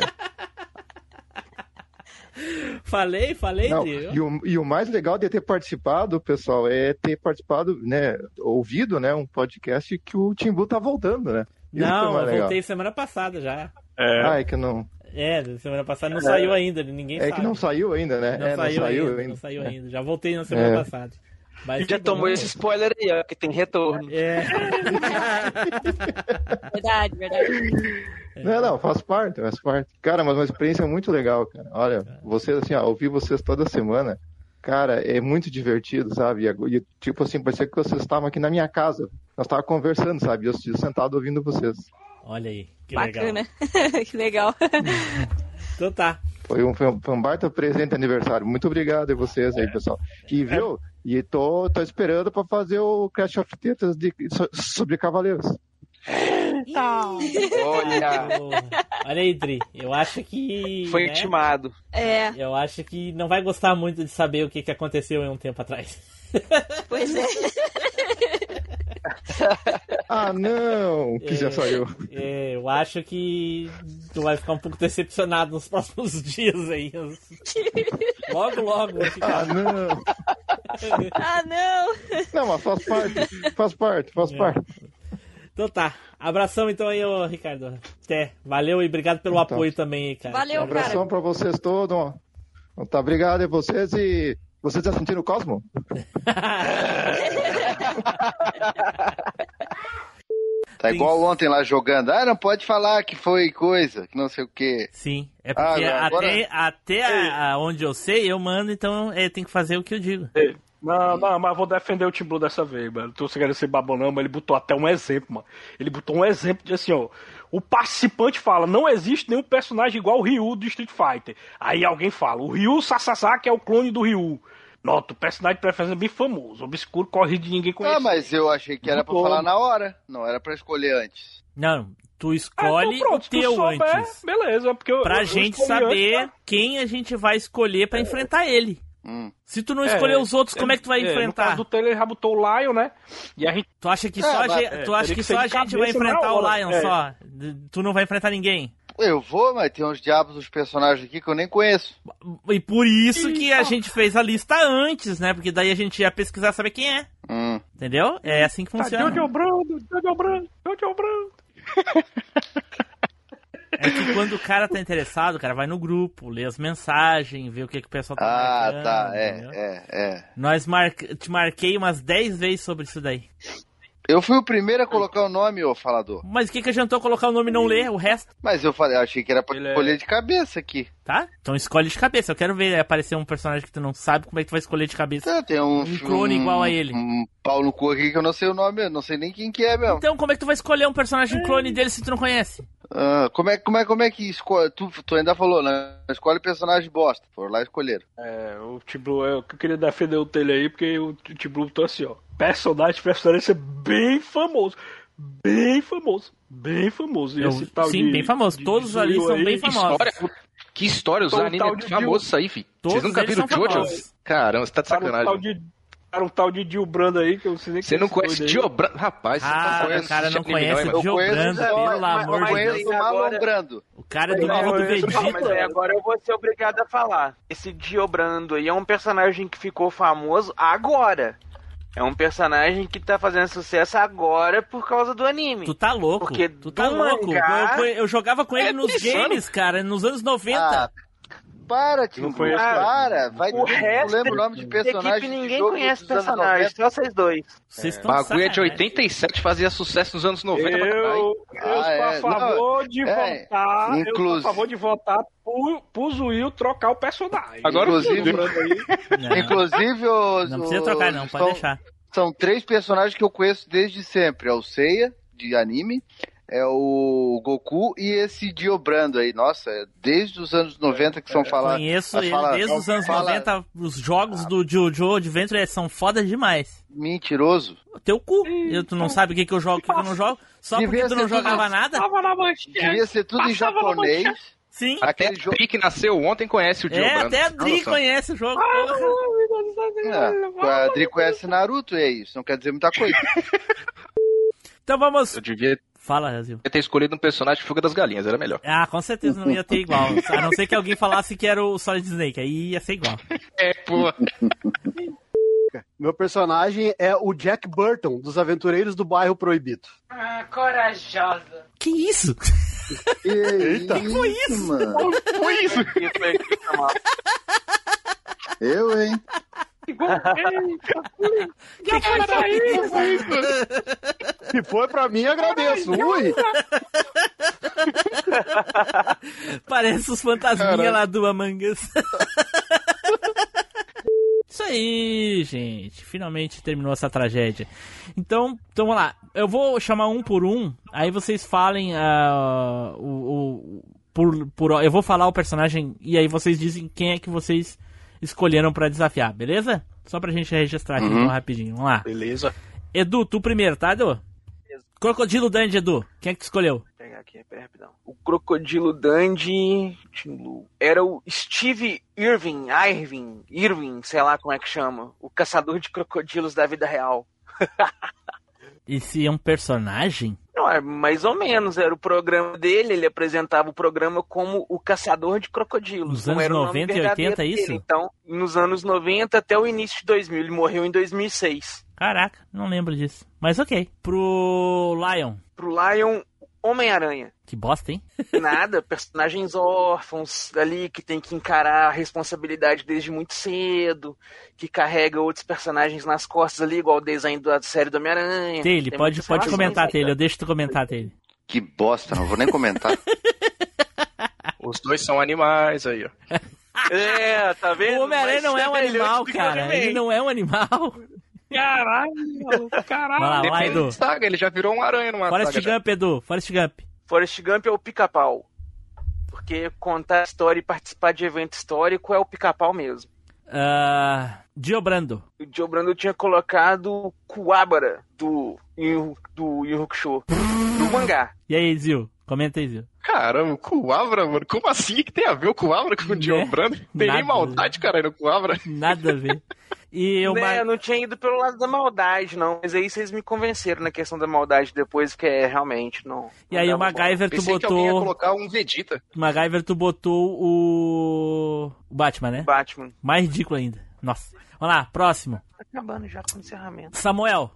Falei, não, e o mais legal de ter participado, pessoal, é ter participado, né, ouvido, né, um podcast que o Tim Blue tá voltando, né? Não, eu voltei semana passada já. É que não... semana passada não saiu ainda, ninguém sabe. É que não saiu ainda, né? Não saiu ainda, já voltei na semana passada. Mas já tomou esse spoiler aí, ó, que tem retorno. Verdade. Não, faz parte. Cara, mas uma experiência muito legal, cara. Olha, vocês, assim, ouvir vocês toda semana, cara, é muito divertido, sabe? E tipo assim, parecia que vocês estavam aqui na minha casa. Nós estávamos conversando, sabe? Eu sentado ouvindo vocês. Olha aí, que bacana. Legal. Que legal. Então tá. Foi um baita presente de aniversário. Muito obrigado a vocês aí, pessoal. E viu? E tô esperando pra fazer o Clash of Tetas sobre Cavaleiros. Olha aí, Dri. Eu acho que... Foi intimado. Eu acho que não vai gostar muito de saber o que aconteceu em um tempo atrás. Pois é. Não! Que já saiu. Eu acho que tu vai ficar um pouco decepcionado nos próximos dias aí. Logo vai ficar. Não! Não! Não, mas faz parte. Então tá. Abração então aí, ô Ricardo. Até. Valeu e obrigado pelo apoio também, cara. Valeu, cara. Um abração pra vocês todos. Tá, obrigado a vocês e... Vocês já sentiram o Cosmo? Tá igual ontem lá jogando. Não pode falar que foi coisa, que não sei o quê. Sim, é porque até onde eu sei, eu mando, então tem que fazer o que eu digo. Não, mas vou defender o Tim Blue dessa vez, mano. Tô querendo ser babão não, mas ele botou até um exemplo, mano. Ele botou um exemplo de assim, ó. O participante fala, não existe nenhum personagem igual o Ryu do Street Fighter. Aí alguém fala, o Ryu Sasasaki é o clone do Ryu. Nota, o personagem de preferência é bem famoso, obscuro, corre de ninguém conhece. Mas eu achei que era pra falar na hora, não era pra escolher antes. Não, tu escolhe então pronto, o teu antes. Beleza, porque pra gente saber antes, quem a gente vai escolher pra enfrentar ele. Se tu não escolher os outros, como é que tu vai enfrentar? No caso do Taylor já botou o Lion, né? E a gente... Tu acha que só a gente vai enfrentar o Lion só? Tu não vai enfrentar ninguém? Eu vou, mas tem uns diabos dos personagens aqui que eu nem conheço. E por isso que a gente fez a lista antes, né? Porque daí a gente ia pesquisar saber quem é. Entendeu? É assim que funciona. Jojo Brando. É que quando o cara tá interessado, o cara vai no grupo, lê as mensagens, vê o que o pessoal tá marcando. Tá, Te marquei umas 10 vezes sobre isso daí. Eu fui o primeiro a colocar o nome, ô falador. Mas o que adiantou colocar o nome e não ler o resto? Mas eu achei que era pra escolher de cabeça aqui. Tá? Então escolhe de cabeça. Eu quero ver aparecer um personagem que tu não sabe como é que tu vai escolher de cabeça. Tem um clone igual a ele. Um pau no cu aqui que eu não sei o nome, eu não sei nem quem que é mesmo. Então como é que tu vai escolher um personagem clone dele se tu não conhece? Como é que escolhe? Tu ainda falou, né? Escolhe personagem bosta. Foram lá e escolheram. O T-Blue, eu queria defender o Telha aí, porque o T-Blue tá assim, ó. Personagem preferência bem famoso. Bem famoso. E esse tal bem famoso. Todos ali são bem famosos. Que história, os animes famosos isso aí, filho. Vocês nunca viram o Jojo? Caramba, você tá de sacanagem. Era um tal de Dio Brando aí, que eu não sei nem Você não conhece Dio Brando? Rapaz, você não conhece. O cara não conhece o Dio Brando, pelo amor de Deus. O Marlon Brando. O cara do nível do Vegeta. Mas agora eu vou ser obrigado a falar. Esse Dio Brando aí é um personagem que ficou famoso agora. É um personagem que tá fazendo sucesso agora por causa do anime. Tu tá louco. Porque tu tá louco. Mangá... Eu jogava com ele nos games, cara, nos anos 90. Para, tio. Para. Vai o resto lembra o nome de personagem. Ninguém conhece personagem, só vocês dois. O bagulho é de 87, fazia sucesso nos anos 90. Eu sou a favor de votar. Eu sou a favor de votar pro Zuil trocar o personagem. Agora, inclusive, não precisa trocar, não, pode deixar. São 3 personagens que eu conheço desde sempre. É o Seiya, de anime. É o Goku e esse Dio Brando aí. Nossa, desde os anos 90 que são falados. Conheço ele desde os anos 90. Os jogos do Jojo Adventure são foda demais. Mentiroso. Teu cu. Tu não sabe o que eu jogo e o que eu não jogo? Só porque tu não jogava nada? Devia ser tudo em japonês. Sim. Até a Dri que nasceu ontem conhece o Dio Brando. Até a Dri conhece o jogo. A Dri conhece Naruto, é isso. Não quer dizer muita coisa. Então vamos... Eu devia... Fala, Razil. Eu ia ter escolhido um personagem de Fuga das Galinhas, era melhor. Com certeza não ia ter igual. A não ser que alguém falasse que era o Solid Snake, aí ia ser igual. Pô. Meu personagem é o Jack Burton, dos Aventureiros do Bairro Proibido. Corajosa. Que isso? Eita. Que foi isso? Mano? Foi isso? Eu, hein? Se foi pra mim, agradeço. Ui! Parece os fantasminhas lá do Among Us. Isso aí, gente. Finalmente terminou essa tragédia. Então vamos lá. Eu vou chamar um por um. Aí vocês falem eu vou falar o personagem e aí vocês dizem quem é que vocês escolheram pra desafiar, beleza? Só pra gente registrar aqui rapidinho. Vamos lá. Beleza. Edu, tu primeiro, tá, Edu? Beleza. Crocodilo Dandy, Edu. Quem é que tu escolheu? Vou pegar aqui, rapidão. O Crocodilo Dandy era o Steve Irwin, sei lá como é que chama. O caçador de crocodilos da vida real. Esse é um personagem? Não, mais ou menos, era o programa dele, ele apresentava o programa como o caçador de crocodilos. Nos anos 90 e 80, isso? Dele. Então, nos anos 90 até o início de 2000, ele morreu em 2006. Caraca, não lembro disso. Mas ok. Pro Lion, Homem-Aranha. Que bosta, hein? Nada, personagens órfãos ali que tem que encarar a responsabilidade desde muito cedo, que carrega outros personagens nas costas ali, igual o desenho da série do Homem-Aranha. Taylor, pode comentar, Taylor, eu deixo tu comentar, Taylor. Que bosta, não vou nem comentar. Os dois são animais aí, ó. Tá vendo? O Homem-Aranha não é um animal, cara. Ele não é um animal. Caralho. Vai lá, Edu. Saga, ele já virou um aranha numa Forrest Gump, Edu. Forrest Gump. Forrest Gump é o pica-pau. Porque contar história e participar de evento histórico é o pica-pau mesmo. Dio Brando. O Dio Brando tinha colocado Kuwabara do Yu Hakusho no mangá. E aí, Zil? Comenta aí, Zil. Caramba, Kuwabara, mano. Como assim que tem a ver o Kuwabara com o Dio Brando? Tem nem maldade, cara, no Kuwabara. Nada a ver. E eu não tinha ido pelo lado da maldade, não. Mas aí vocês me convenceram na questão da maldade depois, que é realmente não. E aí o MacGyver tu botou. Que alguém ia colocar um Vegeta. O MacGyver tu botou o Batman, né? Batman. Mais ridículo ainda. Nossa. Vamos lá, próximo. Tá acabando já com o encerramento. Samuel.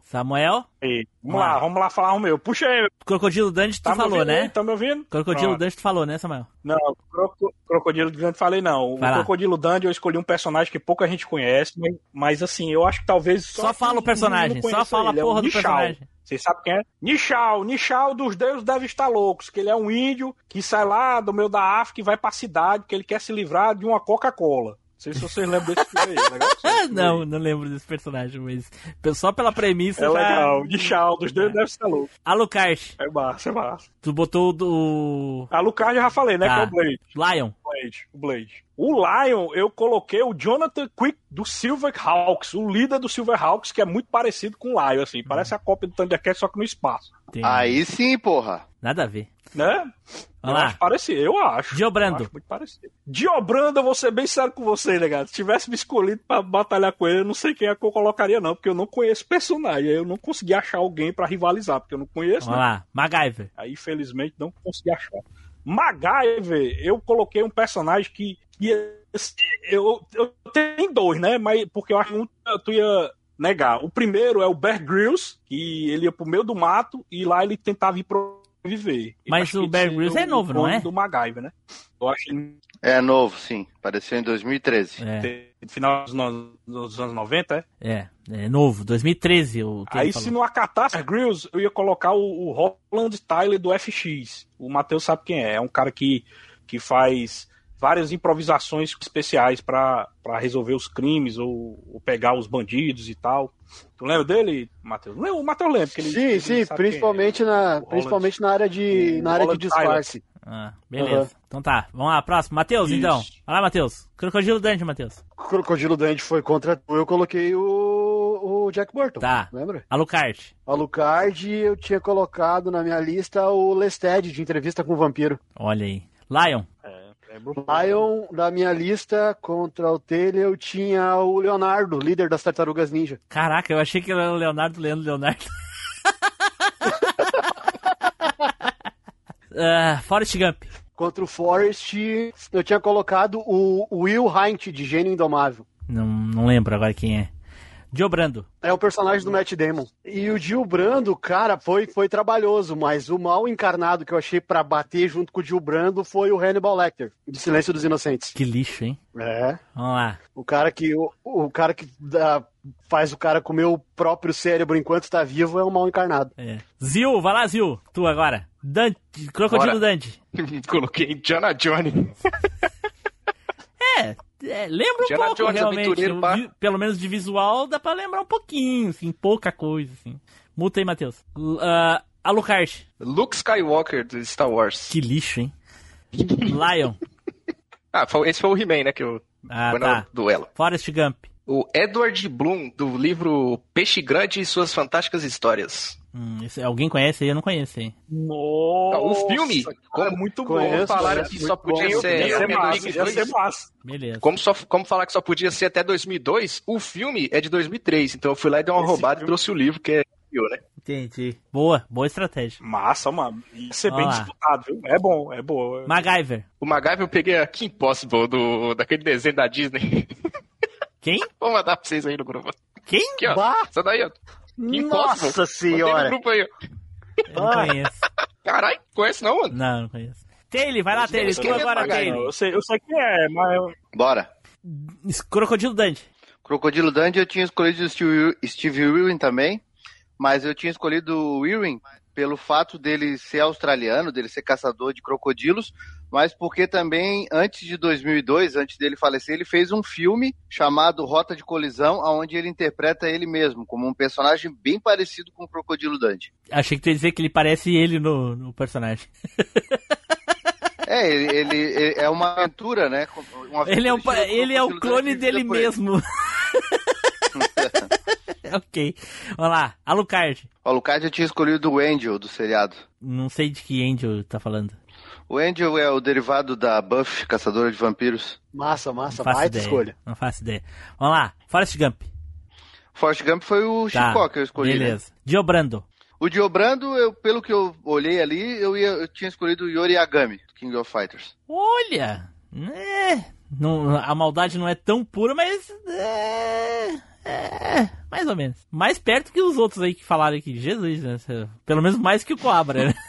Vamos lá falar o meu. Puxa aí. Crocodilo Dundee, tu falou, né? Tá me ouvindo? Crocodilo Dundee, tu falou, né, Samuel? Não, Crocodilo Dundee falei não. O Crocodilo Dundee eu escolhi um personagem que pouca gente conhece, mas assim, eu acho que talvez... Só fala o personagem, só fala a porra do personagem. Vocês sabem quem é? Nishal dos deuses devem estar loucos, que ele é um índio que sai lá do meio da África e vai pra cidade, porque ele quer se livrar de uma Coca-Cola. Não sei se vocês lembram desse filme aí. Não lembro desse personagem, mas só pela premissa é já... legal, Nishal dos deuses devem estar loucos. Alucard. É massa. Tu botou do... Alucard eu já falei, né, que é o Blade. Lion. O Blade. O Lion, eu coloquei o Jonathan Quick do Silverhawks, o líder do Silverhawks, que é muito parecido com o Lion, assim. Parece a cópia do Thundercats, só que no espaço. Aí sim, porra. Nada a ver. Né? Acho parecido, eu acho. Diobrando. Acho muito parecido. Diobrando, eu vou ser bem sério com você, negado. Se tivesse me escolhido pra batalhar com ele, eu não sei quem é que eu colocaria, não, porque eu não conheço personagem. Eu não consegui achar alguém pra rivalizar, porque eu não conheço. Vamos lá, MacGyver. Aí, infelizmente, não consegui achar. MacGyver, eu coloquei um personagem que eu tenho dois, né? Mas porque eu acho que tu ia negar. O primeiro é o Bear Grylls, que ele ia pro meio do mato e lá ele tentava ir viver. Mas o Bear Grylls é novo, não é? Do MacGyver, né? Eu acho que... É novo, sim. Apareceu em 2013. Final dos anos 90, é? É novo, 2013. Aí se não acatasse Grylls, eu ia colocar o Roland Tyler do FX. O Matheus sabe quem é. É um cara que faz várias improvisações especiais pra resolver os crimes ou pegar os bandidos e tal. Tu lembra dele, Matheus? O Matheus lembra. Que ele, sim, principalmente na área de disfarce. Beleza. Então tá, vamos lá, próximo. Matheus, então. Vai lá, Matheus. Crocodilo Dundee, Matheus. Crocodilo Dundee foi contra... Eu coloquei o Jack Burton. Tá. Lembra? Alucard. Alucard, eu tinha colocado na minha lista o Lestat, de Entrevista com o Vampiro. Olha aí. Lion. Lion, da minha lista, contra o Taylor, eu tinha o Leonardo, líder das Tartarugas Ninja. Caraca, eu achei que era o Leonardo. Forrest Gump. Contra o Forrest, eu tinha colocado o Will Hint, de Gênio Indomável. Não lembro agora quem é. Diobrando. É o personagem do Matt Damon. E o Diobrando, cara, foi trabalhoso, mas o mal encarnado que eu achei pra bater junto com o Diobrando foi o Hannibal Lecter, de Silêncio dos Inocentes. Que lixo, hein? É. Vamos lá. O cara que faz o cara comer o próprio cérebro enquanto tá vivo é um mal encarnado. Zil, vai lá, Zil. Tu agora. Crocodilo Dundee. Coloquei Indiana Jones. Lembra um pouco, Jones, realmente. Pelo menos de visual, dá pra lembrar um pouquinho, assim, pouca coisa, assim. Muta aí, Matheus. Alucard. Luke Skywalker, do Star Wars. Que lixo, hein? Lion. Esse foi o He-Man, né, que eu... foi no duelo. Forrest Gump. O Edward Bloom, do livro Peixe Grande e Suas Fantásticas Histórias. Alguém conhece aí? Eu não conheço aí. Nossa, o filme, como muito bom. Falaram que só podia ser massa. Beleza. Como falar que só podia ser até 2002, o filme é de 2003. Então eu fui lá e dei uma roubada e trouxe o livro, que é né? Entendi. Boa estratégia. Massa, mano. Ia ser bem disputado, viu? É bom. MacGyver. O MacGyver eu peguei a Kim Possible, daquele desenho da Disney. Quem? Vou mandar pra vocês aí no grupo. Quem? Aqui, ó. Essa daí, ó. Nossa senhora. No grupo aí, ó. Eu não conheço. Caralho, conhece não, mano? Não conheço. Taylor, vai lá, Taylor. Tu agora, Taylor. Eu sei quem é, mas... Bora. Crocodilo Dundee. Crocodilo Dundee eu tinha escolhido Steve Irwin também, mas eu tinha escolhido o Irwin pelo fato dele ser australiano, dele ser caçador de crocodilos, mas porque também, antes de 2002, antes dele falecer, ele fez um filme chamado Rota de Colisão, onde ele interpreta ele mesmo, como um personagem bem parecido com o Crocodilo Dundee. Achei que tu ia dizer que ele parece ele no personagem. Ele é uma aventura, né? Ele é o clone dele mesmo. Ok. Vamos lá. Alucard. O Alucard eu tinha escolhido o Angel, do seriado. Não sei de que Angel tá falando. O Angel é o derivado da Buffy, caçadora de vampiros. Massa, baita escolha. Não faço ideia. Vamos lá. Forrest Gump. Forrest Gump foi o Chicó que eu escolhi. Beleza. Né? Diobrando. O Diobrando, pelo que eu olhei ali, eu tinha escolhido o Yori Yagami, do King of Fighters. Olha! Não, a maldade não é tão pura, mas mais ou menos. Mais perto que os outros aí que falaram aqui. Jesus, né? Pelo menos mais que o Coabra, né?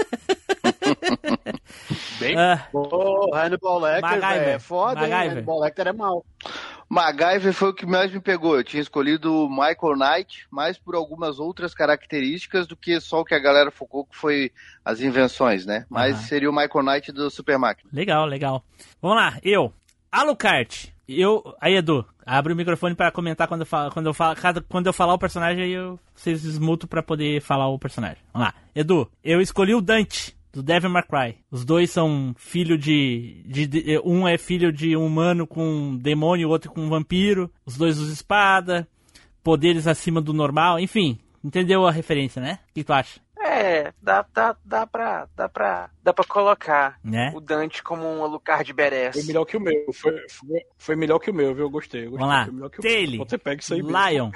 Bem, Hannibal Lecter é foda, Hannibal Lecter é mal. MacGyver foi o que mais me pegou. Eu tinha escolhido o Michael Knight, mais por algumas outras características do que só o que a galera focou, que foi as invenções, né? Mas seria o Michael Knight do Super Máquina. Legal. Vamos lá, Alucard. Aí, Edu, abre o microfone para comentar quando eu falar o personagem, aí vocês desmutam para poder falar o personagem. Vamos lá. Edu, eu escolhi o Dante, do Devil May Cry. Os dois são filho um é filho de um humano com um demônio, o outro com um vampiro. Os dois usam espada, poderes acima do normal, enfim. Entendeu a referência, né? O que tu acha? Dá pra colocar, né? O Dante como um Alucard Beres. Foi melhor que o meu, foi melhor que o meu, viu? Eu gostei. Vamos lá, Taylor, você pega isso aí Lion.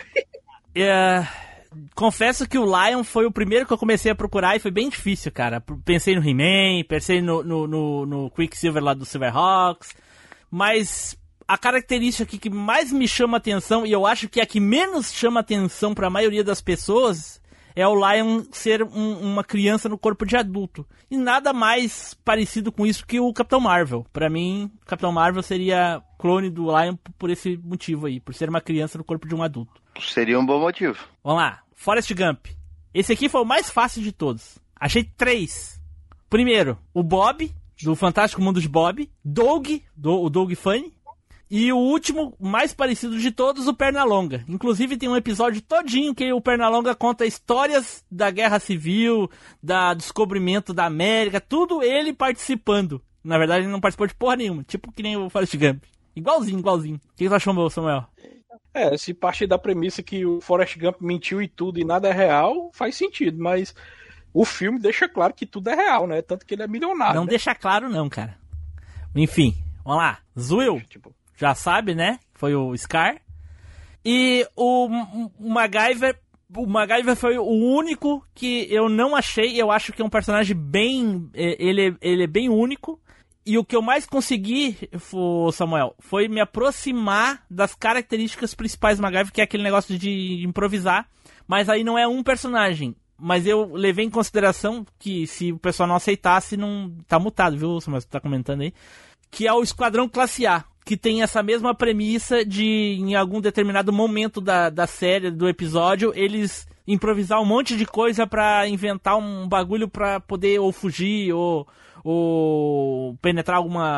Confesso que o Lion foi o primeiro que eu comecei a procurar e foi bem difícil, cara. Pensei no He-Man, pensei no Quicksilver lá do Silverhawks, mas a característica aqui que mais me chama atenção, e eu acho que é a que menos chama atenção para a maioria das pessoas, é o Lion ser uma criança no corpo de adulto. E nada mais parecido com isso que o Capitão Marvel. Para mim, o Capitão Marvel seria clone do Lion por esse motivo aí, por ser uma criança no corpo de um adulto. Seria um bom motivo. Vamos lá, Forrest Gump. Esse aqui foi o mais fácil de todos. Achei 3. Primeiro, o Bob, do Fantástico Mundo de Bob. O Doug Funny. E o último, mais parecido de todos, o Pernalonga. Inclusive tem um episódio todinho que o Pernalonga conta histórias da Guerra Civil, do descobrimento da América, tudo ele participando. Na verdade ele não participou de porra nenhuma, tipo que nem o Forrest Gump. Igualzinho. O que você achou, Samuel? Se partir da premissa que o Forrest Gump mentiu e tudo e nada é real, faz sentido, mas o filme deixa claro que tudo é real, né? Tanto que ele é milionário. Não, né? Deixa claro não, cara. Enfim, vamos lá. Zuil, já sabe, né? Foi o Scar. E o MacGyver foi o único que eu não achei. Eu acho que é um personagem bem... Ele é bem único. E o que eu mais consegui, Samuel, foi me aproximar das características principais do MacGyver, que é aquele negócio de improvisar. Mas aí não é um personagem. Mas eu levei em consideração que se o pessoal não aceitasse, não... Tá mutado, viu, Samuel? Você tá comentando aí. Que é o Esquadrão Classe A. Que tem essa mesma premissa de, em algum determinado momento da série, do episódio, eles improvisar um monte de coisa pra inventar um bagulho pra poder ou fugir ou penetrar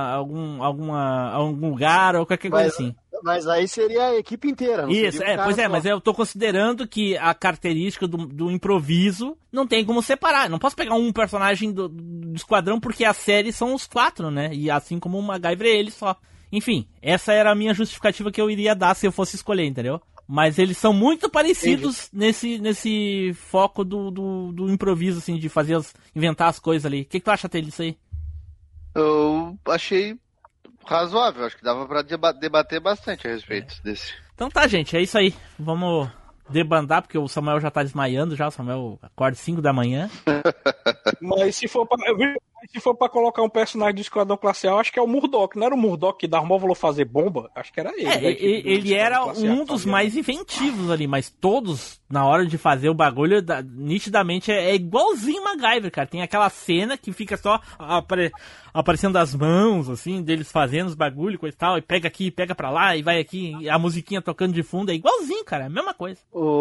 algum lugar ou qualquer coisa assim. Mas aí seria a equipe inteira, não? Isso, mas eu tô considerando que a característica do improviso não tem como separar. Não posso pegar um personagem do esquadrão porque a série são os 4, né? E assim como o MacGyver é ele só. Enfim, essa era a minha justificativa que eu iria dar se eu fosse escolher, entendeu? Mas eles são muito parecidos nesse foco do improviso, assim, de inventar as coisas ali. O que tu acha, Taylor, disso aí? Eu achei razoável, acho que dava pra debater bastante a respeito desse. Então tá, gente, é isso aí. Vamos debandar, porque o Samuel já tá desmaiando já, o Samuel acorda 5 da manhã. Mas se for pra colocar um personagem do Esquadrão Classe A, eu acho que é o Murdock. Não era o Murdock que Darth Maul falou fazer bomba? Acho que era ele. Né? Ele era um dos mais inventivos ali, mas todos, na hora de fazer o bagulho, nitidamente é igualzinho MacGyver, cara. Tem aquela cena que fica só aparecendo as mãos, assim, deles fazendo os bagulhos, coisa e tal, e pega aqui, pega pra lá, e vai aqui, e a musiquinha tocando de fundo, é igualzinho, cara, é a mesma coisa.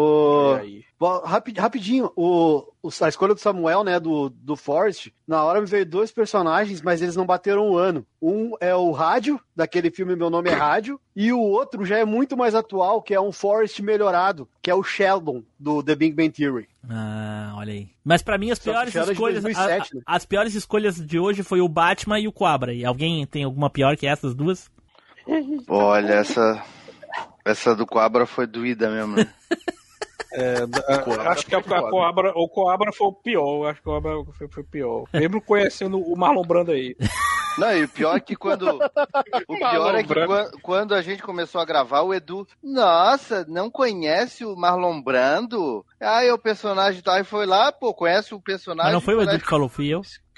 Rapidinho, a escolha do Samuel, né, do Forrest, na hora me veio 2 personagens, mas eles não bateram o ano. Um é o Rádio, daquele filme Meu Nome é Rádio, e o outro já é muito mais atual, que é um Forrest melhorado, que é o Sheldon, do The Big Bang Theory. Ah, olha aí. Mas pra mim as piores escolhas, 2007, né? As piores escolhas de hoje foi o Batman e o Cobra. E alguém tem alguma pior que essas duas? Olha, essa do Cobra foi doída mesmo, né? Acho que o Coabra foi o pior. Acho que o Coabra foi o pior. Mesmo conhecendo o Marlon Brando aí. Não, e o pior é que quando a gente começou a gravar, o Edu, nossa, não conhece o Marlon Brando? Aí o personagem tal, e foi lá, pô, conhece o personagem. Mas não foi o Edu que falou, fui eu.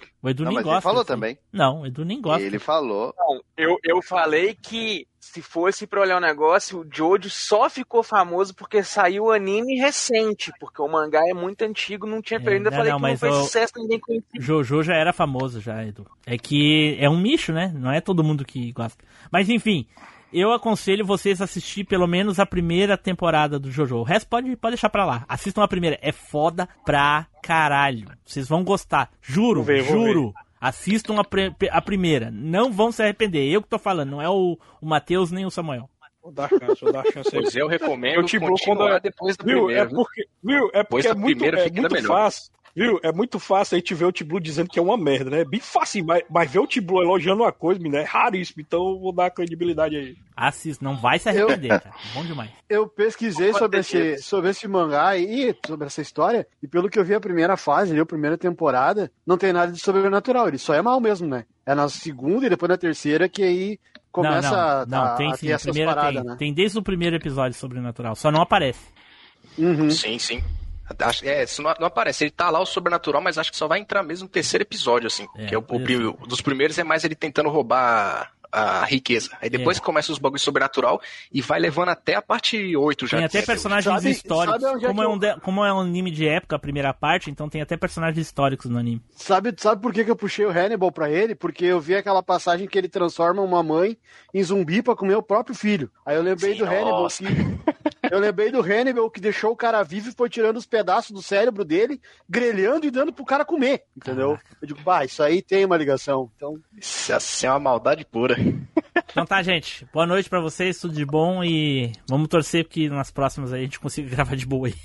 O Edu nem mas gosta. Ele falou assim. também. Não, o Edu nem gosta. Ele falou. Não, eu falei que se fosse pra olhar o negócio, o Jojo só ficou famoso porque saiu o anime recente, porque o mangá é muito antigo, não tinha ainda falei que não fez sucesso, ninguém conhecia. Jojo já era famoso já, Edu. É que é um nicho, né? Não é todo mundo que gosta. Mas enfim, eu aconselho vocês a assistir pelo menos a primeira temporada do Jojo. O resto pode deixar pra lá. Assistam a primeira, é foda pra caralho. Vocês vão gostar, juro, juro. Assistam a primeira. Não vão se arrepender. Eu que tô falando, não é o Matheus nem o Samuel. Vou dar chance. Pois eu recomendo continuar quando depois da primeira. É porque é muito melhor. fácil. Viu? É muito fácil a gente ver o T-Blue dizendo que é uma merda, né? É bem fácil, mas ver o T-Blue elogiando uma coisa, menino, é raríssimo. Então eu vou dar credibilidade aí. Assista, não vai se arrepender, cara. Bom demais. Eu pesquisei sobre esse mangá e sobre essa história, e pelo que eu vi a primeira fase, a primeira temporada, não tem nada de sobrenatural. Ele só é mal mesmo, né? É na segunda e depois na terceira que aí começa a ter sim, essas paradas, né? Tem desde o primeiro episódio sobrenatural, só não aparece. Uhum. Sim. Isso não aparece. Ele tá lá o sobrenatural, mas acho que só vai entrar mesmo no terceiro episódio, assim. Que é o dos primeiros é mais ele tentando roubar a riqueza. Aí depois começa os bagulhos sobrenatural e vai levando até a parte 8 já. Tem até personagens históricos. Como é um anime de época, a primeira parte, então tem até personagens históricos no anime. Sabe por que eu puxei o Hannibal pra ele? Porque eu vi aquela passagem que ele transforma uma mãe em zumbi pra comer o próprio filho. Aí eu lembrei do Hannibal Eu lembrei do Hannibal que deixou o cara vivo e foi tirando os pedaços do cérebro dele, grelhando e dando pro cara comer, entendeu? Eu digo, isso aí tem uma ligação. Então... Isso é uma maldade pura. Então tá, gente. Boa noite pra vocês, tudo de bom e vamos torcer que nas próximas aí a gente consiga gravar de boa aí.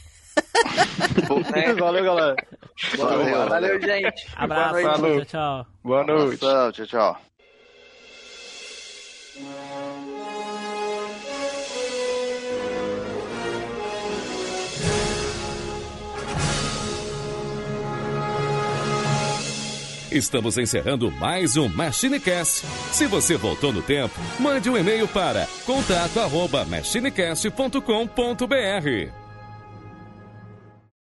Valeu, galera. Valeu, gente. Abraço, tchau. Boa noite. Tchau. Estamos encerrando mais um MachineCast. Se você voltou no tempo, mande um e-mail para contato@machinecast.com.br.